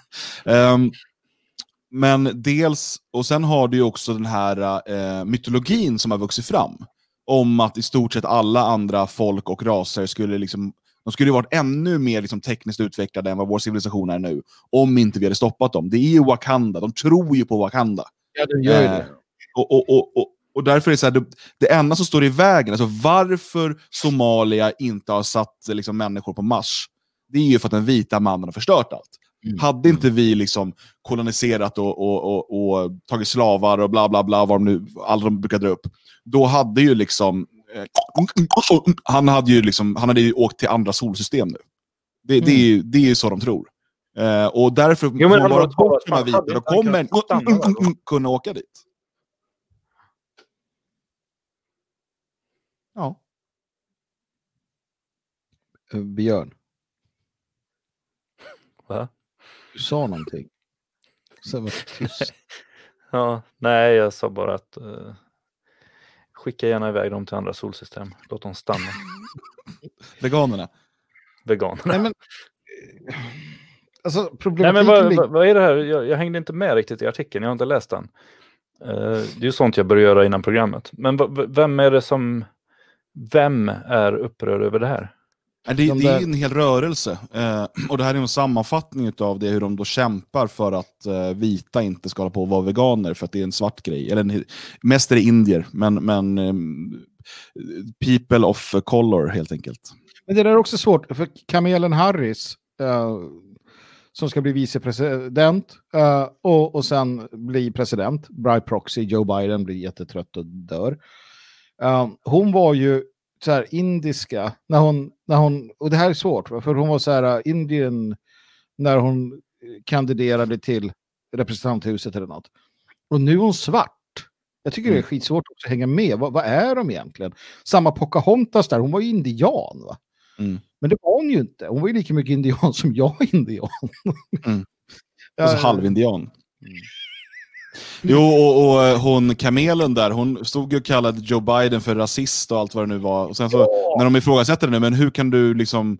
Men dels, och sen har du ju också den här mytologin som har vuxit fram. Om att i stort sett alla andra folk och raser skulle liksom, de skulle ju varit ännu mer liksom tekniskt utvecklade än vad vår civilisation är nu. Om inte vi hade stoppat dem. Det är ju Wakanda, de tror ju på Wakanda. Ja, det gör ju det. Och därför är det så här, det enda som står i vägen, alltså varför Somalia inte har satt liksom människor på Mars, det är ju för att den vita mannen har förstört allt. Hade inte vi liksom koloniserat och tagit slavar och bla bla bla, vad nu alla de brukar dra upp, då hade ju liksom han hade ju åkt till andra solsystem nu. Det är ju så de tror. Och därför kommer bara bort de här vita, och kommer kunna åka dit. Ja. Björn. Va? Du sa någonting. Så var det tyst. Ja, nej, jag sa bara att skicka gärna iväg dem till andra solsystem. Låt dem stanna. Veganerna. Nej, men alltså vad är det här? Jag hängde inte med riktigt i artikeln. Jag har inte läst den. Det är ju sånt jag börjar göra innan programmet. Men vem är upprörd över det här? Det är en hel rörelse. Och det här är en sammanfattning av det, hur de då kämpar för att vita inte ska hålla på att vara veganer, för att det är en svart grej. Eller mest är det indier, men people of color helt enkelt. Men det är också svårt, för Kamelen Harris som ska bli vicepresident och sen bli president, by proxy, Joe Biden blir jättetrött och dör. Hon var ju så här indiska när hon, och det här är svårt, för hon var så här Indien när hon kandiderade till representanthuset eller något. Och nu är hon svart. Jag tycker det är skitsvårt att hänga med. Vad är de egentligen? Samma Pocahontas där, hon var ju indian, va? Men det var hon ju inte. Hon var ju lika mycket indian som jag är indian. Alltså halvindian. Jo, och hon Kamelen där, hon stod och kallade Joe Biden för rasist och allt vad det nu var. Och sen så, när de ifrågasätter det nu, men hur kan du liksom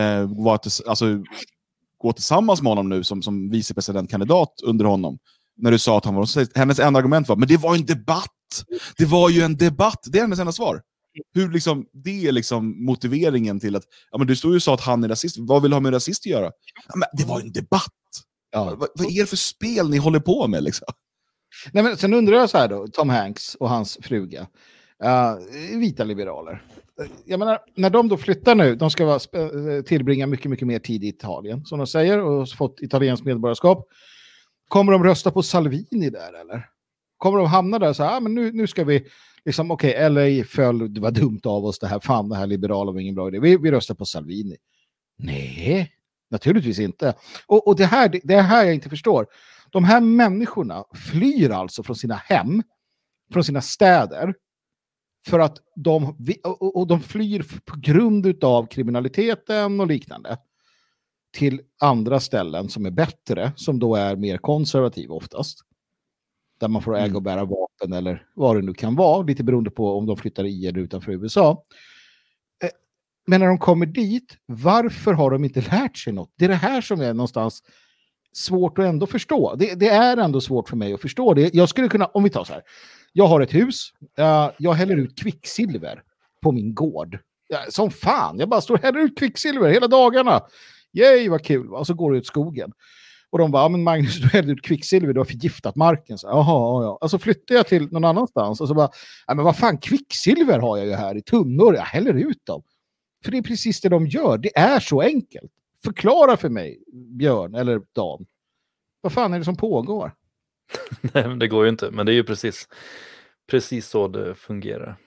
gå tillsammans med honom nu som vicepresidentkandidat under honom? När du sa att han var, hennes enda argument var, men det var ju en debatt. Det var ju en debatt. Det är hennes enda svar. Hur liksom, det är liksom motiveringen till att, ja men du stod ju och sa att han är rasist. Vad vill du ha med rasist att göra? Ja, men det var ju en debatt. Ja. Vad är det för spel ni håller på med liksom? Nej, men sen undrar jag så här då, Tom Hanks och hans fruga, vita liberaler. Jag menar, när de då flyttar nu, de ska tillbringa mycket, mycket mer tid i Italien, som de säger, och fått italienskt medborgarskap. Kommer de rösta på Salvini där, eller? Kommer de hamna där så här, men nu ska vi liksom, okej, LA föll, det var dumt av oss det här liberala var ingen bra idé. Vi röstar på Salvini. Nej, naturligtvis inte. Och det här jag inte förstår. De här människorna flyr alltså från sina hem, från sina städer, för att de flyr på grund av kriminaliteten och liknande till andra ställen som är bättre, som då är mer konservativa oftast. Där man får äga och bära vapen eller vad det nu kan vara, lite beroende på om de flyttar i eller utanför USA. Men när de kommer dit, varför har de inte lärt sig något? Det är det här som är någonstans svårt att ändå förstå. Det är ändå svårt för mig att förstå det. Jag skulle kunna, om vi tar så här. Jag har ett hus. Jag häller ut kvicksilver på min gård. Som fan. Jag bara står och häller ut kvicksilver hela dagarna. Yay, vad kul. Och så går det ut skogen. Och de bara, men Magnus, du häller ut kvicksilver. Du har förgiftat marken. Så, jaha, ja. Och så flyttar jag till någon annanstans. Och så bara, men vad fan, kvicksilver har jag ju här i tunnor. Jag häller ut dem. För det är precis det de gör. Det är så enkelt. Förklara för mig, Björn eller Dan. Vad fan är det som pågår? Nej, men det går ju inte. Men det är ju precis så det fungerar.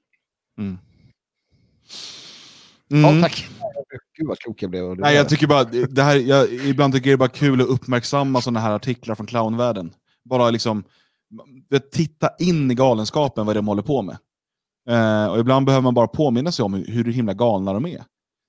Ja, tack. Gud vad klok jag blev. Nej, jag tycker bara, ibland tycker jag det är bara kul att uppmärksamma sådana här artiklar från clownvärlden. bara liksom titta in i galenskapen vad de håller på med. Och ibland behöver man bara påminna sig om hur himla galna de är.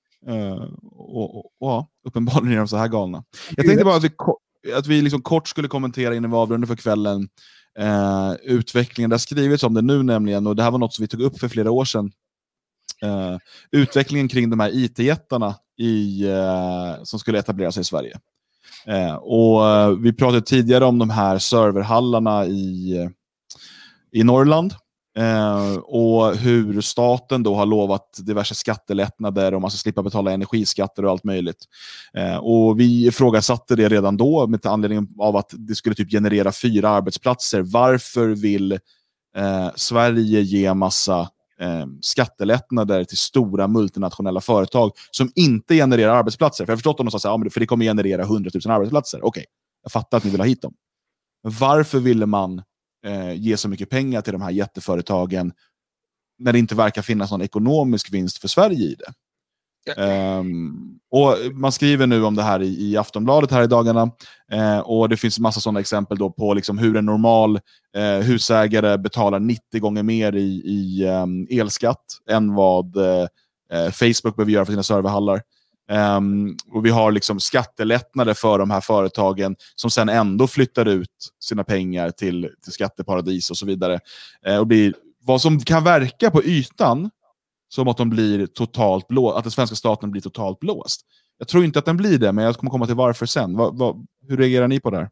Och uppenbarligen är de så här galna. Jag tänkte bara att vi liksom kort skulle kommentera innan vi avrundar för kvällen utvecklingen. Det har skrivits om det nu nämligen, och det här var något som vi tog upp för flera år sedan. Utvecklingen kring de här IT-jättarna som skulle etablera sig i Sverige. Och vi pratade tidigare om de här serverhallarna i Norrland. Och hur staten då har lovat diverse skattelättnader och man ska slippa betala energiskatter och allt möjligt. Och vi ifrågasatte det redan då med anledning av att det skulle typ generera 4 arbetsplatser. Varför vill Sverige ge massa skattelättnader till stora multinationella företag som inte genererar arbetsplatser? För jag har förstått att de sa att för det kommer generera 100 000 arbetsplatser. Okej, jag fattar att ni vill ha hit dem. Men varför ville man ge så mycket pengar till de här jätteföretagen när det inte verkar finnas någon ekonomisk vinst för Sverige i det? Och man skriver nu om det här i Aftonbladet här i dagarna, och det finns massa sådana exempel då på liksom hur en normal husägare betalar 90 gånger mer i elskatt än vad Facebook behöver göra för sina serverhallar. Och vi har liksom skattelättnader för de här företagen som sen ändå flyttar ut sina pengar till skatteparadis och så vidare. Och blir vad som kan verka på ytan som att de blir totalt att den svenska staten blir totalt blåst. Jag tror inte att den blir det, men jag kommer komma till varför sen. Hur reagerar ni på det här?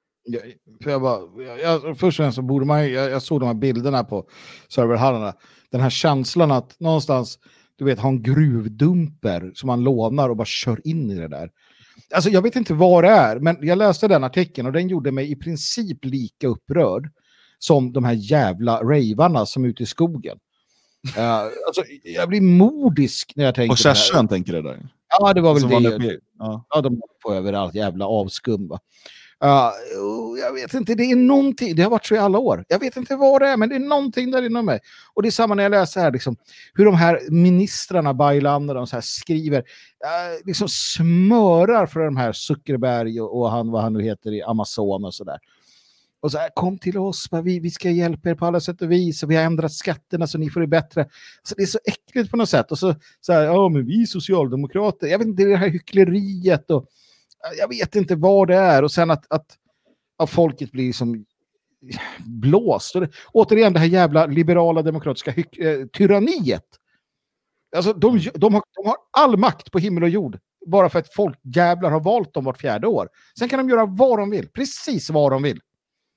Först och främst så borde man, jag såg de här bilderna på serverhallarna. Den här känslan att någonstans, du vet, ha en gruvdumper som man lånar och bara kör in i det där. Alltså jag vet inte vad det är, men jag läste den artikeln och den gjorde mig i princip lika upprörd som de här jävla ravarna som är ute i skogen. Alltså jag blir modisk när jag tänker på Kärsön tänker det där. Ja, det var väl som det. Ja, de får överallt jävla avskum, va? Jag vet inte, det är någonting, det har varit så i alla år. Jag vet inte vad det är, men det är någonting där inom mig. Och det är samma när jag läser här, liksom, hur de här ministrarna, Baylander, de så här skriver, liksom smörar för de här Zuckerberg och han, vad han nu heter i Amazon och sådär. Och så här, kom till oss, vi ska hjälpa er på alla sätt och vis, och vi har ändrat skatterna så ni får det bättre. Så det är så äckligt på något sätt. Och så här, men vi socialdemokrater, jag vet inte, det här hyckleriet och jag vet inte vad det är. Och sen att folket blir som blåst. Och återigen det här jävla liberala demokratiska tyranniet. Alltså de har all makt på himmel och jord. Bara för att folk jävlar har valt dem vart 4:e år. Sen kan de göra vad de vill. Precis vad de vill.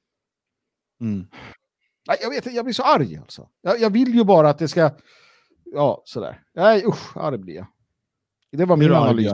Nej, jag vet inte, jag blir så arg alltså. Jag vill ju bara att det ska... Ja, sådär. Nej, usch, arg blir jag. Det var min analys.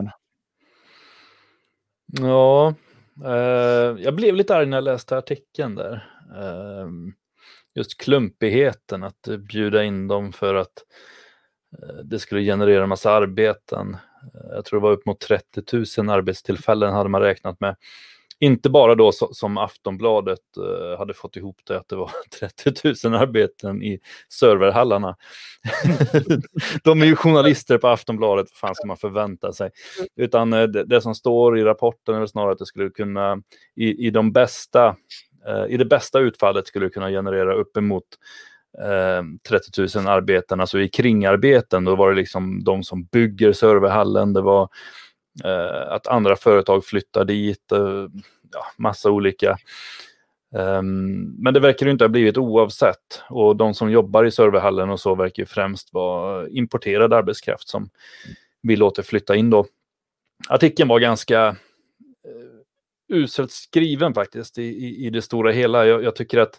Ja, jag blev lite arg när jag läste artikeln där. Just klumpigheten att bjuda in dem för att det skulle generera en massa arbeten. Jag tror det var upp mot 30 000 arbetstillfällen hade man räknat med. Inte bara då som Aftonbladet hade fått ihop det, att det var 30 000 arbeten i serverhallarna. De är ju journalister på Aftonbladet, vad fan ska man förvänta sig? Utan det som står i rapporten är snarare att det skulle kunna, i det bästa utfallet skulle kunna generera uppemot 30 000 arbeten, alltså i kringarbeten. Då var det liksom de som bygger serverhallen, det var att andra företag flyttar dit, massa olika. Men det verkar ju inte ha blivit oavsett. Och de som jobbar i serverhallen och så verkar ju främst vara importerad arbetskraft som vi låter flytta in då. Artikeln var ganska uselt skriven faktiskt i det stora hela. Jag tycker att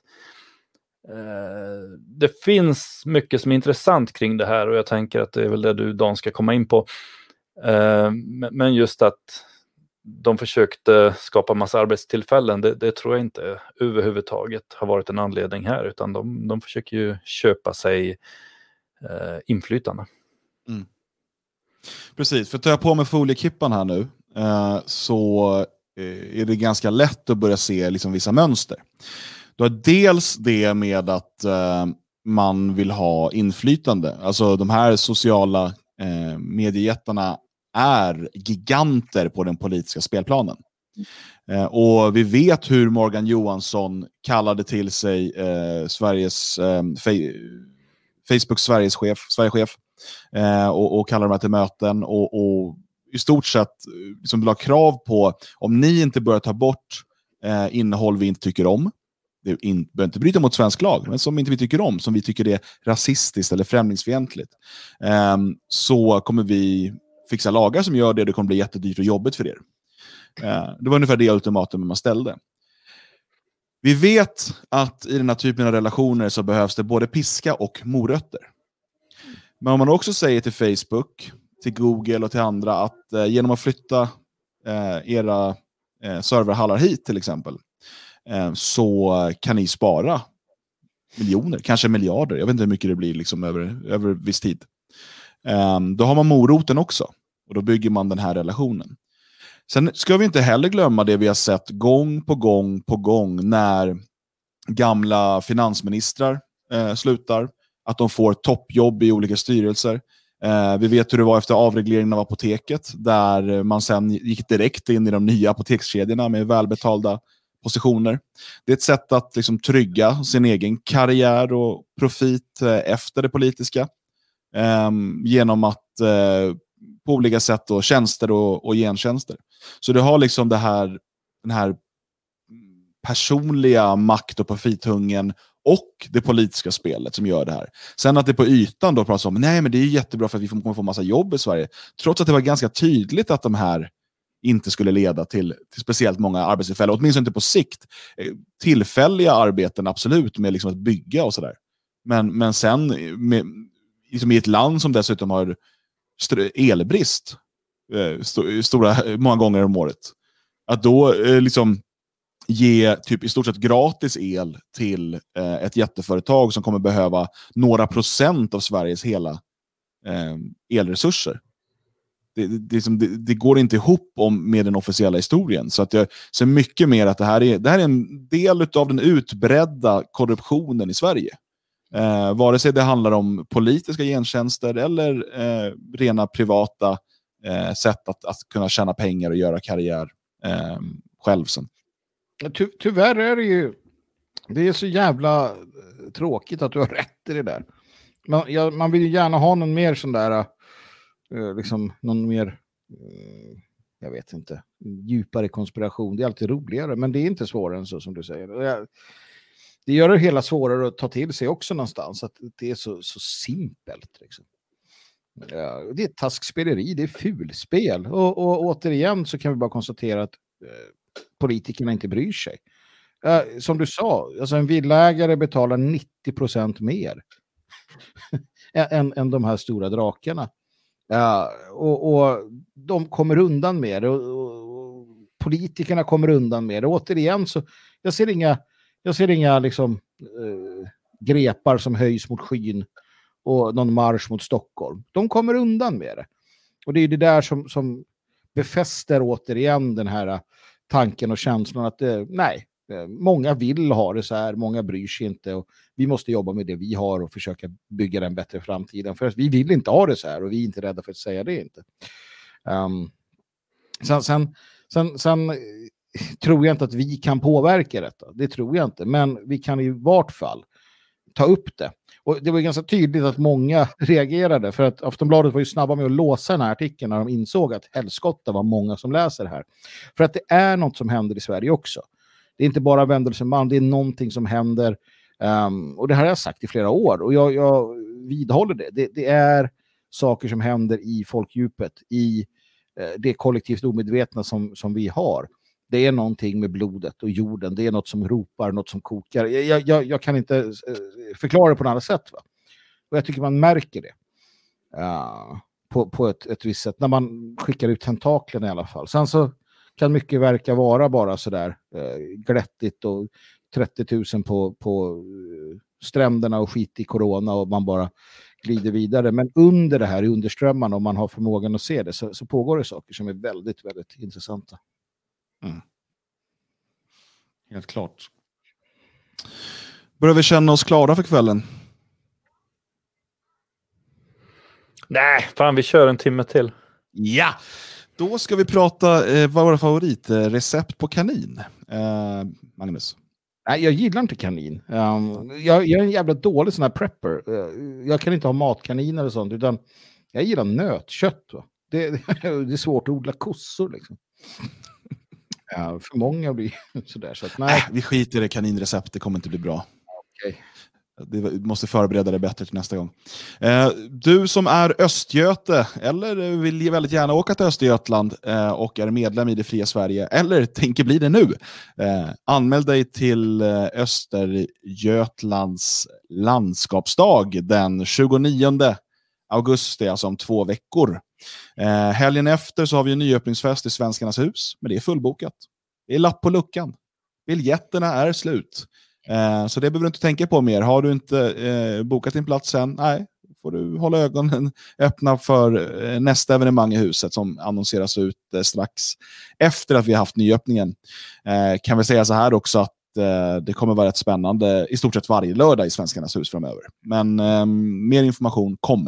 det finns mycket som är intressant kring det här, och jag tänker att det är väl det du, Dan, ska komma in på. Men just att de försökte skapa massa arbetstillfällen, det tror jag inte överhuvudtaget har varit en anledning här, utan de försöker ju köpa sig inflytande. Precis, för att ta på med foliekippan här nu så är det ganska lätt att börja se liksom vissa mönster. Du har dels det med att man vill ha inflytande, alltså de här sociala mediejättarna är giganter på den politiska spelplanen. Och vi vet hur Morgan Johansson kallade till sig Facebooks Sverigechef och kallade dem till möten och i stort sett liksom la krav på, om ni inte börjar ta bort innehåll vi inte tycker om, det behöver inte bryta mot svensk lag, men som inte vi tycker om, som vi tycker är rasistiskt eller främlingsfientligt, så kommer vi fixa lagar som gör det kommer bli jättedyrt och jobbigt för er. Det var ungefär det ultimatum man ställde. Vi vet att i den här typen av relationer så behövs det både piska och morötter. Men om man också säger till Facebook, till Google och till andra att genom att flytta era serverhallar hit till exempel, så kan ni spara miljoner, kanske miljarder. Jag vet inte hur mycket det blir liksom över viss tid. Då har man moroten också. Och då bygger man den här relationen. Sen ska vi inte heller glömma det vi har sett gång på gång när gamla finansministrar slutar. Att de får toppjobb i olika styrelser. Vi vet hur det var efter avregleringen av apoteket. Där man sen gick direkt in i de nya apotekskedjorna med välbetalda positioner. Det är ett sätt att liksom trygga sin egen karriär och profit efter det politiska. Genom att på olika sätt då, tjänster och gentjänster. Så du har liksom den här personliga makt- och profithungern och det politiska spelet som gör det här. Sen att det på ytan då pratas om, nej men det är jättebra för att vi kommer få massa jobb i Sverige. Trots att det var ganska tydligt att de här inte skulle leda till speciellt många arbetstillfällen. Åtminstone inte på sikt. Tillfälliga arbeten absolut med liksom att bygga och sådär. Men sen med, liksom i ett land som dessutom har elbrist många gånger om året. Att då liksom ge typ i stort sett gratis el till ett jätteföretag som kommer behöva några procent av Sveriges hela elresurser. Det går inte ihop med den officiella historien. Så att jag ser mycket mer att det här är en del av den utbredda korruptionen i Sverige. Vare sig det handlar om politiska gentjänster eller rena privata sätt att kunna tjäna pengar och göra karriär själv sen. Tyvärr är det är så jävla tråkigt att du har rätt i det där. Man vill ju gärna ha någon mer sån där liksom någon mer jag vet inte, djupare konspiration. Det är alltid roligare, men det är inte svårare än så som du säger. Det gör det hela svårare att ta till sig också någonstans, att det är så simpelt liksom. Det är taskspeleri, det är fulspel och återigen så kan vi bara konstatera att politikerna inte bryr sig. Som du sa, alltså en villaägare betalar 90% mer än de här stora drakarna. Och de kommer undan med det och politikerna kommer undan med det. Och återigen så jag ser inga liksom grepar som höjs mot skyn och någon marsch mot Stockholm. De kommer undan med det. Och det är det där som befäster återigen den här tanken och känslan att många vill ha det så här, många bryr sig inte och vi måste jobba med det vi har och försöka bygga den bättre framtiden. För vi vill inte ha det så här och vi är inte rädda för att säga det inte. Sen tror jag inte att vi kan påverka detta. Det tror jag inte. Men vi kan i vart fall ta upp det. Och det var ganska tydligt att många reagerade för att Aftonbladet var ju snabba med att låsa den här artikeln när de insåg att helskotta var många som läser det här. För att det är något som händer i Sverige också. Det är inte bara vändelseman, det är någonting som händer. Och det här har jag sagt i flera år och jag vidhåller det. Det är saker som händer i folkdjupet, i det kollektivt omedvetna som vi har. Det är någonting med blodet och jorden. Det är något som ropar, något som kokar. Jag kan inte förklara det på något annat sätt. Va? Och jag tycker man märker det. På ett visst sätt. När man skickar ut tentaklen i alla fall. Sen så kan mycket verka vara bara sådär glättigt och 30 000 på stränderna och skit i corona och man bara glider vidare. Men under det här, i underströmmarna, om man har förmågan att se det så pågår det saker som är väldigt, väldigt intressanta. Mm. Helt klart. Börjar vi känna oss klara för kvällen? Nej, fan vi kör en timme till. Ja, Då ska vi prata vad våra favoritrecept på kanin. Magnus? Nej, jag gillar inte kanin. Jag är en jävla dålig sån här prepper. Jag kan inte ha matkaniner och sånt, utan jag gillar nötkött. Va? Det är svårt att odla kossor liksom. För många blir sådär. Så att, nej. Vi skiter i det kaninrecept, det kommer inte bli bra. Okay. Du måste förbereda dig bättre till nästa gång. Du som är östgöte eller vill väldigt gärna åka till Östergötland och är medlem i Det fria Sverige eller tänker bli det nu, anmäl dig till Östergötlands landskapsdag den 29 augusti, alltså om 2 veckor. Helgen efter så har vi en nyöppningsfest i Svenskarnas hus, men det är fullbokat. Det är lapp på luckan. Biljetterna är slut. Så det behöver du inte tänka på mer. Har du inte bokat din plats sen, nej, får du hålla ögonen öppna för nästa evenemang i huset som annonseras ut strax efter att vi har haft nyöppningen. Kan vi säga så här också att det kommer vara rätt spännande i stort sett varje lördag i Svenskarnas hus framöver. Men mer information kommer.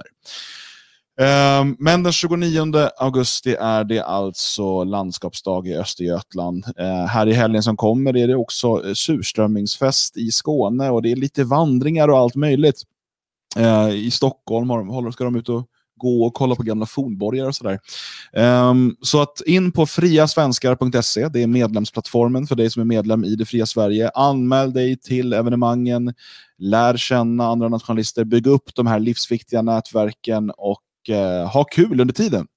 Men den 29 augusti är det alltså landskapsdag i Östergötland. Här i helgen som kommer är det också surströmmingsfest i Skåne och det är lite vandringar och allt möjligt. I Stockholm ska de ut och gå och kolla på gamla fornborgar och sådär. Så att in på friasvenskar.se, det är medlemsplattformen för dig som är medlem i Det fria Sverige. Anmäl dig till evenemangen, lär känna andra nationalister, bygg upp de här livsviktiga nätverken och ha kul under tiden.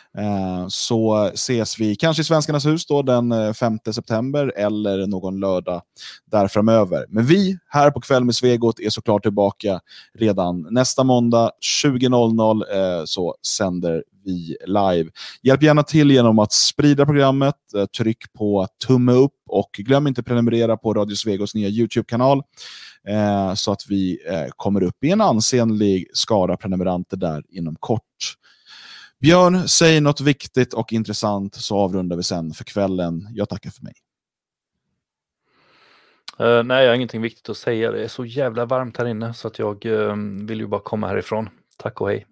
Så ses vi kanske i Svenskarnas hus då den 5 september eller någon lördag där framöver. Men vi här på Kväll med Svegot är såklart tillbaka redan nästa måndag 20.00 så sänder vi live. Hjälp gärna till genom att sprida programmet, tryck på tumme upp och glöm inte prenumerera på Radio Svegots nya YouTube-kanal så att vi kommer upp i en ansenlig skara prenumeranter där inom kort. Björn, säg något viktigt och intressant så avrundar vi sen för kvällen. Jag tackar för mig. Nej, jag har ingenting viktigt att säga. Det är så jävla varmt här inne så att jag vill ju bara komma härifrån. Tack och hej.